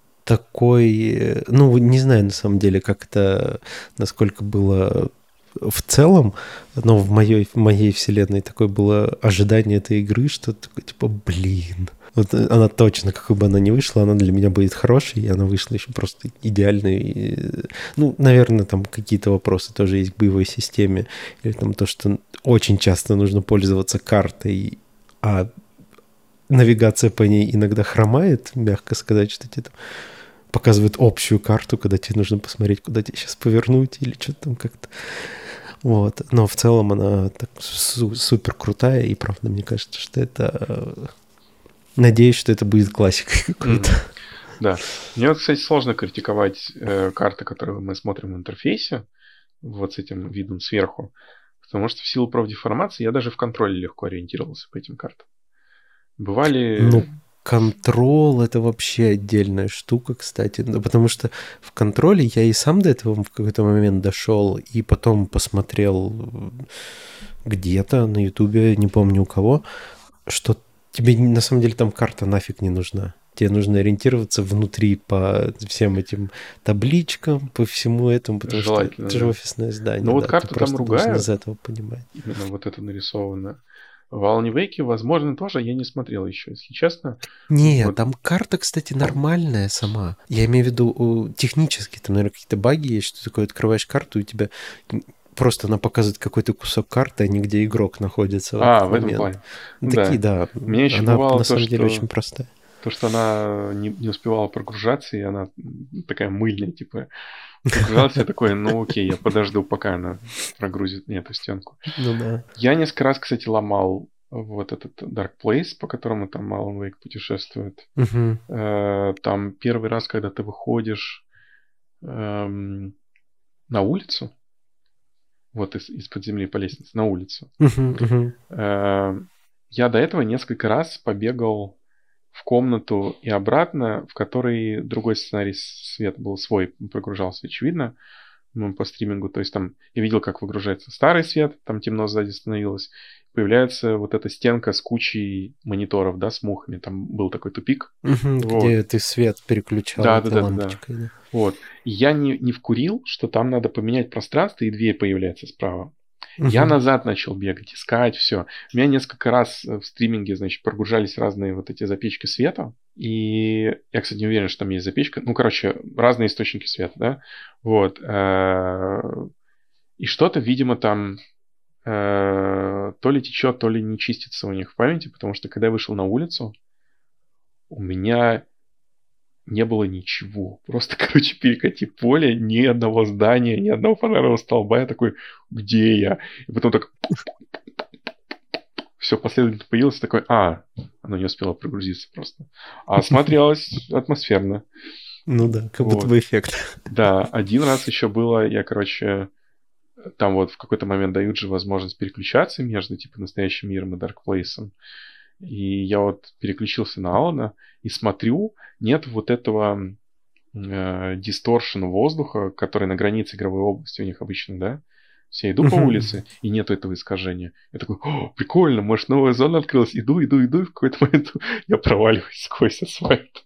[SPEAKER 2] такой, ну, не знаю на самом деле, как это, насколько было в целом, но в моей, в моей вселенной такое было ожидание этой игры, что такое, типа, блин. Вот она точно, какой бы она ни вышла, она для меня будет хорошей, и она вышла еще просто идеальной. Ну, наверное, там какие-то вопросы тоже есть к боевой системе, или там то, что очень часто нужно пользоваться картой, а навигация по ней иногда хромает, мягко сказать, что тебе там показывает общую карту, когда тебе нужно посмотреть, куда тебе сейчас повернуть или что-то там как-то. Вот. Но в целом она так су- супер крутая, и правда, мне кажется, что это... Надеюсь, что это будет классикой какой-то.
[SPEAKER 1] Mm-hmm. Да. Мне, вот, кстати, сложно критиковать э, карты, которые мы смотрим в интерфейсе, вот с этим видом сверху, потому что в силу профдеформации я даже в контроле легко ориентировался по этим картам. Бывали...
[SPEAKER 2] Ну, контрол — это вообще отдельная штука, кстати, потому что в контроле я и сам до этого в какой-то момент дошел, и потом посмотрел где-то на Ютубе, не помню у кого, что тебе на самом деле там карта нафиг не нужна. Тебе нужно ориентироваться внутри по всем этим табличкам, по всему этому, потому что это же офисное здание.
[SPEAKER 1] Ну вот
[SPEAKER 2] да,
[SPEAKER 1] карту там ругают.
[SPEAKER 2] Из этого понимать.
[SPEAKER 1] Именно вот это нарисовано. В Alan Wake, возможно, тоже я не смотрел еще, если честно.
[SPEAKER 2] Не,
[SPEAKER 1] вот.
[SPEAKER 2] Там карта, кстати, нормальная сама. Я имею в виду технически, там, наверное, какие-то баги есть, что ты такое открываешь карту, и у тебя просто она показывает какой-то кусок карты, а не где игрок находится.
[SPEAKER 1] А, в, в этом плане.
[SPEAKER 2] Ну, такие, да.
[SPEAKER 1] Мне еще
[SPEAKER 2] она
[SPEAKER 1] бывало
[SPEAKER 2] на самом
[SPEAKER 1] то,
[SPEAKER 2] деле
[SPEAKER 1] что...
[SPEAKER 2] очень простая.
[SPEAKER 1] То, что она не, не успевала прогружаться, и она такая мыльная, типа, прогружалась, я такой, ну окей, я подожду, пока она прогрузит мне эту стенку.
[SPEAKER 2] Ну да.
[SPEAKER 1] Я несколько раз, кстати, ломал вот этот Dark Place, по которому там Alan Wake путешествует.
[SPEAKER 2] Угу.
[SPEAKER 1] Э, там первый раз, когда ты выходишь эм, на улицу, вот из, из-под земли по лестнице, на улицу.
[SPEAKER 2] Угу, угу.
[SPEAKER 1] Э, я до этого несколько раз побегал в комнату и обратно, в которой другой сценарий света был свой, прогружался, очевидно, по стримингу. То есть там я видел, как выгружается старый свет, там темно сзади становилось. Появляется вот эта стенка с кучей мониторов, да, с мухами. Там был такой тупик.
[SPEAKER 2] Угу,
[SPEAKER 1] вот.
[SPEAKER 2] Где ты свет переключал
[SPEAKER 1] да,
[SPEAKER 2] этой
[SPEAKER 1] да, да,
[SPEAKER 2] лампочкой.
[SPEAKER 1] Да.
[SPEAKER 2] Да.
[SPEAKER 1] Вот. И я не, не вкурил, что там надо поменять пространство, и дверь появляется справа.
[SPEAKER 2] Угу.
[SPEAKER 1] Я назад начал бегать, искать, все. У меня несколько раз в стриминге, значит, прогружались разные вот эти запечки света. И я, кстати, не уверен, что там есть запечка. Ну, короче, разные источники света, да. Вот. И что-то, видимо, там то ли течет, то ли не чистится у них в памяти, потому что, когда я вышел на улицу, у меня не было ничего. Просто, короче, перекати поле, ни одного здания, ни одного фонарного столба. Я такой, где я? И потом так... Все последовательно появилось, такой, а, оно не успело прогрузиться просто. А смотрелось атмосферно.
[SPEAKER 2] Ну да, как будто бы эффект.
[SPEAKER 1] Да, один раз еще было, я, короче, там вот в какой-то момент дают же возможность переключаться между, типа, настоящим миром и Dark Place. И я вот переключился на Алана и смотрю, нет вот этого э, дисторшена воздуха, который на границе игровой области у них обычно, да? Я иду по улице, и нету этого искажения. Я такой, о, прикольно, может, новая зона открылась. Иду, иду, иду, и в какой-то момент я проваливаюсь сквозь асфальт.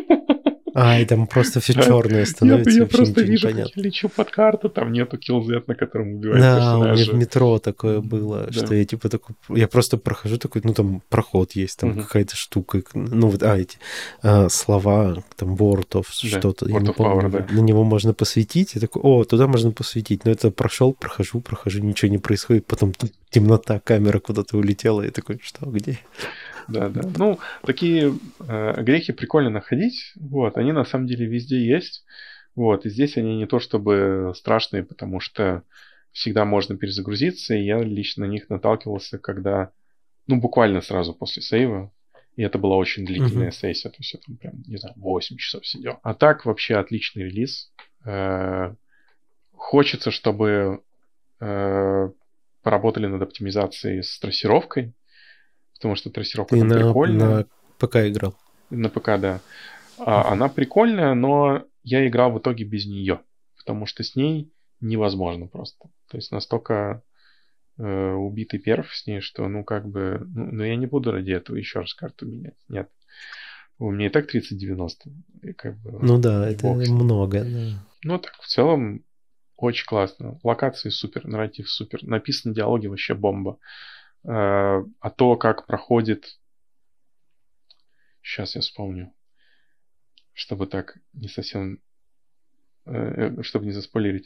[SPEAKER 2] А, и там просто все черное становится.
[SPEAKER 1] Я, я просто вижу, как я лечу под карту, там нету килл-зет, на котором убивают
[SPEAKER 2] да,
[SPEAKER 1] персонажа.
[SPEAKER 2] у меня в метро такое было, да. Что я типа такой, я просто прохожу такой, ну там проход есть, там uh-huh. какая-то штука, ну вот, а, эти а, слова, там Word of да, что-то, я не помню, Power, да. На него можно посветить, и такой, о, туда можно посветить, но это прошел, прохожу, прохожу, ничего не происходит, потом темнота, камера куда-то улетела, и такой, что, где?
[SPEAKER 1] Да, да. Ну, такие э, грехи прикольно находить. Вот, они на самом деле везде есть. Вот, и здесь они не то чтобы страшные, потому что всегда можно перезагрузиться. И я лично на них наталкивался, когда, ну, буквально сразу после сейва. И это была очень длительная uh-huh. сессия. То есть я там прям, не знаю, восемь часов сидел. А так вообще отличный релиз. Э, хочется, чтобы э, поработали над оптимизацией с трассировкой. Потому что трассировка там
[SPEAKER 2] на,
[SPEAKER 1] прикольная.
[SPEAKER 2] На ПК играл.
[SPEAKER 1] На ПК, да. А, uh-huh. Она прикольная, но я играл в итоге без нее. Потому что с ней невозможно просто. То есть настолько э, убитый перф с ней, что ну как бы... Ну, ну я не буду ради этого еще раз карту менять. Нет. У меня и так тридцать девяносто. И как бы,
[SPEAKER 2] ну да, это много. Да.
[SPEAKER 1] Ну так, в целом очень классно. Локации супер, нарратив супер. Написаны диалоги вообще бомба. А то, как проходит... Сейчас я вспомню. Чтобы так не совсем... Чтобы не заспойлерить.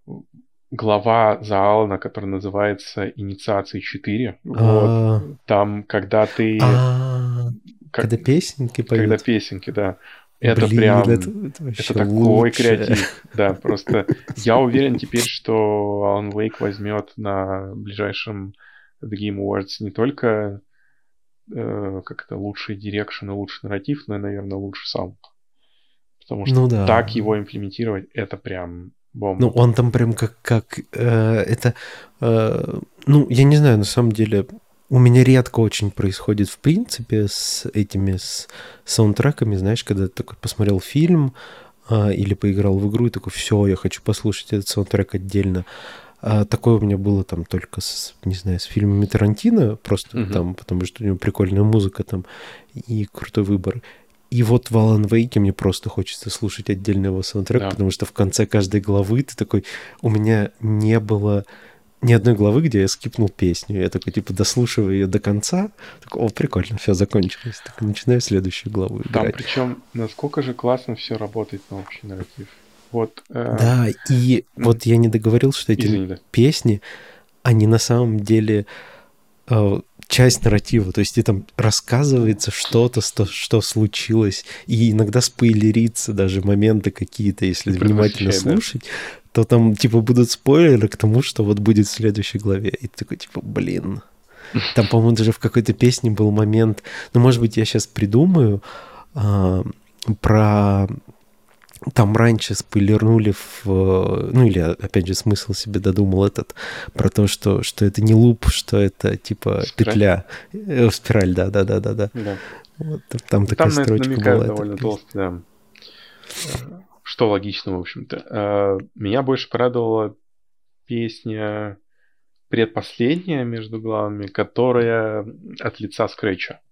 [SPEAKER 1] Глава за Алана, которая называется «Инициация четыре». Вот. Там, когда ты...
[SPEAKER 2] Когда песенки поют.
[SPEAKER 1] Когда песенки, да. Это
[SPEAKER 2] Блин,
[SPEAKER 1] прям...
[SPEAKER 2] Это, это,
[SPEAKER 1] это такой креатив. Да, просто я уверен теперь, что Alan Wake возьмет на ближайшем The Game Awards не только э, как-то лучший дирекшн и лучший нарратив, но и, наверное, лучший саунд. Потому что
[SPEAKER 2] ну, да.
[SPEAKER 1] так его имплементировать, это прям бомба.
[SPEAKER 2] Ну, он там прям как... как э, это... Э, ну, я не знаю, на самом деле... У меня редко очень происходит, в принципе, с этими с саундтреками, знаешь, когда ты такой посмотрел фильм э, или поиграл в игру, и такой, все, я хочу послушать этот саундтрек отдельно. А такое у меня было там только с, не знаю, с фильмами Тарантино, просто uh-huh. там, потому что у него прикольная музыка там и крутой выбор. И вот в Alan Wake мне просто хочется слушать отдельный его саундтрек, да. Потому что в конце каждой главы ты такой... У меня не было ни одной главы, где я скипнул песню. Я такой, типа, дослушиваю ее до конца. Такой, о, прикольно, все закончилось. Так, начинаю следующую главу играть.
[SPEAKER 1] Там причем, насколько же классно все работает на общий нарратив. Вот, э...
[SPEAKER 2] Да, и mm. вот я не договорил, что эти
[SPEAKER 1] Извини, да.
[SPEAKER 2] песни, они на самом деле... часть нарратива, то есть и там рассказывается что-то, что случилось, и иногда спойлерится даже моменты какие-то, если внимательно слушать, да. то там типа будут спойлеры к тому, что вот будет в следующей главе. И ты такой типа, блин. Там, по-моему, даже в какой-то песне был момент, ну, может быть, я сейчас придумаю, а, про... Там раньше спойлернули в... Ну, или, опять же, смысл себе додумал этот, про то, что, что это не луп, что это, типа, спираль? Петля. Э, спираль, да-да-да-да-да. Вот, там такая
[SPEAKER 1] там
[SPEAKER 2] строчка была.
[SPEAKER 1] довольно толстая, да. Что логично, в общем-то. Меня больше порадовала песня предпоследняя между главами, которая от лица Скретча.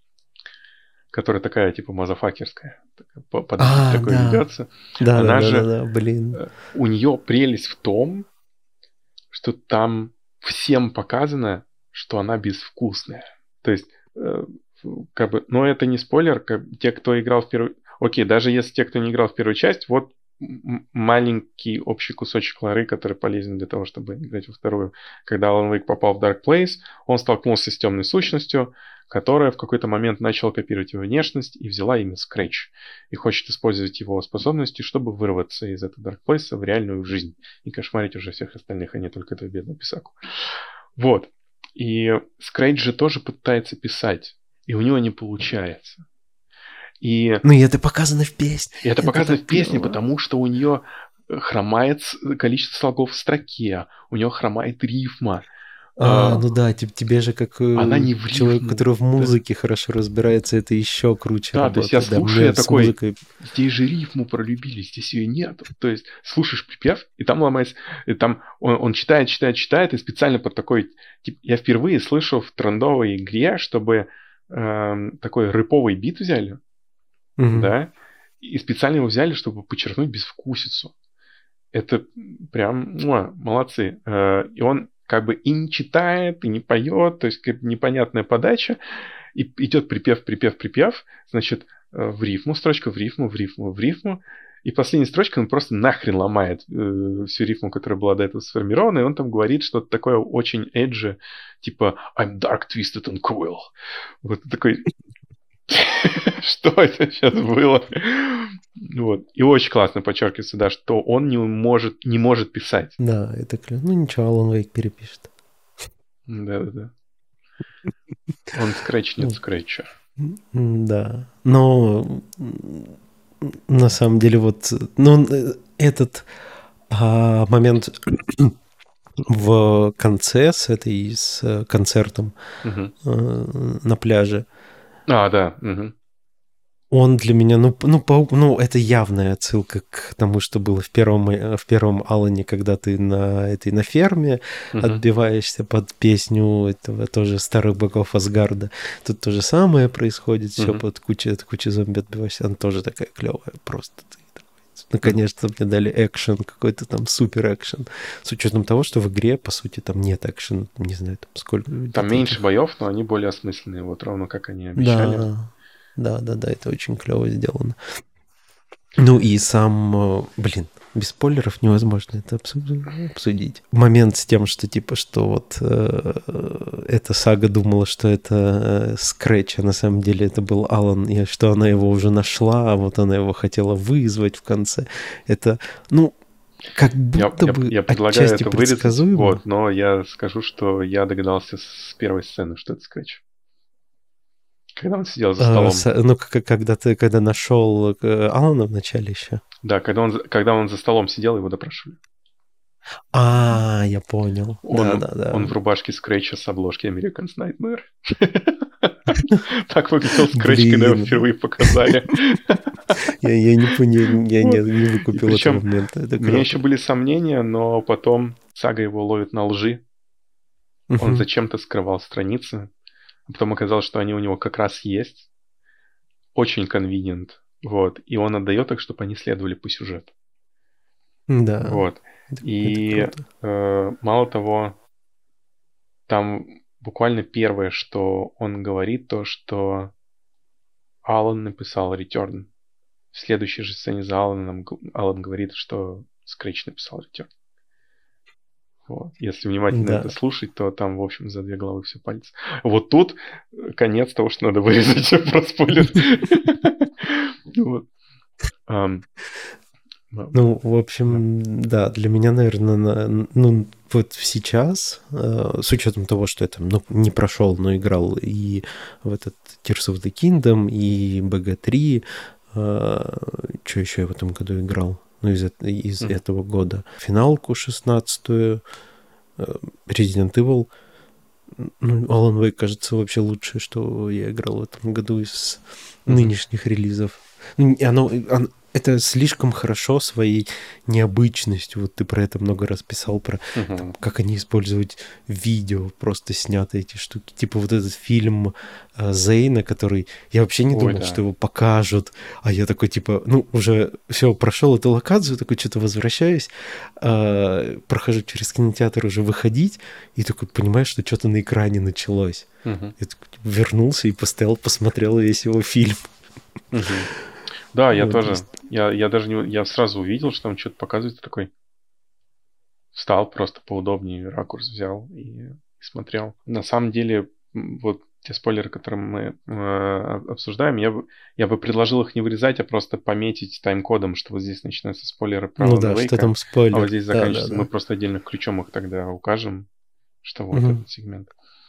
[SPEAKER 1] Которая такая, типа, мазафакерская. Под
[SPEAKER 2] а,
[SPEAKER 1] такой
[SPEAKER 2] да.
[SPEAKER 1] ведется.
[SPEAKER 2] Да,
[SPEAKER 1] Она
[SPEAKER 2] да,
[SPEAKER 1] же...
[SPEAKER 2] да, да, да, блин.
[SPEAKER 1] У нее прелесть в том, что там всем показано, что она безвкусная. То есть, как бы... Но это не спойлер. Как, те, кто играл в первую... Окей, даже если те, кто не играл в первую часть, вот маленький общий кусочек лоры, который полезен для того, чтобы играть во вторую. Когда Alan Wake попал в Dark Place, он столкнулся с темной сущностью, которая в какой-то момент начала копировать его внешность и взяла имя Scratch. И хочет использовать его способности, чтобы вырваться из этого Dark Place в реальную жизнь. И кошмарить уже всех остальных, а не только этого бедного писаку. Вот. И Scratch же тоже пытается писать. И у него не получается. И...
[SPEAKER 2] Ну, и это показано в песне.
[SPEAKER 1] И это, это показано в песне, клево. Потому что у нее хромает количество слогов в строке, у нее хромает рифма.
[SPEAKER 2] А, ну да, тебе же как
[SPEAKER 1] она не
[SPEAKER 2] человек, который в музыке да. хорошо разбирается, это еще круче
[SPEAKER 1] да,
[SPEAKER 2] работает.
[SPEAKER 1] То есть я слушаю, я такой,
[SPEAKER 2] музыкой...
[SPEAKER 1] здесь же рифму пролюбили, здесь ее нет. То есть слушаешь припев, и там ломается, и там он, он читает, читает, читает, и специально под такой... Тип, я впервые слышу в трендовой игре, чтобы э, такой рэповый бит взяли, mm-hmm. да, и специально его взяли, чтобы подчеркнуть безвкусицу. Это прям, муа, молодцы. Э, и он как бы и не читает, и не поет, то есть как непонятная подача, и идет припев, припев, припев, значит, в рифму, строчка в рифму, в рифму, в рифму, и последняя строчка, он просто нахрен ломает э, всю рифму, которая была до этого сформирована, и он там говорит что-то такое очень эджи, типа I'm dark, twisted and cruel. Вот такой... Что это сейчас было? Вот. И очень классно подчеркивается, да, что он не может, не может писать.
[SPEAKER 2] Да, это клево. Ну ничего, Alan Wake перепишет.
[SPEAKER 1] Да-да-да. Он скретч, нет скретча.
[SPEAKER 2] Да. Но на самом деле вот ну, этот а, момент в конце с этой с концертом угу. а, на пляже.
[SPEAKER 1] А, да. Угу.
[SPEAKER 2] Он для меня, ну, ну, по, ну, это явная отсылка к тому, что было в первом, в первом Алане, когда ты на этой на ферме uh-huh. отбиваешься под песню этого тоже старых богов Асгарда. Тут то же самое происходит, uh-huh. все под кучей, от кучи зомби отбиваешься. Она тоже такая клевая, просто. Наконец-то uh-huh. мне дали экшен, какой-то там супер экшен. С учетом того, что в игре, по сути, там нет экшена, не знаю, там сколько.
[SPEAKER 1] Там меньше этих... боев, но они более осмысленные, вот ровно как они обещали.
[SPEAKER 2] Да. Да, да, да, это очень клево сделано. Ну и сам, блин, без спойлеров невозможно это обсудить. Момент с тем, что типа, что вот э, эта сага думала, что это Scratch, а на самом деле это был Алан, и что она его уже нашла, а вот она его хотела вызвать в конце. Это, ну, как будто
[SPEAKER 1] я,
[SPEAKER 2] бы
[SPEAKER 1] я, я предлагаю это вырезать, вот, но я скажу, что я догадался с первой сцены, что это Scratch. Когда он сидел за столом.
[SPEAKER 2] А, ну, когда ты когда нашел Алана в начале еще.
[SPEAKER 1] Да, когда он, когда он за столом сидел, его допрашивали.
[SPEAKER 2] А, я понял.
[SPEAKER 1] Он,
[SPEAKER 2] да, да, да.
[SPEAKER 1] Он в рубашке Скретча с обложки American's Nightmare. Так выглядел Скретч, когда его впервые показали.
[SPEAKER 2] Я не понял, я не выкупил этого момента.
[SPEAKER 1] У меня еще были сомнения, но потом сага его ловит на лжи. Он зачем-то скрывал страницы. Потом оказалось, что они у него как раз есть. Очень convenient. Вот. И он отдает их, чтобы они следовали по сюжету.
[SPEAKER 2] Да.
[SPEAKER 1] Вот.
[SPEAKER 2] Это,
[SPEAKER 1] и
[SPEAKER 2] это
[SPEAKER 1] э, мало того, там буквально первое, что он говорит, то, что Алан написал Return. В следующей же сцене за Аланом Алан говорит, что Scratch написал Return. Вот. Если внимательно
[SPEAKER 2] Да.
[SPEAKER 1] это слушать, то там, в общем, за две головы все пальцы. Вот тут конец того, что надо вырезать про спойлер.
[SPEAKER 2] Ну, в общем, да, для меня, наверное, ну, вот сейчас, с учетом того, что я там, ну, не прошел, но играл и в этот Tears of the Kingdom, и би джи три, что еще я в этом году играл? Ну, из, из mm-hmm. этого года. Финалку шестнадцатую, Resident Evil. Ну, Alan Wake, кажется, вообще лучшее, что я играл в этом году из mm-hmm. нынешних релизов. Ну, оно, оно, это слишком хорошо своей необычностью. Вот ты про это много раз писал, про mm-hmm. там, как они используют видео, просто снятые эти штуки. Типа вот этот фильм э, Зейна, который... Я вообще не Ой, думал, да. что его покажут. А я такой, типа, ну, уже все, прошел эту локацию, такой что-то возвращаюсь, э, прохожу через кинотеатр уже выходить, и такой понимаешь, что что-то на экране началось. Mm-hmm. Я такой, типа, вернулся и постоял, посмотрел весь его фильм.
[SPEAKER 1] Mm-hmm. Да, я вот тоже. Я, я даже не... Я сразу увидел, что там что-то показывается, такой... Встал просто поудобнее, ракурс взял и, и смотрел. На самом деле, вот те спойлеры, которые мы э, обсуждаем, я бы, я бы предложил их не вырезать, а просто пометить тайм-кодом, что вот здесь начинаются спойлеры про
[SPEAKER 2] Ну
[SPEAKER 1] Alan
[SPEAKER 2] да,
[SPEAKER 1] Wake,
[SPEAKER 2] что там спойлер.
[SPEAKER 1] А вот здесь заканчивается.
[SPEAKER 2] Да, да, да.
[SPEAKER 1] Мы просто отдельным ключом их тогда укажем, что вот
[SPEAKER 2] угу.
[SPEAKER 1] этот сегмент.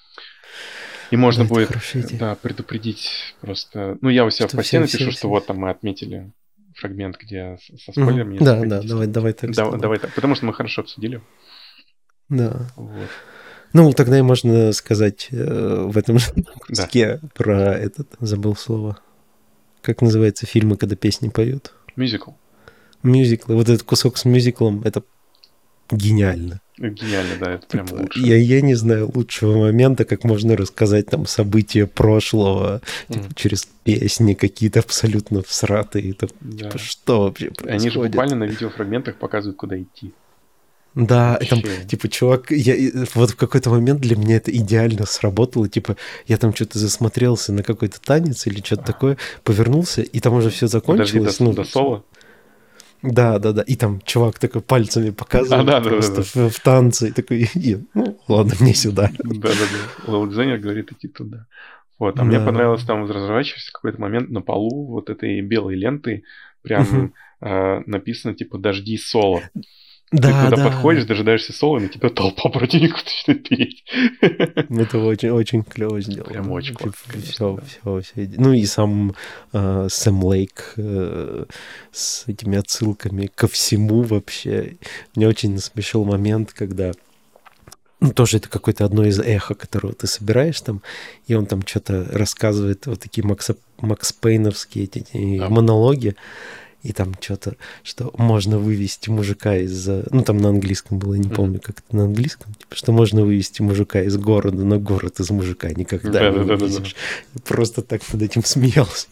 [SPEAKER 1] И можно
[SPEAKER 2] да,
[SPEAKER 1] будет да, предупредить просто... Ну, я у себя что в посте напишу, все, что все. Вот там мы отметили фрагмент, где со спойлерами.
[SPEAKER 2] Угу. Да, да, давай, давай так
[SPEAKER 1] да, давай так, потому что мы хорошо обсудили.
[SPEAKER 2] Да.
[SPEAKER 1] Вот.
[SPEAKER 2] Ну, тогда и можно сказать э, в этом же куске да. про этот... Забыл слово. Как называется фильмы, когда песни поют?
[SPEAKER 1] Мюзикл.
[SPEAKER 2] Мюзиклы. Вот этот кусок с мюзиклом, это гениально.
[SPEAKER 1] Гениально, да, это прям лучше.
[SPEAKER 2] Я, я не знаю лучшего момента, как можно рассказать там события прошлого mm. типа, через песни какие-то абсолютно всратые. Там, да. Типа, что вообще происходит?
[SPEAKER 1] Они же буквально на видеофрагментах показывают, куда идти.
[SPEAKER 2] Да, и там, типа, чувак, я, вот в какой-то момент для меня это идеально сработало, типа, я там что-то засмотрелся на какой-то танец или что-то такое, повернулся, и там уже все закончилось.
[SPEAKER 1] Подожди, до,
[SPEAKER 2] ну,
[SPEAKER 1] до соло?
[SPEAKER 2] Да, да, да. И там чувак такой пальцами показывает а, да, просто да, да, да. В, в танце. И такой, и, ну, ладно, мне сюда.
[SPEAKER 1] Да, да, да. Левел-дизайнер говорит, идти туда. Вот. А да. мне понравилось там разворачиваться в какой-то момент на полу вот этой белой ленты прям угу. э, написано типа «Дожди соло».
[SPEAKER 2] Да,
[SPEAKER 1] Ты туда
[SPEAKER 2] да.
[SPEAKER 1] подходишь, дожидаешься соло, и на тебя толпа противников начинает переть.
[SPEAKER 2] Это очень, очень клево сделано.
[SPEAKER 1] Прям очень классно, конечно.
[SPEAKER 2] Все,
[SPEAKER 1] да.
[SPEAKER 2] все, все. Ну и сам э, Сэм Лейк э, с этими отсылками ко всему вообще. Мне очень насмешил момент, когда... Ну, тоже это какое-то одно из эхо, которого ты собираешь там, и он там что-то рассказывает, вот такие Макса, Макс Пейновские эти, эти да. монологи. И там что-то, что можно вывести мужика из... Ну, там на английском было, не помню, как это на английском. Типа, что можно вывести мужика из города, но город из мужика никогда да, не да, вывезешь. Да, да. Просто так над этим смеялся.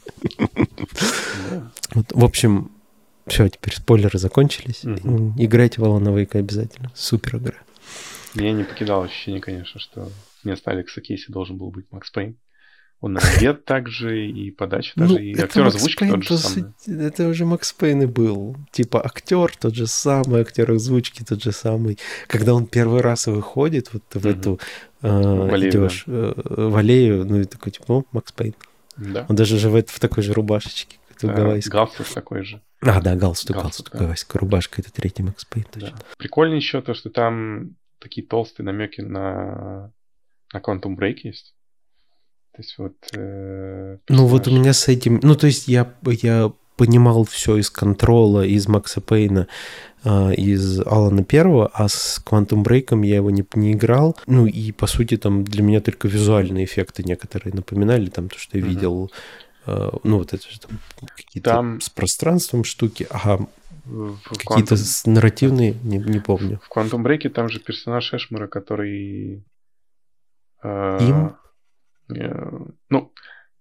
[SPEAKER 2] Вот, в общем, все, теперь спойлеры закончились. Играйте в Alan Wake обязательно. Супер игра.
[SPEAKER 1] Меня не покидало ощущение, конечно, что вместо Алекса Кейси должен был быть Макс Пейн. Он одет также, и подача даже, ну, и актер озвучки тот же самый.
[SPEAKER 2] Это уже Макс Пейн и был. Типа актер тот же самый, актер озвучки тот же самый. Когда он первый раз выходит вот в угу. эту э, Валею, идешь, да. э, в аллею, ну и такой, типа, о, Макс Пейн. Да. Он даже живет в такой же рубашечке, как
[SPEAKER 1] да, гавайской. Галстук такой же.
[SPEAKER 2] А, да, галстук, галстук, да. Гавайская рубашка, это третий Макс Пейн.
[SPEAKER 1] Да. Прикольно еще то, что там такие толстые намеки на, на Quantum Break есть. То есть вот, э,
[SPEAKER 2] ну вот у меня с этим... Ну то есть я, я понимал все из Контрола, из Макса Пейна, э, из Алана Первого, а с Quantum Break'ом я его не, не играл. Ну и по сути там для меня только визуальные эффекты некоторые напоминали, там то, что я видел, mm-hmm. э, ну вот это же там какие-то там... с пространством штуки, ага, в какие-то Quantum... нарративные, не, не помню.
[SPEAKER 1] В Quantum Break'е там же персонаж Эшмера, который...
[SPEAKER 2] Э... Им?
[SPEAKER 1] Ну,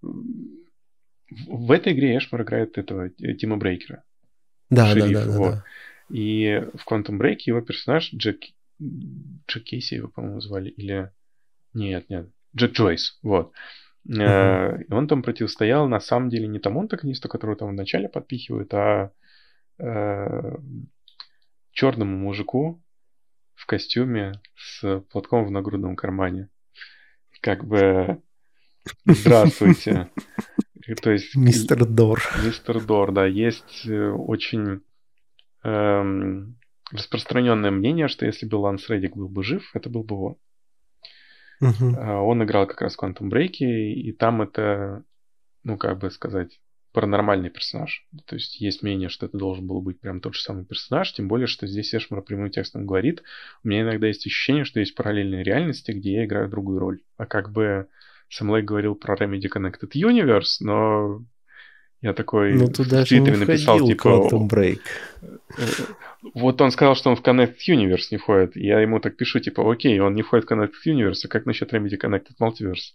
[SPEAKER 1] в этой игре Эшмер играет этого Тима Брейкера.
[SPEAKER 2] Да,
[SPEAKER 1] шерифа,
[SPEAKER 2] да, да,
[SPEAKER 1] вот.
[SPEAKER 2] да.
[SPEAKER 1] И в Quantum Break его персонаж Джек, Джек Кейси его, по-моему, звали. Или... Нет, нет. Джек Джойс. Вот. Uh-huh. И он там противостоял, на самом деле, не тому антагонисту, которого там вначале подпихивают, а э, черному мужику в костюме с платком в нагрудном кармане. Как бы здравствуйте. То есть,
[SPEAKER 2] мистер Дор.
[SPEAKER 1] Мистер Дор, да. Есть очень эм, распространенное мнение, что если бы Ланс Реддик был бы жив, это был бы он.
[SPEAKER 2] Угу.
[SPEAKER 1] Он играл как раз в Quantum Break, и там это, ну, как бы сказать, паранормальный персонаж. То есть есть мнение, что это должен был быть прям тот же самый персонаж, тем более, что здесь Эшмар прямым текстом говорит, у меня иногда есть ощущение, что есть параллельные реальности, где я играю другую роль. А как бы Сэм Лейк говорил про Remedy Connected Universe, но я такой
[SPEAKER 2] ну,
[SPEAKER 1] в
[SPEAKER 2] туда
[SPEAKER 1] Твиттере написал, типа...
[SPEAKER 2] Quantum Break.
[SPEAKER 1] Вот он сказал, что он в Connected Universe не входит. Я ему так пишу, типа, окей, он не входит в Connected Universe, а как насчет Remedy Connected Multiverse?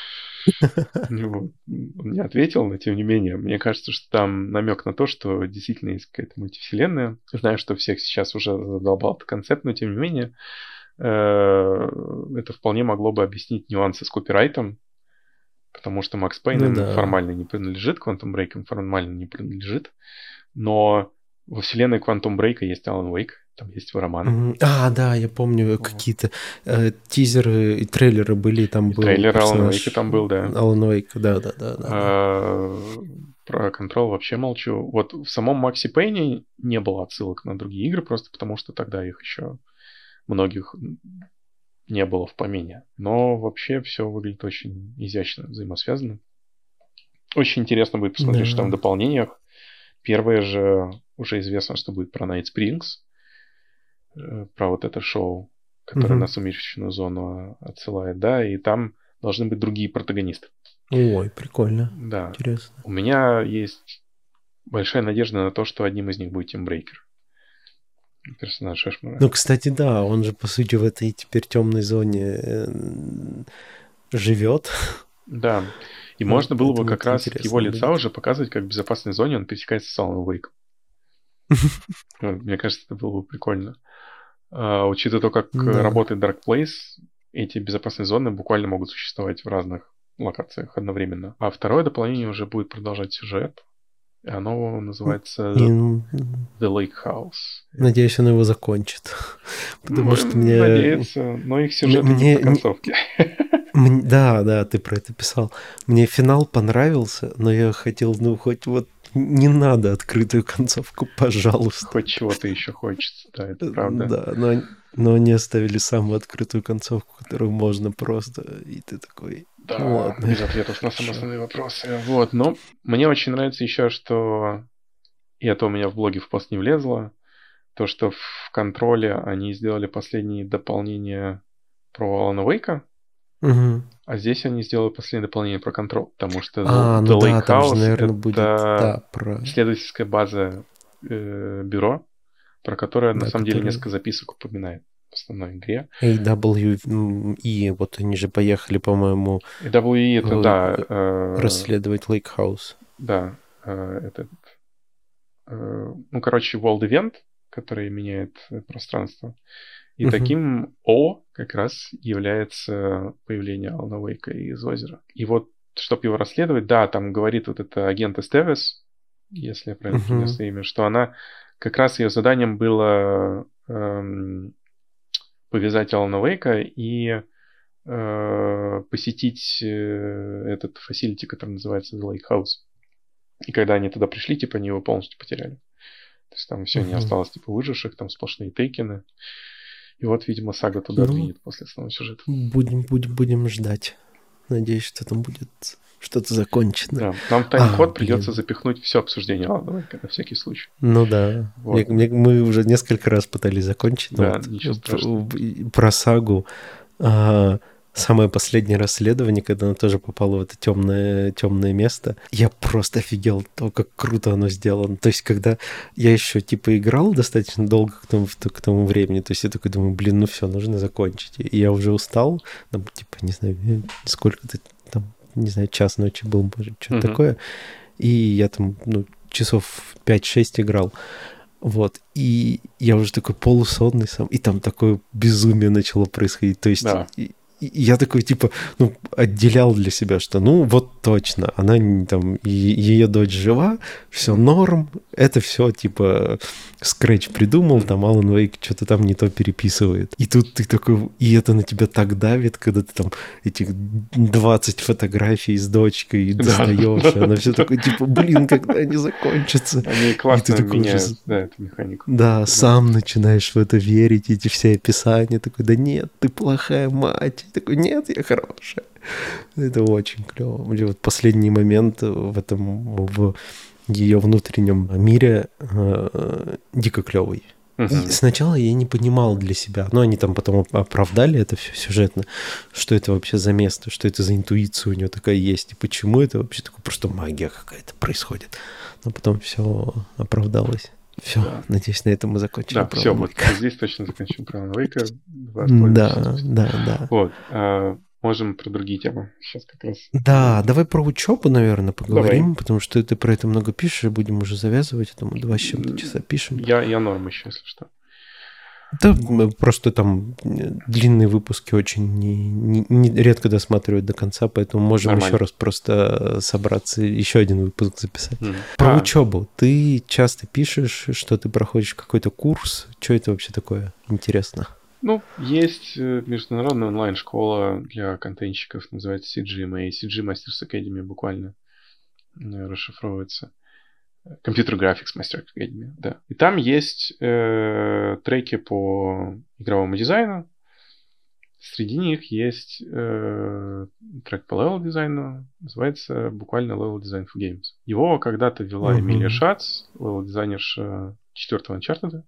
[SPEAKER 1] Он не ответил, но тем не менее, мне кажется, что там намек на то, что действительно есть какая-то мультивселенная. Знаю, что всех сейчас уже задолбал этот концепт, но тем не менее, это вполне могло бы объяснить нюансы с копирайтом, потому что Макс Пейн ну, да. формально не принадлежит, Quantum Break формально не принадлежит, но во вселенной Quantum Break есть Alan Wake, там есть роман.
[SPEAKER 2] А, да, я помню, вот. какие-то э, тизеры и трейлеры были, там и был
[SPEAKER 1] трейлер Alan Wake там был, да.
[SPEAKER 2] Alan Wake, да, да, да. да,
[SPEAKER 1] а, да. Про Control вообще молчу. Вот в самом Максе Пейне не было отсылок на другие игры, просто потому что тогда их еще многих не было в помине. Но вообще все выглядит очень изящно, взаимосвязано. Очень интересно будет посмотреть, да. что там в дополнениях. Первое же уже известно, что будет про Night Springs, про вот это шоу, которое угу. на сумеречную зону отсылает, да, и там должны быть другие протагонисты.
[SPEAKER 2] Ой, прикольно.
[SPEAKER 1] Да.
[SPEAKER 2] Интересно.
[SPEAKER 1] У меня есть большая надежда на то, что одним из них будет Тим Брейкер. Персонаж Эшмара.
[SPEAKER 2] Ну, кстати, да, он же, по сути, в этой теперь темной зоне живет.
[SPEAKER 1] Да. И ну, можно было бы как раз от его лица будет. уже показывать, как в безопасной зоне он пересекается с Аланом Уэйком. Мне кажется, это было бы прикольно. А, учитывая то, как да. работает Dark Place, эти безопасные зоны буквально могут существовать в разных локациях одновременно. А второе дополнение уже будет продолжать сюжет. И оно называется
[SPEAKER 2] И...
[SPEAKER 1] The Lake House.
[SPEAKER 2] Надеюсь, он его закончит. Потому
[SPEAKER 1] ну,
[SPEAKER 2] что мне...
[SPEAKER 1] Надеюсь, но их сюжет
[SPEAKER 2] мне...
[SPEAKER 1] не по концовке.
[SPEAKER 2] Да, да, ты про это писал. Мне финал понравился, но я хотел, ну, хоть вот не надо открытую концовку, пожалуйста.
[SPEAKER 1] Хоть чего-то еще хочется, да, это правда.
[SPEAKER 2] Да, но, но они оставили самую открытую концовку, которую можно просто, и ты такой...
[SPEAKER 1] Да,
[SPEAKER 2] ну, ладно.
[SPEAKER 1] Без ответов на самые основные вопросы. Вот, но мне очень нравится еще, что... И это у меня в блоге в пост не влезло. То, что в контроле они сделали последние дополнения про Алана Уэйка.
[SPEAKER 2] Угу.
[SPEAKER 1] А здесь они сделали последнее дополнение про контрол, потому что
[SPEAKER 2] а,
[SPEAKER 1] The
[SPEAKER 2] ну
[SPEAKER 1] Lake
[SPEAKER 2] да,
[SPEAKER 1] House
[SPEAKER 2] же, наверное,
[SPEAKER 1] это
[SPEAKER 2] будет, да, про...
[SPEAKER 1] исследовательская база э, бюро, про которое
[SPEAKER 2] да,
[SPEAKER 1] на самом
[SPEAKER 2] который...
[SPEAKER 1] деле несколько записок упоминает в основной игре.
[SPEAKER 2] эй дабл ю и, вот они же поехали, по-моему...
[SPEAKER 1] эй дабл ю и это,
[SPEAKER 2] э,
[SPEAKER 1] да... Э,
[SPEAKER 2] расследовать Lake House.
[SPEAKER 1] Да, э, это... Э, ну, короче, World Event, который меняет пространство. И uh-huh. таким О как раз является появление Алана Уэйка из озера. И вот, чтобы его расследовать, да, там говорит вот эта агент Эстевес, если я правильно помню uh-huh. имя, что она, как раз ее заданием было эм, повязать Алана Уэйка и э, посетить э, этот фасилити, который называется The Lake House. И когда они туда пришли, типа, они его полностью потеряли. То есть там все uh-huh. не осталось, типа, выживших, там сплошные тейкины. И вот, видимо, сага туда ну, двинет после основного сюжета.
[SPEAKER 2] Будем, будем, будем ждать. Надеюсь, что там будет что-то закончено.
[SPEAKER 1] Да, нам в тайм-код а, придется блин. запихнуть все обсуждение Алана Уэйка на всякий случай.
[SPEAKER 2] Ну да. Вот. Мне, мне, мы уже несколько раз пытались закончить.
[SPEAKER 1] Да,
[SPEAKER 2] вот,
[SPEAKER 1] ничего страшного.
[SPEAKER 2] Про сагу. А, самое последнее расследование, когда она тоже попала в это темное, темное место, я просто офигел то, как круто оно сделано. То есть, когда я еще, типа, играл достаточно долго к тому, к тому времени, то есть я такой думаю, блин, ну все, нужно закончить. И я уже устал, там, типа, не знаю, сколько-то там, не знаю, час ночи был, может, что-то mm-hmm. такое. И я там, ну, часов пять-шесть играл. Вот, и я уже такой полусонный сам, и там такое безумие начало происходить. То есть...
[SPEAKER 1] Да.
[SPEAKER 2] И, и я такой, типа, ну, отделял для себя, что, ну, вот точно, она там, ее дочь жива, все норм, это все, типа, Scratch придумал, там Alan Wake что-то там не то переписывает. И тут ты такой, и это на тебя так давит, когда ты там этих двадцать фотографий с дочкой достаешь, и она все такое, типа, блин, когда они закончатся.
[SPEAKER 1] Они классно меняют, да, эту механику.
[SPEAKER 2] Да, сам начинаешь в это верить, эти все описания, такой, да нет, ты плохая мать. Такой, нет, я хорошая. Это очень клево. Мне вот последний момент в этом, в ее внутреннем мире э, дико клевый. Uh-huh. И сначала я не понимал для себя, но они там потом оправдали это все сюжетно, что это вообще за место, что это за интуиция у нее такая есть, и почему это вообще такое просто магия какая-то происходит. Но потом все оправдалось. Все, да. Надеюсь, на этом мы закончим.
[SPEAKER 1] Да, все, вот здесь точно закончим про Alan Wake.
[SPEAKER 2] Да, да, да.
[SPEAKER 1] Вот, а, можем про другие темы сейчас как раз.
[SPEAKER 2] Да, давай про учебу, наверное, поговорим, давай. Потому что ты про это много пишешь, и будем уже завязывать, это мы два с чем-то часа пишем.
[SPEAKER 1] Я, я норм еще, если что.
[SPEAKER 2] Да, просто там длинные выпуски очень не, не, не, редко досматривают до конца, поэтому можем Нормально. Еще раз просто собраться, еще один выпуск записать. Mm. Про а. учебу. Ты часто пишешь, что ты проходишь какой-то курс. Что это вообще такое? Интересно.
[SPEAKER 1] Ну, есть международная онлайн-школа для контентщиков, называется си джи эм эй. си джи Masters Academy буквально расшифровывается. Computer Graphics Master Academy, да. И там есть э, треки по игровому дизайну. Среди них есть э, трек по левел-дизайну. Называется буквально Level Design for Games. Его когда-то вела uh-huh. Эмилия Шац, левел-дизайнерша четвертого Uncharted.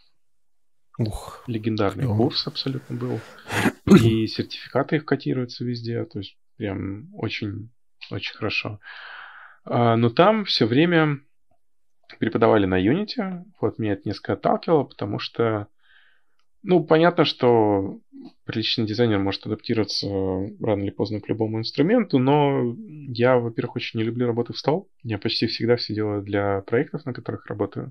[SPEAKER 2] Ух.
[SPEAKER 1] Легендарный uh-huh. курс абсолютно был. И сертификаты их котируются везде. То есть прям очень, очень хорошо. А, но там все время преподавали на Unity. Вот меня это несколько отталкивало, потому что, ну, понятно, что приличный дизайнер может адаптироваться рано или поздно к любому инструменту, но я, во-первых, очень не люблю работу в стол. Я почти всегда все делаю для проектов, на которых работаю.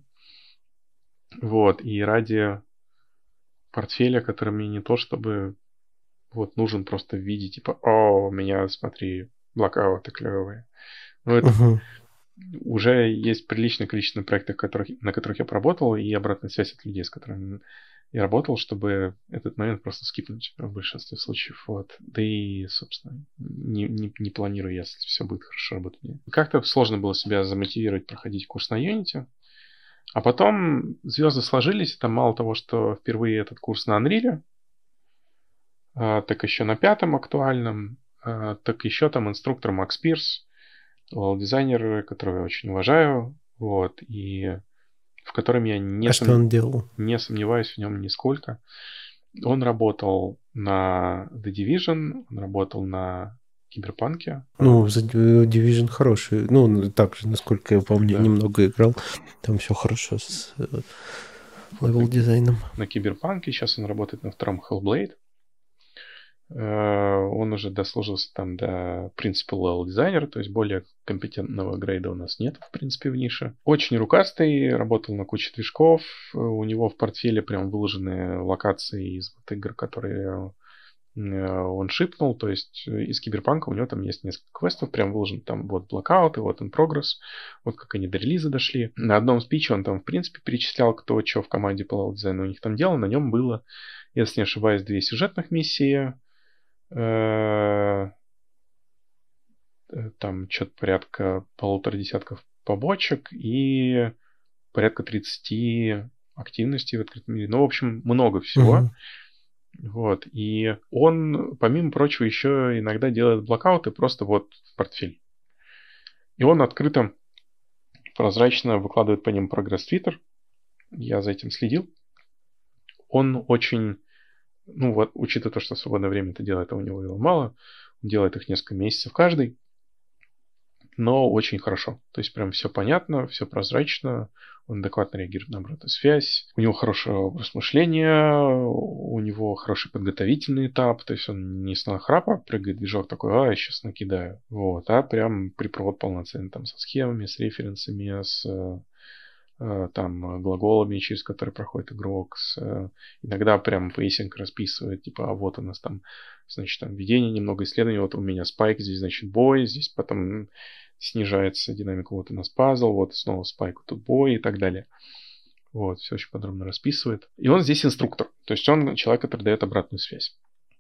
[SPEAKER 1] Вот, и ради портфеля, который мне не то чтобы вот нужен просто в виде, типа, о, у меня, смотри, блокауты клевые. Ну, это... Uh-huh. Уже есть приличное количество проектов, которых, на которых я поработал, и обратная связь от людей, с которыми я работал, чтобы этот момент просто скипнуть в большинстве случаев. Вот. Да и, собственно, не, не, не планирую, если все будет хорошо работать. Как-то сложно было себя замотивировать проходить курс на Unity. А потом звезды сложились. Там мало того, что впервые этот курс на Unreal, а, так еще на пятом актуальном, а, так еще там инструктор Макс Пирс, левел-дизайнер, которого я очень уважаю, вот, и в котором я не,
[SPEAKER 2] а
[SPEAKER 1] сом...
[SPEAKER 2] что он делал?
[SPEAKER 1] не сомневаюсь в нем нисколько. Он работал на The Division, он работал на Киберпанке.
[SPEAKER 2] Ну, The Division хороший. Ну, также, насколько я помню, да. немного играл. Там все хорошо с левел-дизайном.
[SPEAKER 1] На Киберпанке сейчас он работает на втором Hellblade. Он уже дослужился там до Principal Level Designer, то есть более компетентного грейда у нас нет, в принципе, в нише. Очень рукастый, работал на куче движков. У него в портфеле прям выложены локации из вот игр, которые он шипнул. То есть из Киберпанка у него там есть несколько квестов, прям выложен там вот Blackout и вот In Progress, вот как они до релиза дошли. На одном спиче он там, в принципе, перечислял, кто что в команде по level дизайну у них там делал. На нем было, если не ошибаюсь, две сюжетных миссии, там что-то порядка полутора десятков побочек и порядка тридцати активностей в открытом мире. Ну, в общем, много всего. Uh-huh. Вот. И он, помимо прочего, еще иногда делает блокауты просто вот в портфель. И он открыто, прозрачно выкладывает по ним прогресс Twitter. Я за этим следил. Он очень... Ну, вот, учитывая то, что в свободное время это делает, а у него его мало, он делает их несколько месяцев каждый, но очень хорошо. То есть прям все понятно, все прозрачно, он адекватно реагирует на обратную связь, у него хороший образ мышления, у него хороший подготовительный этап, то есть он не с нахрапа прыгает движок такой, а, я сейчас накидаю, вот, а прям припровод полноценный там со схемами, с референсами, с там глаголами, через которые проходит игрок. С, иногда прям пейсинг расписывает, типа, а вот у нас там, значит, там введение, немного исследований, вот у меня спайк, здесь, значит, бой, здесь потом снижается динамика, вот у нас пазл, вот снова спайк, тут бой и так далее. Вот, все очень подробно расписывает. И он здесь инструктор, то есть он человек, который дает обратную связь.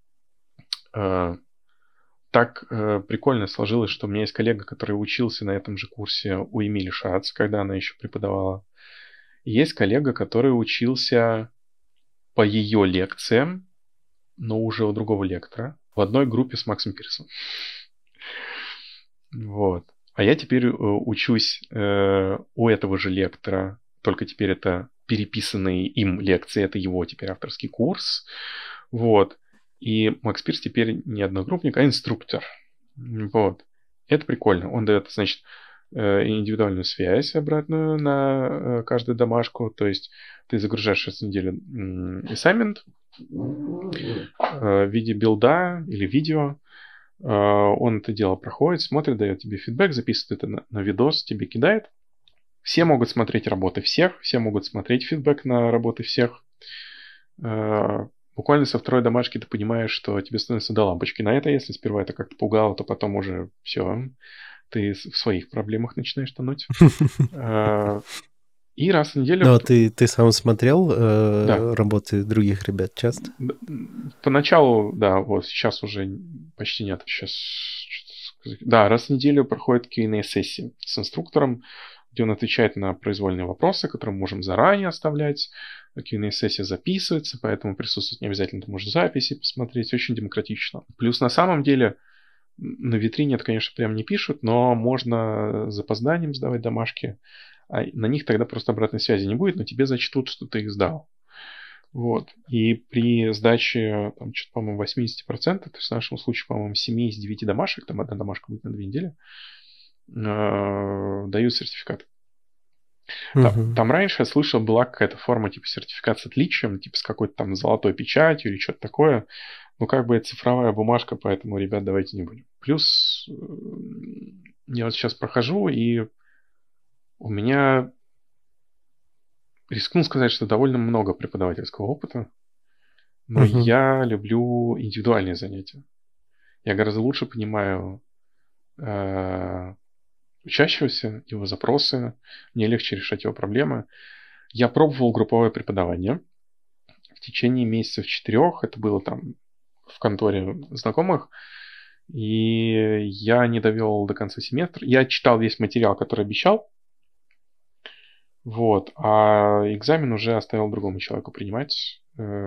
[SPEAKER 1] Так э, прикольно сложилось, что у меня есть коллега, который учился на этом же курсе у Эмили Шац, когда она еще преподавала. И есть коллега, который учился по ее лекциям, но уже у другого лектора, в одной группе с Максом Пирсом. Вот. А я теперь э, учусь э, у этого же лектора, только теперь это переписанные им лекции, это его теперь авторский курс. Вот. И Макс Пирс теперь не одногруппник, а инструктор. Вот. Это прикольно. Он дает, значит, индивидуальную связь обратную на каждую домашку. То есть ты загружаешь раз в неделю assignment в виде билда или видео. Он это дело проходит, смотрит, дает тебе фидбэк, записывает это на, на видос, тебе кидает. Все могут смотреть работы всех, все могут смотреть фидбэк на работы всех. Буквально со второй домашки ты понимаешь, что тебе становится до лампочки на это. Если сперва это как-то пугало, то потом уже все, ты в своих проблемах начинаешь тонуть. И раз в неделю...
[SPEAKER 2] Ну, а ты, ты сам смотрел э, да. работы других ребят часто?
[SPEAKER 1] Поначалу, да, вот сейчас уже почти нет. Сейчас... Да, раз в неделю проходит кью энд эй-сессия с инструктором, где он отвечает на произвольные вопросы, которые мы можем заранее оставлять. кью энд эй-сессия записывается, поэтому присутствовать не обязательно, ты можешь записи посмотреть. Очень демократично. Плюс на самом деле на витрине это, конечно, прям не пишут, но можно с запозданием сдавать домашки. А на них тогда просто обратной связи не будет, но тебе зачтут, что ты их сдал. Вот. И при сдаче, там, что-то, по-моему, восемьдесят процентов, то есть в нашем случае, по-моему, семь из девяти домашек, там одна домашка будет на две недели, э- дают сертификат. Uh-huh. Там, там раньше, я слышал, была какая-то форма типа сертификат с отличием, типа с какой-то там золотой печатью или что-то такое. Ну, как бы это цифровая бумажка, поэтому, ребят, давайте не будем. Плюс я вот сейчас прохожу, и у меня, рискну сказать, что довольно много преподавательского опыта, но uh-huh. я люблю индивидуальные занятия. Я гораздо лучше понимаю э- учащегося, его запросы, мне легче решать его проблемы. Я пробовал групповое преподавание в течение месяцев четырех, это было там в конторе знакомых, и я не довел до конца семестра. Я читал весь материал, который обещал, вот, а экзамен уже оставил другому человеку принимать,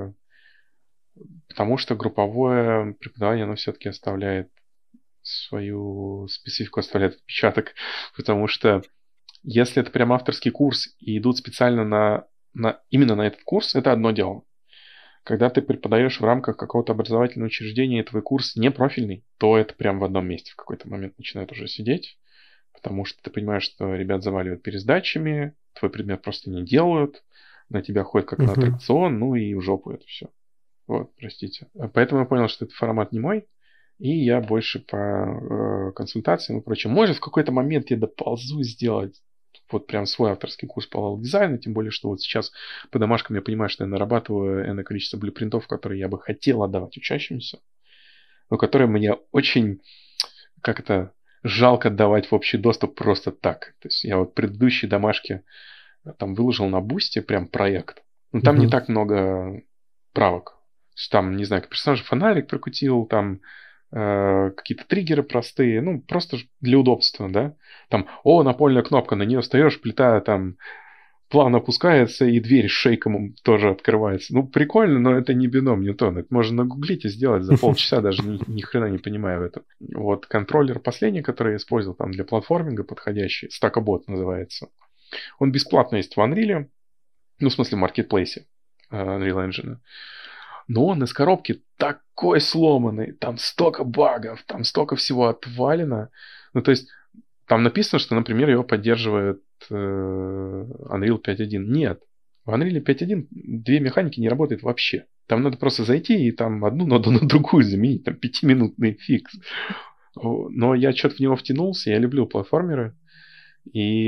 [SPEAKER 1] потому что групповое преподавание, оно все-таки оставляет свою специфику, оставляет отпечаток, потому что если это прям авторский курс и идут специально на, на именно на этот курс, это одно дело. Когда ты преподаешь в рамках какого-то образовательного учреждения, и твой курс не профильный, то это прям в одном месте в какой-то момент начинает уже сидеть, потому что ты понимаешь, что ребят заваливают пересдачами, твой предмет просто не делают, на тебя ходят как uh-huh. на аттракцион, ну и в жопу это все. Вот, простите. Поэтому я понял, что этот формат не мой, и я больше по э, консультациям и прочее. Может, в какой-то момент я доползу сделать вот прям свой авторский курс по левел-дизайну, тем более, что вот сейчас по домашкам я понимаю, что я нарабатываю энное количество блюпринтов, которые я бы хотел отдавать учащимся, но которые мне очень, как это, жалко давать в общий доступ просто так. То есть я вот предыдущие домашки там выложил на Бусти прям проект. Но там uh-huh. не так много правок. Там, не знаю, персонажа фонарик прокрутил, там э, какие-то триггеры простые, ну, просто для удобства, да. Там, о, напольная кнопка, на нее встаешь, плита там плавно опускается, и дверь с шейком тоже открывается. Ну, прикольно, но это не бином Ньютона. Это можно нагуглить и сделать за полчаса, даже ни, ни хрена не понимая в этом. Вот контроллер последний, который я использовал там для платформинга подходящий, StackaBot называется. Он бесплатно есть в Unreal, ну, в смысле, в маркетплейсе Unreal Engine. Но он из коробки такой сломанный, там столько багов, там столько всего отвалено. Ну, то есть, там написано, что, например, его поддерживает э, Unreal пять точка один. Нет, в Unreal пять точка один две механики не работают вообще. Там надо просто зайти и там одну ноду на другую заменить, там пятиминутный фикс. Но я что-то в него втянулся, я люблю платформеры. И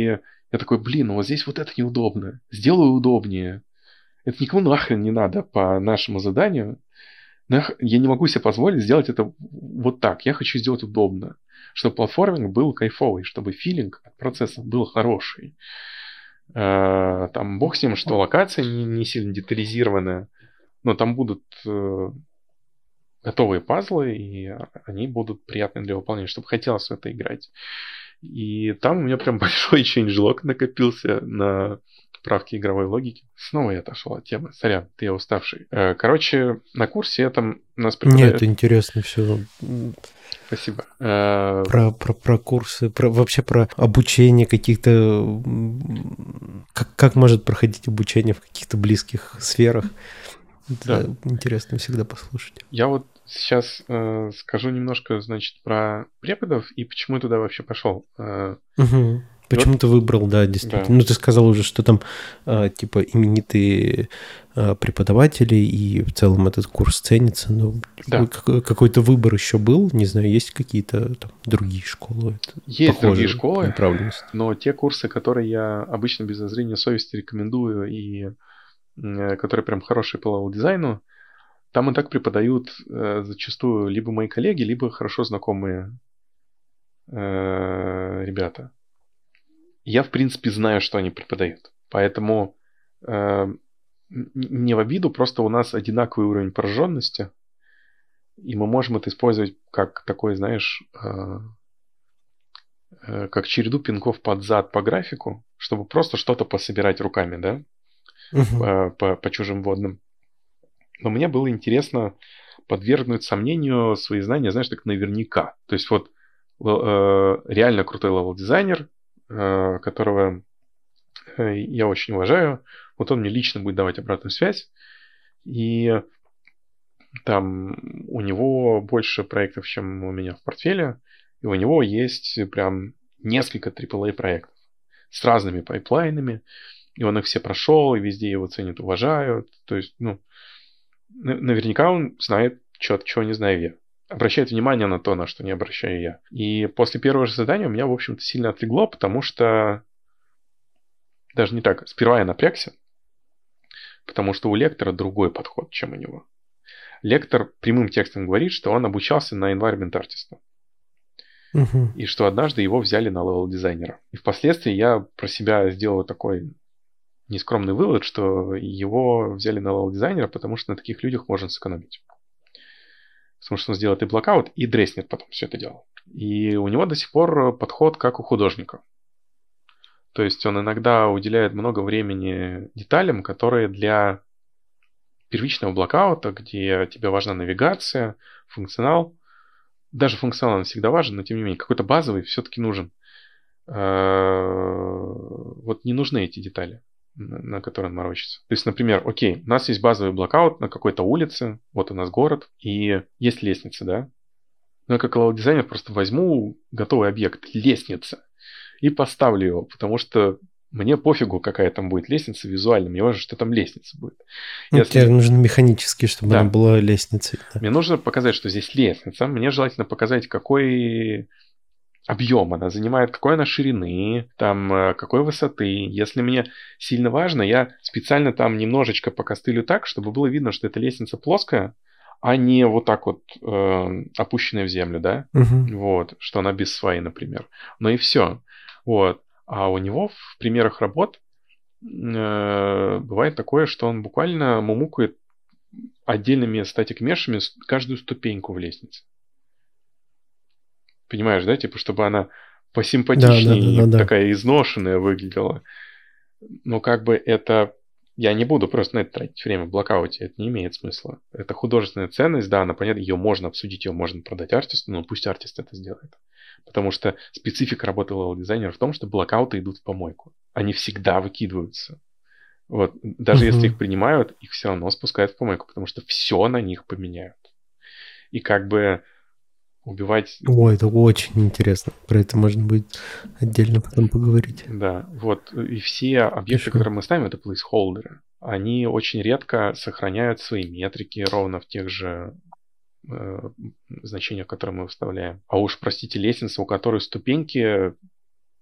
[SPEAKER 1] Я такой, блин, ну вот здесь вот это неудобно. Сделаю удобнее. Это никому нахрен не надо по нашему заданию. Я не могу себе позволить сделать это вот так. Я хочу сделать удобно. Чтобы платформинг был кайфовый, чтобы филинг от процесса был хороший. Там бог с ним, что локация не, не сильно детализированная, но там будут готовые пазлы, и они будут приятны для выполнения, чтобы хотелось в это играть. И там у меня прям большой changelog накопился на правки игровой логики. Снова я отошел от темы. Сорян, ты я уставший. Короче, на курсе этом нас
[SPEAKER 2] преподают... Нет, интересно все.
[SPEAKER 1] Спасибо.
[SPEAKER 2] Про, про, про курсы, про, вообще про обучение каких-то... Как, как может проходить обучение в каких-то близких сферах? Это да. Интересно всегда послушать.
[SPEAKER 1] Я вот сейчас э, скажу немножко, значит, про преподов и почему я туда вообще пошел. Э,
[SPEAKER 2] угу. Почему вот... ты выбрал, да, действительно. Да. Ну, ты сказал уже, что там э, типа именитые э, преподаватели, и в целом этот курс ценится. Но да. какой-то выбор еще был? Не знаю, есть какие-то там другие школы?
[SPEAKER 1] Есть другие школы, но те курсы, которые я обычно без зазрения совести рекомендую и которые прям хорошие по левел-дизайну, там и так преподают э, зачастую либо мои коллеги, либо хорошо знакомые э, ребята. Я, в принципе, знаю, что они преподают. Поэтому э, не в обиду, просто у нас одинаковый уровень пораженности, и мы можем это использовать как такой, знаешь, э, э, как череду пинков под зад по графику, чтобы просто что-то пособирать руками, да? Uh-huh. По, по, по чужим водным. Но мне было интересно подвергнуть сомнению свои знания, знаешь, так наверняка. То есть вот э, реально крутой левел-дизайнер, э, которого э, я очень уважаю, вот он мне лично будет давать обратную связь, и там у него больше проектов, чем у меня в портфеле, и у него есть прям несколько трипл эй проектов с разными пайплайнами, и он их все прошел, и везде его ценят, уважают. То есть, ну, наверняка он знает что-то, чего не знаю я. Обращает внимание на то, на что не обращаю я. И после первого же задания у меня, в общем-то, сильно отлегло, потому что... Даже не так. Сперва я напрягся, потому что у лектора другой подход, чем у него. Лектор прямым текстом говорит, что он обучался на environment артиста. Uh-huh. И что однажды его взяли на левел-дизайнера. И впоследствии я про себя сделал такой... нескромный вывод, что его взяли на левел-дизайнера, потому что на таких людях можно сэкономить. Потому что он сделает и блокаут, и дреснет потом все это дело. И у него до сих пор подход как у художника. То есть он иногда уделяет много времени деталям, которые для первичного блокаута, где тебе важна навигация, функционал. Даже функционал он всегда важен, но тем не менее какой-то базовый все-таки нужен. Вот не нужны эти детали, на которые он морочится. То есть, например, окей, у нас есть базовый блокаут на какой-то улице, вот у нас город, и есть лестница, да? Но я как левел-дизайнер просто возьму готовый объект, лестница, и поставлю его, потому что мне пофигу, какая там будет лестница визуально, мне важно, что там лестница будет.
[SPEAKER 2] Ну, Если... Тебе нужно механически, чтобы да. она была лестницей. Да.
[SPEAKER 1] Мне нужно показать, что здесь лестница, мне желательно показать, какой... объем она занимает, какой она ширины, там, какой высоты. Если мне сильно важно, я специально там немножечко покостылю так, чтобы было видно, что эта лестница плоская, а не вот так вот э, опущенная в землю, да?
[SPEAKER 2] Uh-huh.
[SPEAKER 1] Вот, что она без сваи, например. Но и все. Вот. А у него в примерах работ э, бывает такое, что он буквально мумукает отдельными статик-мешами каждую ступеньку в лестнице. Понимаешь, да? Типа, чтобы она посимпатичнее, да, да, да, да, такая изношенная выглядела. Но как бы это... Я не буду просто на это тратить время в блокауте. Это не имеет смысла. Это художественная ценность, да, она понятна. Ее можно обсудить, ее можно продать артисту, но пусть артист это сделает. Потому что специфика работы левел-дизайнера в том, что блокауты идут в помойку. Они всегда выкидываются. Вот. Даже uh-huh. если их принимают, их все равно спускают в помойку, потому что все на них поменяют. И как бы... убивать...
[SPEAKER 2] Ой, это очень интересно. Про это можно будет отдельно потом поговорить.
[SPEAKER 1] Да, вот. И все объекты, Хорошо. которые мы ставим, это плейсхолдеры. Они очень редко сохраняют свои метрики ровно в тех же э, значениях, которые мы вставляем. А уж, простите, лестница, у которой ступеньки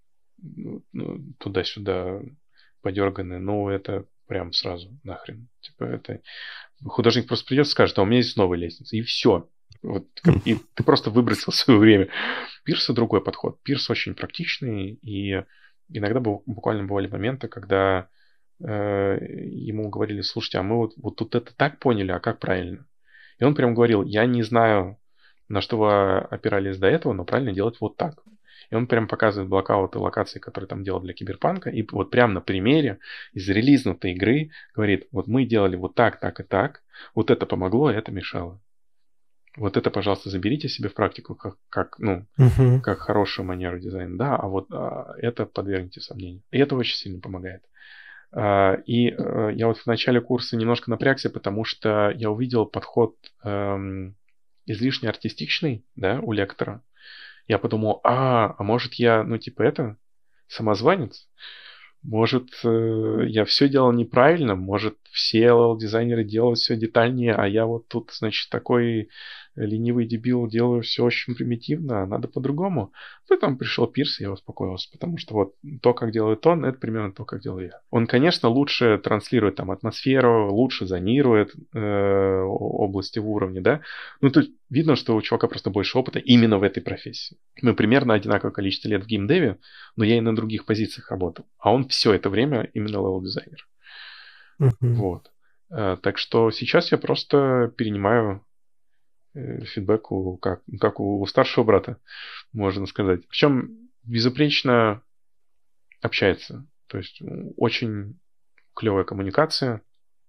[SPEAKER 1] ну, туда-сюда подерганное, но это прям сразу нахрен. Типа это художник просто придет и скажет, а у меня есть новая лестница, и все. Вот, и ты просто выбросил свое время. Пирса другой подход. Пирс очень практичный, и иногда буквально бывали моменты, когда э, ему говорили, слушайте, а мы вот, вот тут это так поняли, а как правильно? И он прям говорил, я не знаю, на что вы опирались до этого, но правильно делать вот так. И он прям показывает блокауты локаций, которые там делал для Киберпанка, и вот прям на примере из релизнутой игры говорит, вот мы делали вот так, так и так, вот это помогло, а это мешало. Вот это, пожалуйста, заберите себе в практику как, как, ну, uh-huh. как хорошую манеру дизайна. Да, а вот а, это подвергните сомнению. И это очень сильно помогает. А, и а, я вот в начале курса немножко напрягся, потому что я увидел подход эм, излишне артистичный, да, у лектора. Я подумал, а, а может я, ну, типа это, самозванец? Может, э, я все делал неправильно? Может, все эл эл-дизайнеры делают все детальнее, а я вот тут, значит, такой ленивый дебил делаю все очень примитивно, а надо по-другому? Потом пришел Пирс, и я успокоился, потому что вот то, как делает он, это примерно то, как делаю я. Он, конечно, лучше транслирует там атмосферу, лучше зонирует э, области в уровне, да? Ну, тут видно, что у чувака просто больше опыта именно в этой профессии. Мы примерно одинаковое количество лет в геймдеве, но я и на других позициях работал. А он все это время именно левел-дизайнер. Uh-huh. Вот. А, так что сейчас я просто перенимаю э, фидбэк у, как, как у старшего брата, можно сказать. Причем безупречно общается. То есть очень клевая коммуникация.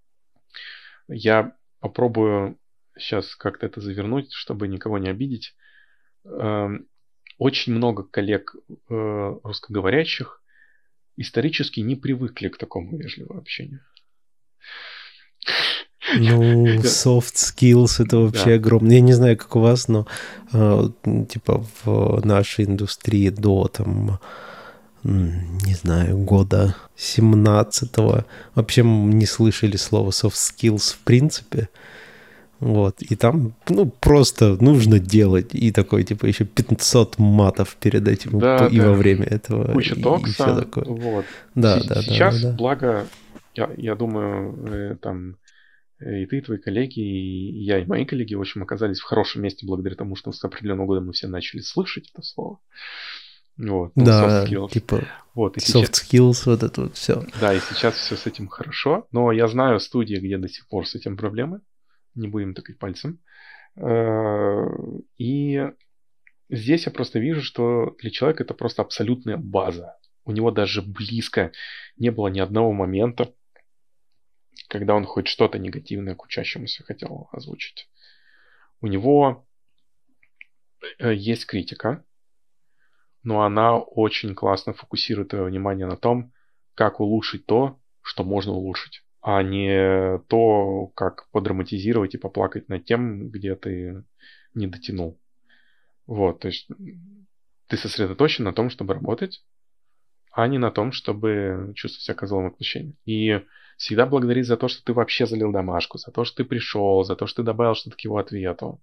[SPEAKER 1] Я попробую сейчас как-то это завернуть, чтобы никого не обидеть. Э, очень много коллег э, русскоговорящих исторически не привыкли к такому вежливому общению.
[SPEAKER 2] Ну, soft skills это вообще да. огромно. Я не знаю, как у вас, но э, типа в нашей индустрии до там, не знаю, года семнадцатого вообще не слышали слова soft skills в принципе. Вот, и там, ну, просто нужно делать, и такой, типа, еще пятьсот матов перед этим, да, и да. во время этого,
[SPEAKER 1] куча
[SPEAKER 2] и,
[SPEAKER 1] токса,
[SPEAKER 2] и все такое.
[SPEAKER 1] Вот.
[SPEAKER 2] Да,
[SPEAKER 1] С-
[SPEAKER 2] да,
[SPEAKER 1] Сейчас,
[SPEAKER 2] да, да, да.
[SPEAKER 1] благо, я, я думаю, там, и ты, и твои коллеги, и я, и мои коллеги, в общем, оказались в хорошем месте благодаря тому, что с определенного года мы все начали слышать это слово. Вот, ну,
[SPEAKER 2] да,
[SPEAKER 1] soft skills.
[SPEAKER 2] типа
[SPEAKER 1] вот, и
[SPEAKER 2] soft
[SPEAKER 1] сейчас,
[SPEAKER 2] skills, вот это вот все.
[SPEAKER 1] Да, и сейчас все с этим хорошо, но я знаю студии, где до сих пор с этим проблемы. Не будем тыкать пальцем. И здесь я просто вижу, что для человека это просто абсолютная база. У него даже близко не было ни одного момента, когда он хоть что-то негативное к учащемуся хотел озвучить. У него есть критика, но она очень классно фокусирует твое внимание на том, как улучшить то, что можно улучшить, а не то, как подраматизировать и поплакать над тем, где ты не дотянул. Вот, то есть ты сосредоточен на том, чтобы работать, а не на том, чтобы чувствовать себя козлом отпущения. И всегда благодарить за то, что ты вообще залил домашку, за то, что ты пришел, за то, что ты добавил что-то к его ответу.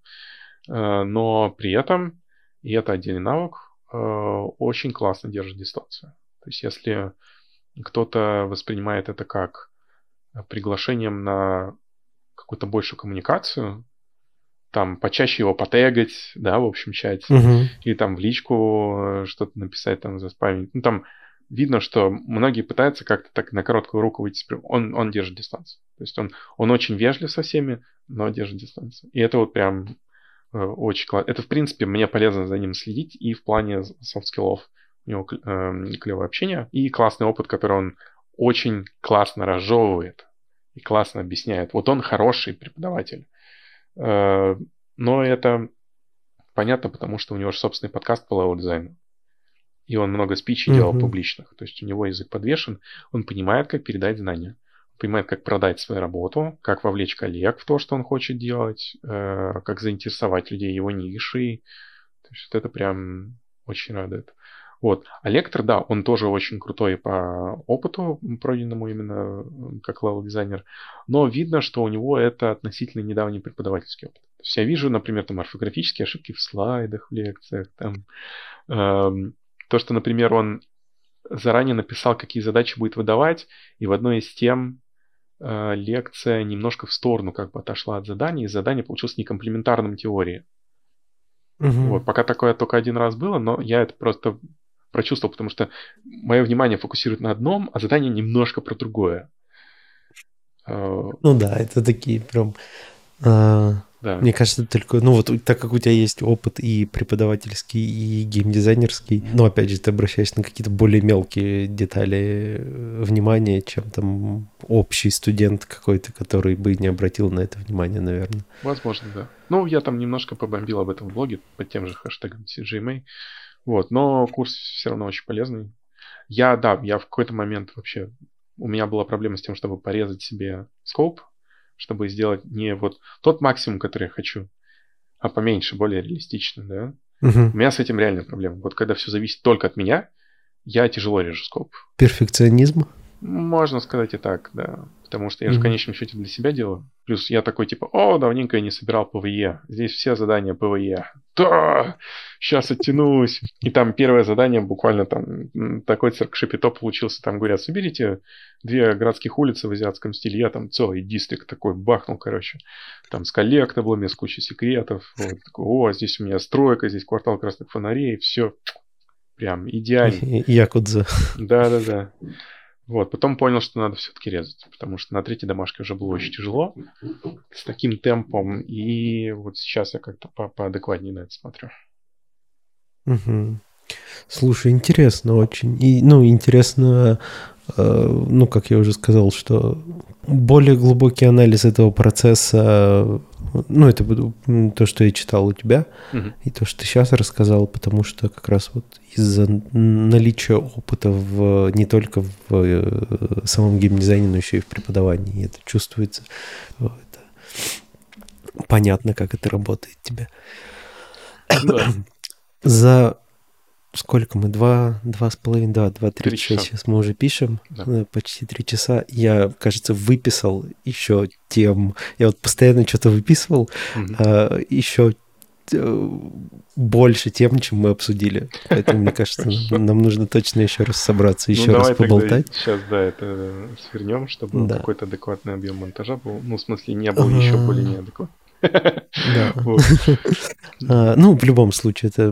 [SPEAKER 1] Но при этом, и это отдельный навык, очень классно держит дистанцию. То есть если кто-то воспринимает это как приглашением на какую-то большую коммуникацию, там почаще его потегать, да, в общем чате, uh-huh. или там в личку что-то написать, там заспамить. Ну, там видно, что многие пытаются как-то так на короткую руку выйти. Он, он держит дистанцию. То есть он, он очень вежлив со всеми, но держит дистанцию. И это вот прям э, очень классно. Это, в принципе, мне полезно за ним следить и в плане софт-скиллов. У него э, клевое общение и классный опыт, который он очень классно разжевывает и классно объясняет. Вот он хороший преподаватель. Э, но это понятно, потому что у него же собственный подкаст по левел-дизайну. И он много спичей uh-huh. делал публичных. То есть у него язык подвешен. Он понимает, как передать знания. Он понимает, как продать свою работу, как вовлечь коллег в то, что он хочет делать, э, как заинтересовать людей его нишей. То есть вот это прям очень радует. Вот. А лектор, да, он тоже очень крутой по опыту, пройденному именно как левел-дизайнер. Но видно, что у него это относительно недавний преподавательский опыт. То есть я вижу, например, там орфографические ошибки в слайдах, в лекциях, там... Э, То, что, например, он заранее написал, какие задачи будет выдавать, и в одной из тем э, лекция немножко в сторону как бы отошла от задания, и задание получилось некомплементарным теории. Угу. Вот, пока такое только один раз было, но я это просто прочувствовал, потому что мое внимание фокусирует на одном, а задание немножко про другое.
[SPEAKER 2] Ну да, это такие прям... А, да. Мне кажется, только... Ну вот так как у тебя есть опыт и преподавательский, и геймдизайнерский, но опять же ты обращаешься на какие-то более мелкие детали внимания, чем там общий студент какой-то, который бы не обратил на это внимание, наверное.
[SPEAKER 1] Возможно, да. Ну, я там немножко побомбил об этом в блоге под тем же хэштегом си джи эм эй. Вот, но курс все равно очень полезный. Я, да, я в какой-то момент вообще... У меня была проблема с тем, чтобы порезать себе скоп, чтобы сделать не вот тот максимум, который я хочу, а поменьше, более реалистично, да. Угу. У меня с этим реальная проблема. Вот когда все зависит только от меня, я тяжело режу скоп.
[SPEAKER 2] Перфекционизм?
[SPEAKER 1] Можно сказать и так, да. Потому что я же в конечном счете для себя делаю. Плюс я такой типа, о, давненько я не собирал ПВЕ. Здесь все задания ПВЕ. Да, сейчас оттянусь. И там первое задание буквально там такой цирк-шапито получился. Там говорят, соберите две городских улицы в азиатском стиле. Я там целый дистрикт такой бахнул, короче. Там с коллектаблами, с кучей секретов. Вот. Такой, о, здесь у меня стройка, здесь квартал красных фонарей. Все прям идеально.
[SPEAKER 2] Якудза.
[SPEAKER 1] Да-да-да. Вот, потом понял, что надо все-таки резать, потому что на третьей домашке уже было очень тяжело с таким темпом, и вот сейчас я как-то по- поадекватнее на это смотрю.
[SPEAKER 2] Угу. Слушай, интересно очень. И, ну, интересно, э, ну, как я уже сказал, что более глубокий анализ этого процесса, ну, это то, что я читал у тебя, угу. и то, что ты сейчас рассказал, потому что как раз вот из-за наличия опыта в, не только в самом геймдизайне, но еще и в преподавании. И это чувствуется. Это понятно, как это работает тебе. Да. За сколько мы? Два, два с половиной, да, два, три часа сейчас мы уже пишем. Да. Почти три часа. Я, кажется, выписал еще тем. Я вот постоянно что-то выписывал. Угу. А, еще больше тем, чем мы обсудили. Поэтому, мне кажется, нам нужно точно еще раз собраться, еще ну, раз поболтать.
[SPEAKER 1] Сейчас, да, это свернем, чтобы да. какой-то адекватный объем монтажа был. Ну, в смысле, не был А-а-а. еще более неадекватный.
[SPEAKER 2] Да. а, ну, в любом случае, это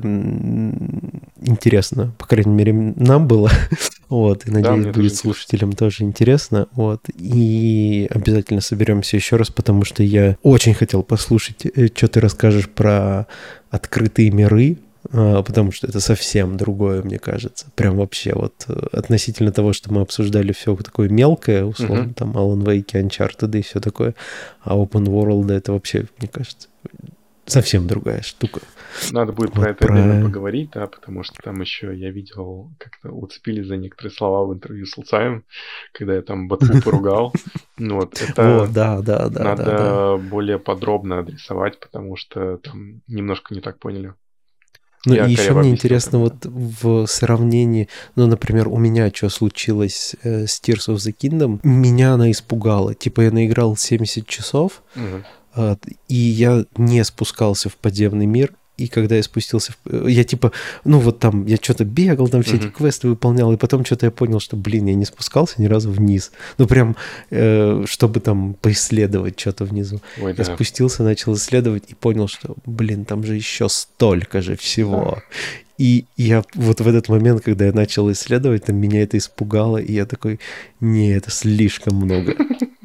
[SPEAKER 2] интересно. По крайней мере, нам было. Вот, и надеюсь, да, будет слушателям интересно. Тоже интересно. Вот. И обязательно соберемся еще раз, потому что я очень хотел послушать, что ты расскажешь про открытые миры, потому что это совсем другое, мне кажется. Прям вообще вот относительно того, что мы обсуждали все такое мелкое, условно, uh-huh. там Alan Wake, Uncharted и все такое, а Open World это вообще, мне кажется, совсем другая штука.
[SPEAKER 1] Надо будет вот про это про... отдельно поговорить, да, потому что там еще я видел, как-то уцепились за некоторые слова в интервью с Луцаем, когда я там ботву поругал. Ну вот, это
[SPEAKER 2] да, да, да,
[SPEAKER 1] надо
[SPEAKER 2] да, да.
[SPEAKER 1] более подробно адресовать, потому что там немножко не так поняли.
[SPEAKER 2] Ну и еще мне интересно вот в сравнении, ну, например, у меня что случилось э, с Tears of the Kingdom, меня она испугала. Типа я наиграл семьдесят часов, угу. э, и я не спускался в подземный мир. И когда я спустился, в... я типа, ну вот там, я что-то бегал, там все uh-huh. эти квесты выполнял, и потом что-то я понял, что, блин, я не спускался ни разу вниз. Ну прям, э, чтобы там поисследовать что-то внизу. Ой, я да. спустился, начал исследовать и понял, что, блин, там же еще столько же всего. Да. И я вот в этот момент, когда я начал исследовать, там меня это испугало, и я такой, не, это слишком много.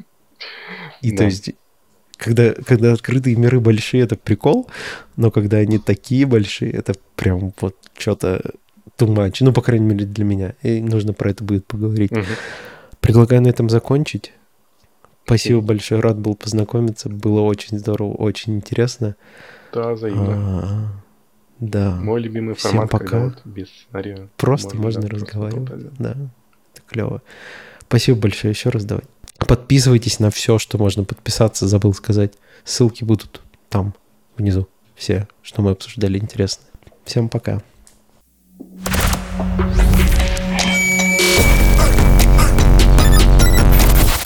[SPEAKER 2] И то есть... Когда, когда открытые миры большие, это прикол, но когда они такие большие, это прям вот что-то too much. Ну, по крайней мере, для меня. И нужно про это будет поговорить. Угу. Предлагаю на этом закончить. Спасибо большое, рад был познакомиться. Было очень здорово, очень интересно.
[SPEAKER 1] Да, взаимно.
[SPEAKER 2] А, да.
[SPEAKER 1] Мой любимый формат, пока. Когда вот без сценария.
[SPEAKER 2] Просто можно, можно да, разговаривать. Просто да, это клево. Спасибо большое еще раз, давай. Подписывайтесь на все, что можно подписаться, забыл сказать. Ссылки будут там, внизу. Все, что мы обсуждали, интересно. Всем пока.